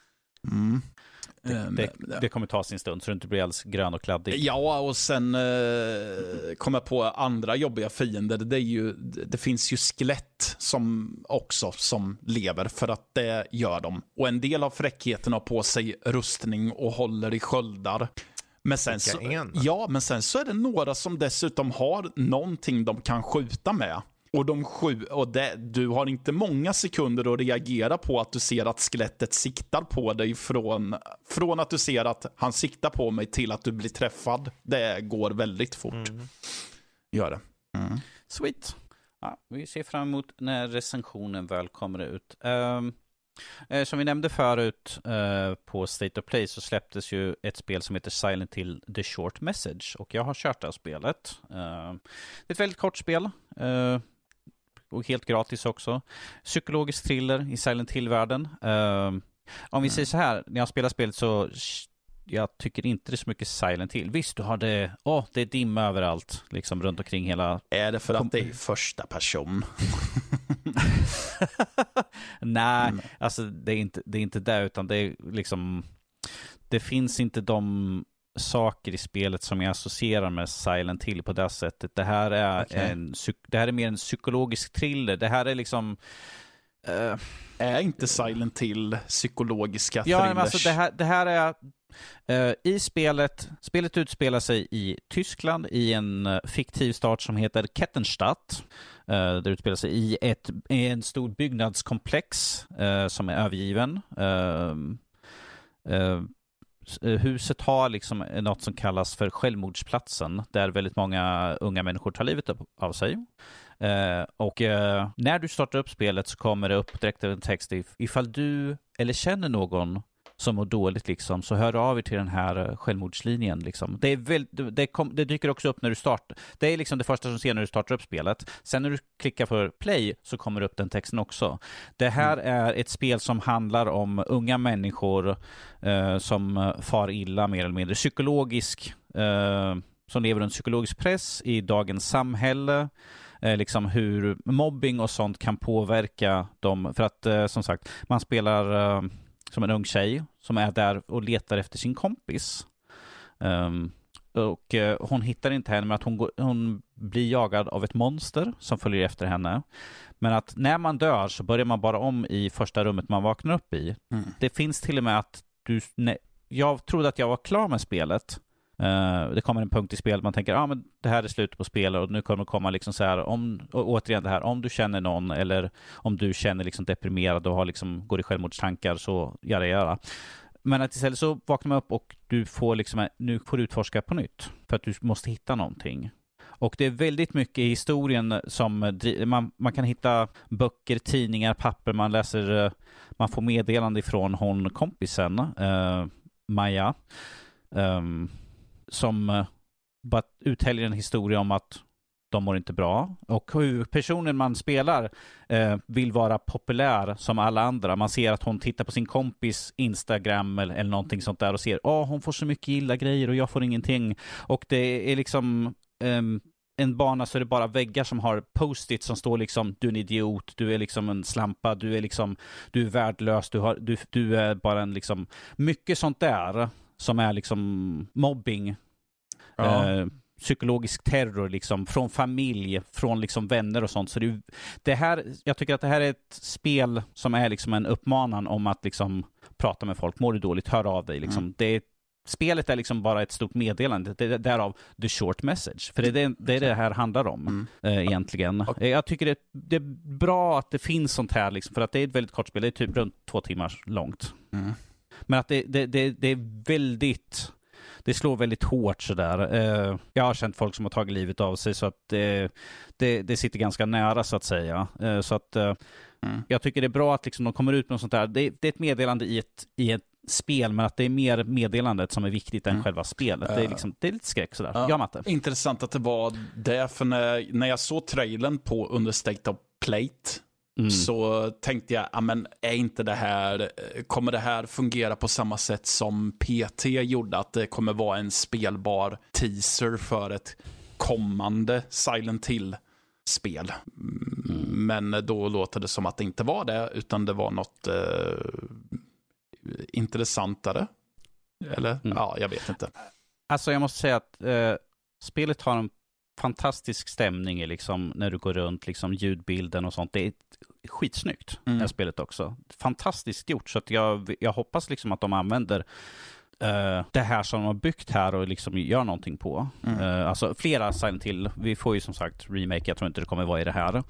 det kommer ta sin stund så du inte blir alls grön och kladdig. Ja, och sen kommer jag på andra jobbiga fiender. Det finns ju skelett som lever, för att det gör de. Och en del av fräckheten har på sig rustning och håller i sköldar. Men sen så är det några som dessutom har någonting de kan skjuta med. Och du har inte många sekunder att reagera på att du ser att skelettet siktar på dig från att du ser att han siktar på mig till att du blir träffad. Det går väldigt fort. Gör det. Sweet. Ja, vi ser fram emot när recensionen väl kommer ut. Som vi nämnde förut på State of Play så släpptes ju ett spel som heter Silent Hill The Short Message, och jag har kört det här spelet. Det är ett väldigt kort spel och helt gratis också. Psykologisk thriller i Silent Hill-världen. Om vi säger så här, när jag spelar spelet så jag tycker inte det är så mycket Silent Hill. Visst, du har det är dimma överallt liksom runt omkring hela. Är det för att det är första person? Nej, alltså det är inte det, utan det är liksom, det finns inte de saker i spelet som jag associerar med Silent Hill på det sättet. Det här är mer en psykologisk thriller. Det här är liksom är inte Silent Hill psykologiska thrillers? Ja, men alltså det här är I spelet utspelar sig i Tyskland i en fiktiv stad som heter Kettenstadt. Det utspelar sig i en stor byggnadskomplex som är övergiven. Huset har liksom något som kallas för självmordsplatsen, där väldigt många unga människor tar livet av sig. Och när du startar upp spelet så kommer det upp direkt en text: ifall du eller känner någon som mår dåligt liksom, så hör av er till den här självmordslinjen liksom. Det dyker också upp när du startar. Det är liksom det första som ser när du startar upp spelet. Sen när du klickar för play så kommer det upp den texten också. Det här är ett spel som handlar om unga människor som far illa mer eller mindre psykologisk, som lever under psykologisk press i dagens samhälle. Liksom hur mobbing och sånt kan påverka dem. För att som sagt, man spelar som en ung tjej som är där och letar efter sin kompis. Och hon hittar inte henne, men att hon blir jagad av ett monster som följer efter henne. Men att när man dör så börjar man bara om i första rummet man vaknar upp i. Det finns till och med att jag trodde att jag var klar med spelet. Det kommer en punkt i spelet man tänker, men det här är slutet på spelet och nu kommer det komma liksom så här, återigen det här, om du känner någon eller om du känner liksom deprimerad och har liksom, går i självmordstankar, så göra. Men att istället så vaknar man upp och du får liksom, nu får du utforska på nytt för att du måste hitta någonting. Och det är väldigt mycket i historien som man kan hitta böcker, tidningar, papper, man läser, man får meddelande ifrån hon kompisen Maja, som bara uthäljer en historia om att de mår inte bra. Och hur personen man spelar vill vara populär som alla andra. Man ser att hon tittar på sin kompis Instagram eller någonting sånt där och ser, hon får så mycket illa grejer och jag får ingenting. Och det är liksom en bana så är det bara väggar som har post-it som står liksom, du är en idiot, du är liksom en slampa, du är värdelös, du är bara en liksom, mycket sånt där som är liksom mobbing, psykologisk terror liksom, från familj, från liksom vänner och sånt. Så det här, jag tycker att det här är ett spel som är liksom en uppmanan om att liksom prata med folk. Mår du dåligt, hör av dig liksom. Spelet är liksom bara ett stort meddelande. Det är därav the short message. För det är det här handlar om egentligen. Jag tycker det är bra att det finns sånt här liksom, för att det är ett väldigt kort spel. Det är typ runt 2 timmar långt. Men att det är väldigt, det slår väldigt hårt sådär. Jag har känt folk som har tagit livet av sig, så att det sitter ganska nära så att säga. Så att jag tycker det är bra att liksom de kommer ut med något sånt där. Det är ett meddelande i ett spel, men att det är mer meddelandet som är viktigt än själva spelet. Det är lite skräck sådär. Ja, Matte. Intressant att det var det, för när jag såg trailern på under State of Plate så tänkte jag, men är inte det här, kommer det här fungera på samma sätt som PT gjorde, att det kommer vara en spelbar teaser för ett kommande Silent Hill-spel? Men då låter det som att det inte var det, utan det var något intressantare. Eller? Ja, jag vet inte. Alltså jag måste säga att spelet har en fantastisk stämning liksom, när du går runt, liksom, ljudbilden och sånt. Det är skitsnyggt, det här spelet också. Fantastiskt gjort, så att jag hoppas liksom att de använder det här som de har byggt här och liksom gör någonting på. Alltså flera Silent Hill. Vi får ju som sagt remake, jag tror inte det kommer vara i det här.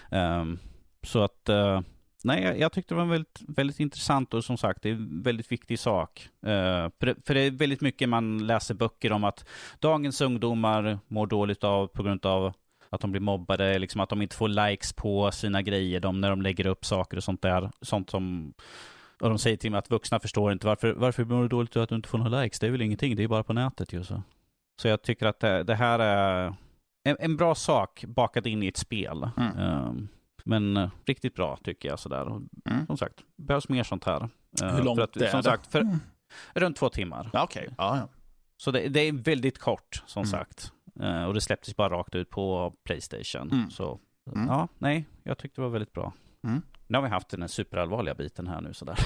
Så att nej, jag tyckte det var väldigt, väldigt intressant, och som sagt, det är en väldigt viktig sak. För det är väldigt mycket man läser böcker om att dagens ungdomar mår dåligt på grund av att de blir mobbade, liksom att de inte får likes på sina grejer när de lägger upp saker och sånt där. Sånt som, och de säger till mig att vuxna förstår inte varför mår du dåligt att du inte får några likes. Det är väl ingenting, det är bara på nätet ju. Så jag tycker att det här är en bra sak bakat in i ett spel. Men riktigt bra tycker jag sådär. Som sagt, behövs mer sånt här. Hur långt för att, är som det? sagt, runt 2 timmar. Okej. Ja. Så det är väldigt kort, som sagt. Och det släpptes bara rakt ut på PlayStation. Så ja, nej, jag tyckte det var väldigt bra. Nu har vi haft den här superallvarliga biten här nu sådär.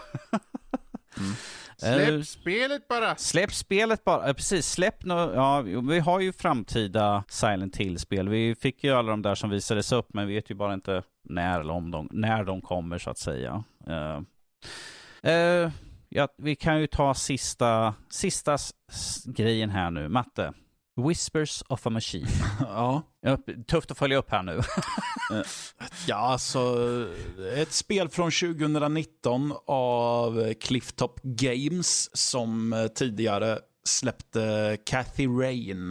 Släpp spelet bara! Släpp spelet bara, precis. Vi har ju framtida Silent Hill-spel. Vi fick ju alla de där som visades upp, men vi vet ju bara inte när de kommer så att säga. Ja, vi kan ju ta sista grejen här nu. Matte. Whispers of a Machine. Ja. Tufft att följa upp här nu. Ja, alltså ett spel från 2019 av Clifftop Games som tidigare släppte Cathy Rain.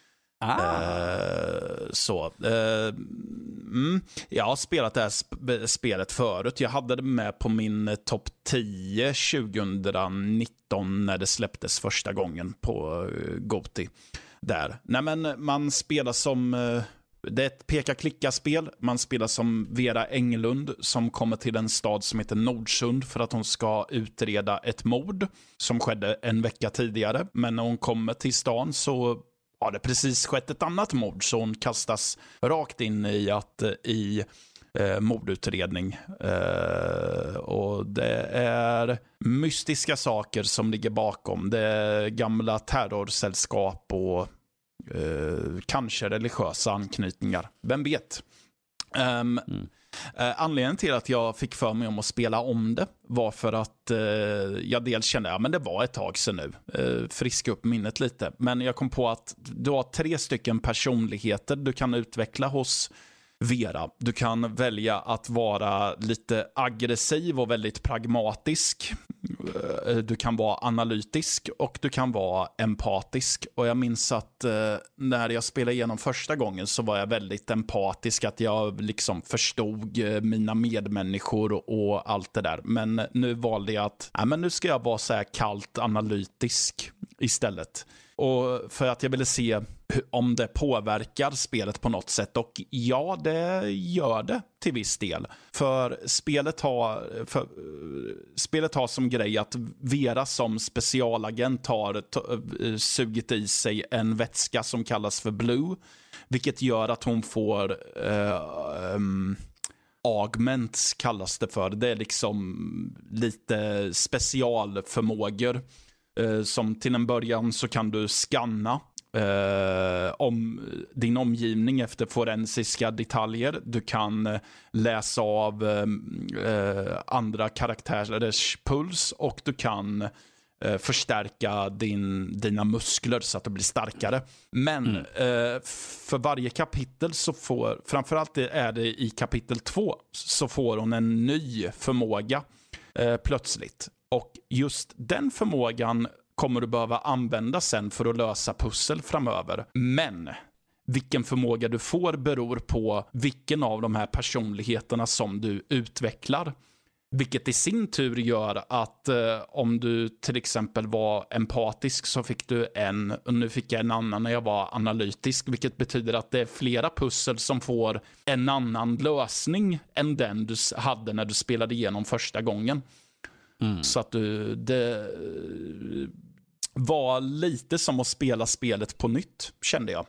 Jag har spelat det här spelet förut. Jag hade det med på min topp 10 2019 när det släpptes första gången på GOTY. Där. Nej, men man spelar som... Det är ett peka-klicka-spel. Man spelar som Vera Englund som kommer till en stad som heter Nordsund för att hon ska utreda ett mord som skedde en vecka tidigare. Men när hon kommer till stan så har det precis skett ett annat mord, så hon kastas rakt in i mordutredning. Och det är mystiska saker som ligger bakom. Det är gamla terrorsällskap och kanske religiösa anknytningar. Vem vet? Anledningen till att jag fick för mig om att spela om det var för att jag dels kände men det var ett tag sedan nu. Friska upp minnet lite. Men jag kom på att du har 3 stycken personligheter du kan utveckla hos Vera. Du kan välja att vara lite aggressiv och väldigt pragmatisk. Du kan vara analytisk och du kan vara empatisk. Och jag minns att när jag spelade igenom första gången så var jag väldigt empatisk. Att jag liksom förstod mina medmänniskor och allt det där. Men nu valde jag att nu ska jag vara så här kallt analytisk istället. Och för att jag ville se om det påverkar spelet på något sätt. Och ja, det gör det till viss del. För spelet har som grej att Vera som specialagent har sugit i sig en vätska som kallas för Blue. Vilket gör att hon får augments kallas det för. Det är liksom lite specialförmågor. Som till en början så kan du scanna om din omgivning efter forensiska detaljer. Du kan läsa av andra karaktärers puls och du kan förstärka dina muskler så att du blir starkare. Men för varje kapitel så får, framförallt är det i kapitel 2, så får hon en ny förmåga plötsligt. Och just den förmågan kommer du behöva använda sen för att lösa pussel framöver. Men vilken förmåga du får beror på vilken av de här personligheterna som du utvecklar. Vilket i sin tur gör att om du till exempel var empatisk så fick du en, och nu fick jag en annan när jag var analytisk. Vilket betyder att det är flera pussel som får en annan lösning än den du hade när du spelade igenom första gången. Så att det var lite som att spela spelet på nytt, kände jag.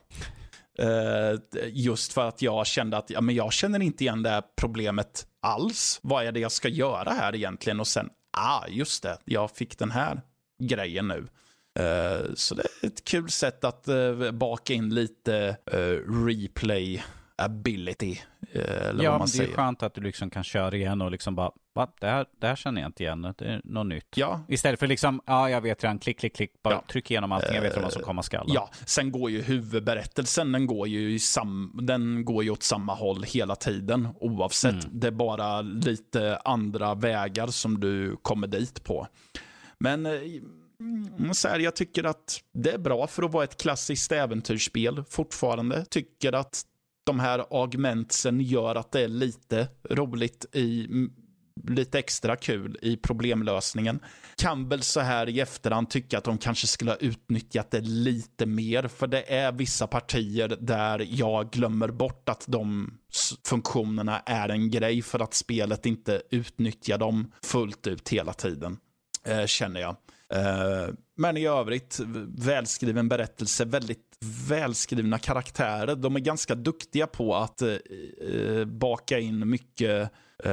Just för att jag kände att jag känner inte igen det här problemet alls. Vad är det jag ska göra här egentligen? Och sen, just det, jag fick den här grejen nu. Så det är ett kul sätt att baka in lite replay ability. Eller vad man säger. Det är skönt att du liksom kan köra igen och liksom bara, det här känner jag inte igen, det är något nytt. Ja. Istället för liksom, jag vet redan, klick, bara tryck igenom allting, jag vet vad som kommer skall. Ja, sen går ju huvudberättelsen, den går ju åt samma håll hela tiden, oavsett. Det är bara lite andra vägar som du kommer dit på. Men så här, jag tycker att det är bra för att vara ett klassiskt äventyrsspel fortfarande. Tycker att de här augmentsen gör att det är lite roligt lite extra kul i problemlösningen. Kan väl så här i efterhand tycka att de kanske skulle ha utnyttjat det lite mer, för det är vissa partier där jag glömmer bort att de funktionerna är en grej för att spelet inte utnyttjar dem fullt ut hela tiden, känner jag. Men i övrigt, välskriven berättelse, väldigt välskrivna karaktärer. De är ganska duktiga på att baka in mycket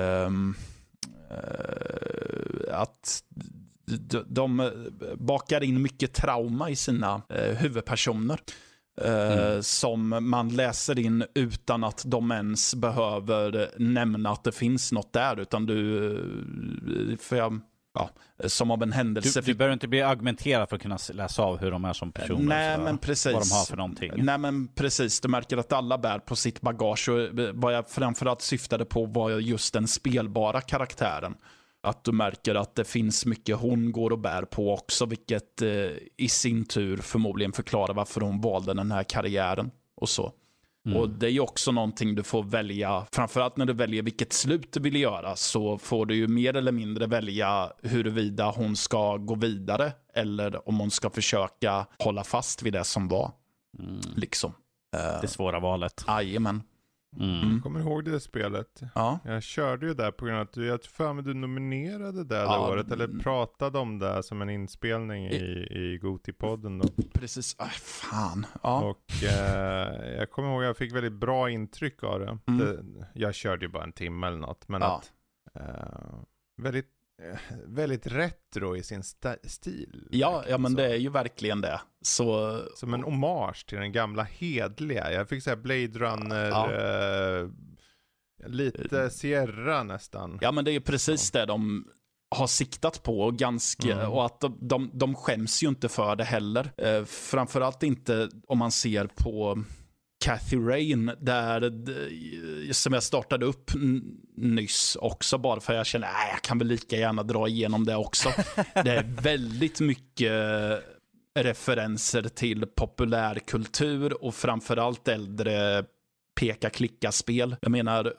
att de bakar in mycket trauma i sina huvudpersoner. Som man läser in utan att de ens behöver nämna att det finns något där, utan som av en händelse. Du behöver inte bli argumenterad för att kunna läsa av hur de är som personer. Nej, men precis. Vad de har för någonting. Nej, men precis. Du märker att alla bär på sitt bagage. Och vad jag framförallt syftade på var just den spelbara karaktären. Att du märker att det finns mycket hon går och bär på också, vilket i sin tur förmodligen förklarar varför hon valde den här karriären och så. Och det är ju också någonting du får välja, framförallt när du väljer vilket slut du vill göra, så får du ju mer eller mindre välja huruvida hon ska gå vidare eller om hon ska försöka hålla fast vid det som var. Liksom. Det svåra valet. Jajamän. Jag kommer ihåg det spelet. Ja. Jag körde ju där på grund av att jag tror att du nominerade det året, eller pratade om det som en inspelning i Goti-podden då. Precis, fan. Ja. Och jag kommer ihåg att jag fick väldigt bra intryck av det. Jag körde ju bara en timme eller något, men att väldigt retro i sin stil. Ja, men det är ju verkligen det. Så... Som en hommage till den gamla hedliga. Jag fick säga Blade Runner, lite Sierra nästan. Ja, men det är ju precis det de har siktat på och ganska, och att de skäms ju inte för det heller. Framförallt inte om man ser på Cathy Rain, där som jag startade upp nyss också, bara för jag känner jag kan väl lika gärna dra igenom det också. Det är väldigt mycket referenser till populärkultur och framförallt äldre peka-klicka-spel. Jag menar,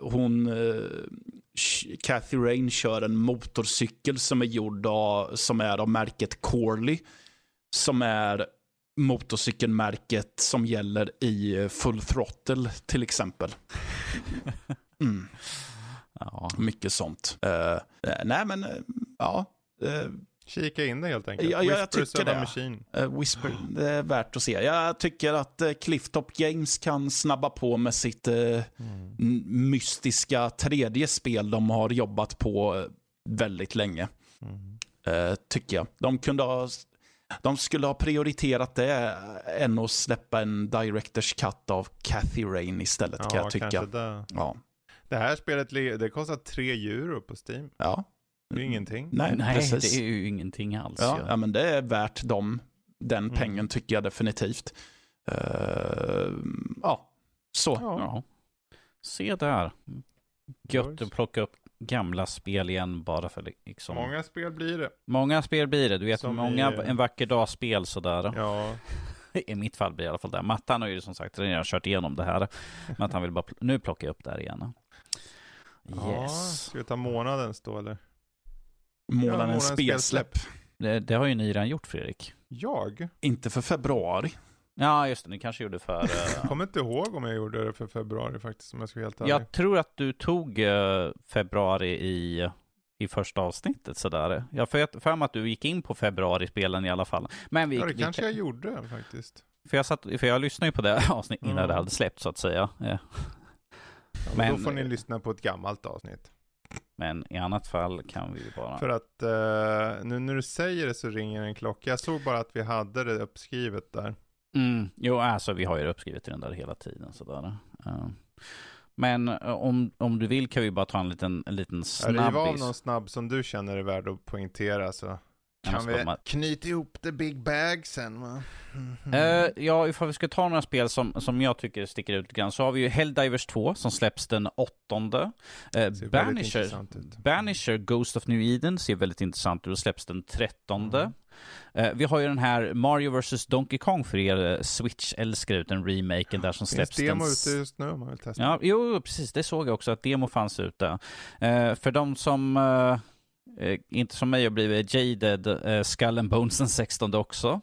Cathy Rain kör en motorcykel som är gjord som är av märket Corley, som är motorcykelmärket som gäller i Full Throttle till exempel. Mycket sånt. Nej, men kika in det helt enkelt. Jag tycker det. Machine. Whisper, det är värt att se. Jag tycker att Clifftop Games kan snabba på med sitt mystiska tredje spel de har jobbat på väldigt länge. Tycker jag. De skulle ha prioriterat det än att släppa en Directors Cut av Cathy Rain istället, kan jag tycka. Det här spelet, det kostar 3 euro på Steam. Ja. Det är ingenting. Nej, precis. Det är ju ingenting alls. Ja, men det är värt den pengen, tycker jag definitivt. Så. Ja. Se där. Gött att plocka upp gamla spel igen bara för liksom... Många spel blir det. Du vet, som en vacker dag spel sådär. Ja. I mitt fall blir det i alla fall det. Mattan har ju som sagt redan kört igenom det här. Men att han vill bara nu plocka upp där igen. Yes. Ska vi ta månadens då, eller? Månadens spelsläpp. Det har ju ni redan gjort, Fredrik. Jag? Inte för februari. Ja, just det. Ni kanske gjorde för... Jag kommer inte ihåg om jag gjorde det för februari faktiskt, om jag ska vara helt ärlig. Jag tror att du tog februari i första avsnittet sådär. Jag får för mig att du gick in på februari-spelen i alla fall. Men det kanske jag gjorde faktiskt. För jag lyssnade ju på det avsnittet innan det hade släppt, så att säga. Ja. Men då får ni lyssna på ett gammalt avsnitt. Men i annat fall kan vi bara... För att nu när du säger det så ringer en klocka. Jag såg bara att vi hade det uppskrivet där. Jo, alltså vi har ju det uppskrivet i den där hela tiden. Sådär. Men om du vill kan vi bara ta en liten snabbis. Riva av någon snabb som du känner är värd att poängtera, så kan vi knyta ihop the big bag sen, va? Ja, ifall vi ska ta några spel som jag tycker sticker ut grann, så har vi ju Helldivers 2 som släpps den 8. Banisher Ghost of New Eden ser väldigt intressant ut och släpps den 13. Vi har ju den här Mario vs. Donkey Kong för er Switch-älskare, ut en remaken där som släpps. Finns demo ute just nu om man vill testa? Ja, jo, precis. Det såg jag också att demo fanns ute. För de som inte som mig har blivit jaded, Skull and Bones den 16 också.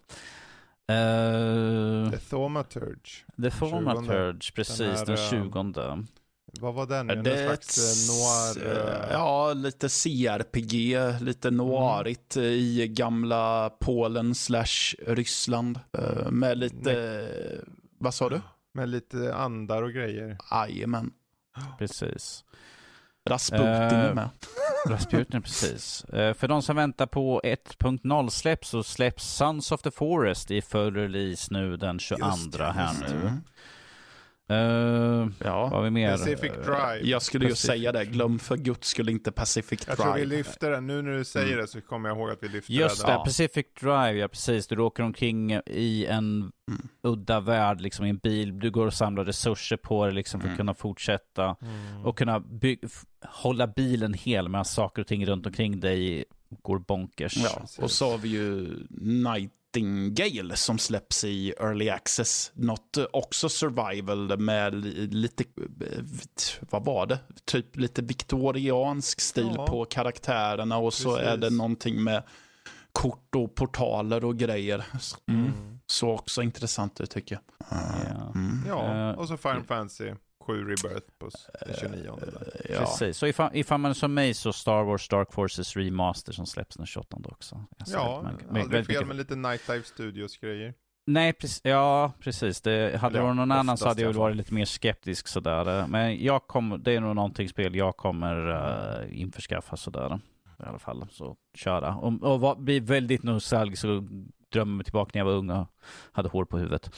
The Thaumaturge, precis, den 20. Vad var den? En slags noir... Ja, lite CRPG, lite noirigt i gamla Polen / Ryssland. Med lite... Vad sa du? Med lite andar och grejer. Jajamän. Precis. Rasputin är med. Rasputin, precis. För de som väntar på 1.0 släpp, så släpps Sons of the Forest i full release nu den 22 här nu. Vad har vi mer? Pacific Drive. Jag skulle ju säga det. Glöm för guds skull inte Pacific Drive. Jag tror vi lyfter den. Nu när du säger det så kommer jag ihåg att vi lyfter Just det. det, Pacific Drive, ja precis. Du åker omkring i en udda värld, liksom i en bil. Du går och samlar resurser på det liksom, för att kunna fortsätta. Och kunna hålla bilen hel med saker och ting runt omkring dig går bonkers. Ja, och så har vi ju Nightingale som släpps i Early Access. Något också survival med lite, vad var det? Typ lite viktoriansk stil på karaktärerna. Och så är det någonting med kort och portaler och grejer. Så också intressant tycker jag. Ja, och så Final Fantasy 7 Rebirth på 29. Precis, så ifall man som mig så Star Wars Dark Forces Remaster som släpps den 28 också. Aldrig fel med lite Night Dive Studios grejer. Nej, precis. Det hade varit någon annan så hade jag varit lite mer skeptisk sådär. Men det är nog någonting spel jag kommer införskaffa sådär. I alla fall, så köra. Och bli väldigt nostalgisk och drömma mig tillbaka när jag var ung och hade hår på huvudet.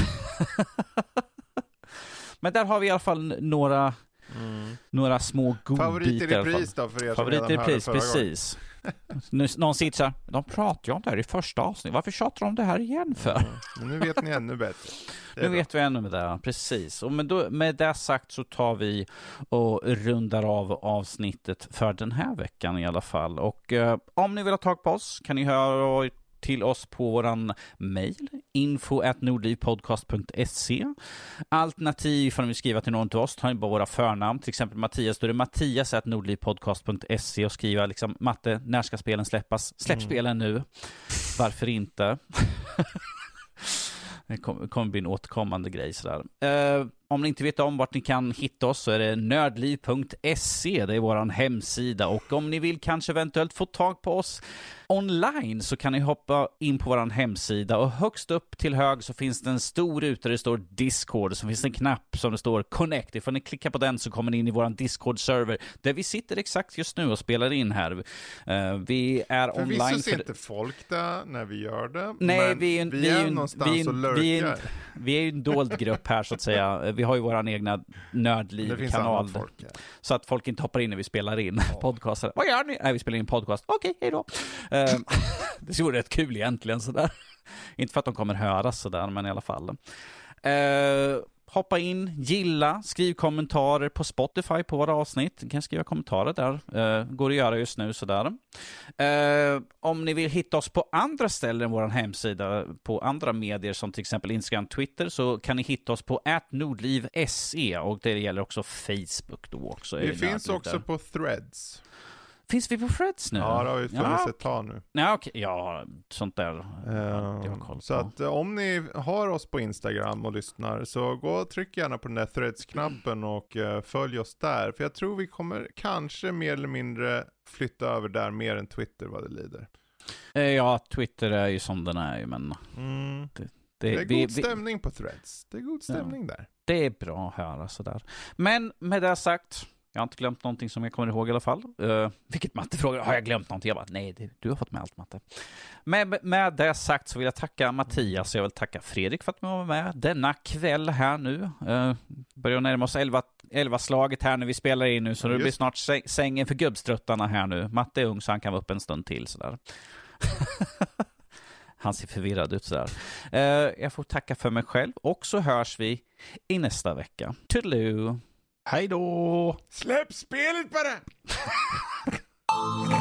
Men där har vi i alla fall några små godbitar. Favoriter i repris då för er som redan hörde förra precis. Någon sitter så här, de pratar ju om det här i första avsnitt. Varför tjatar de om det här igen för? Men nu vet ni ännu bättre. Nu vet vi ännu med det, precis. Och med det sagt så tar vi och rundar av avsnittet för den här veckan i alla fall. Och om ni vill ha tag på oss kan ni höra till oss på våran mail info@nordlivpodcast.se. Alternativ om vi skriver till någon till oss tar ni bara våra förnamn, till exempel Mattias, då är det mattias@nordlivpodcast.se och skriva liksom Matte, när ska spelen släppas? Släpp spelen nu. Varför inte? Det kommer bli en återkommande grej sådär. Om ni inte vet om vart ni kan hitta oss så är det nördliv.se. Det är våran hemsida. Och om ni vill kanske eventuellt få tag på oss online så kan ni hoppa in på våran hemsida. Och högst upp till höger så finns det en stor ruta där det står Discord. Så finns det en knapp som det står Connect. Ifall ni klickar på den så kommer ni in i våran Discord-server. Där vi sitter exakt just nu och spelar in här. Vi är för online. Förvisso ser inte folk där när vi gör det. Nej, men vi är någonstans och lurkar. Vi är ju en dold grupp här så att säga. Vi har ju våran egna nördliv-kanal. Så att folk inte hoppar in när vi spelar in podcaster. Vad gör ni? Nej, vi spelar in podcast. Okej, hej då. Det vore rätt kul egentligen sådär. Inte för att de kommer höras sådär, men i alla fall. Hoppa in, gilla, skriv kommentarer på Spotify på våra avsnitt. Ni kan skriva kommentarer där. Går att göra just nu sådär. Om ni vill hitta oss på andra ställen än vår hemsida, på andra medier som till exempel Instagram, Twitter, så kan ni hitta oss på @nordliv.se och det gäller också Facebook då också. Vi finns också på Threads. Finns vi på Threads nu? Ja, det har ju funnits ett tag nu. Ja, okej. Ja, sånt där. Så att om ni har oss på Instagram och lyssnar så gå och tryck gärna på den där Threads-knappen och följ oss där. För jag tror vi kommer kanske mer eller mindre flytta över där mer än Twitter vad det lider. Ja, Twitter är ju som den är, men... Det är god stämning på Threads. Det är god stämning där. Det är bra att höra sådär. Men med det sagt... Jag har inte glömt någonting som jag kommer ihåg i alla fall. Vilket Matte frågar, har jag glömt någonting? Jag bara, nej, du har fått med allt, Matte. Med det sagt så vill jag tacka Mattias. Jag vill tacka Fredrik för att man var med denna kväll här nu. Börjar närma oss 11-slaget här när vi spelar in nu. Så det blir snart sängen för gubbstruttarna här nu. Matte är ung så han kan vara upp en stund till sådär. Han ser förvirrad ut sådär. Jag får tacka för mig själv. Och så hörs vi i nästa vecka. Toodaloo! Hej då! Släpp spelet bara!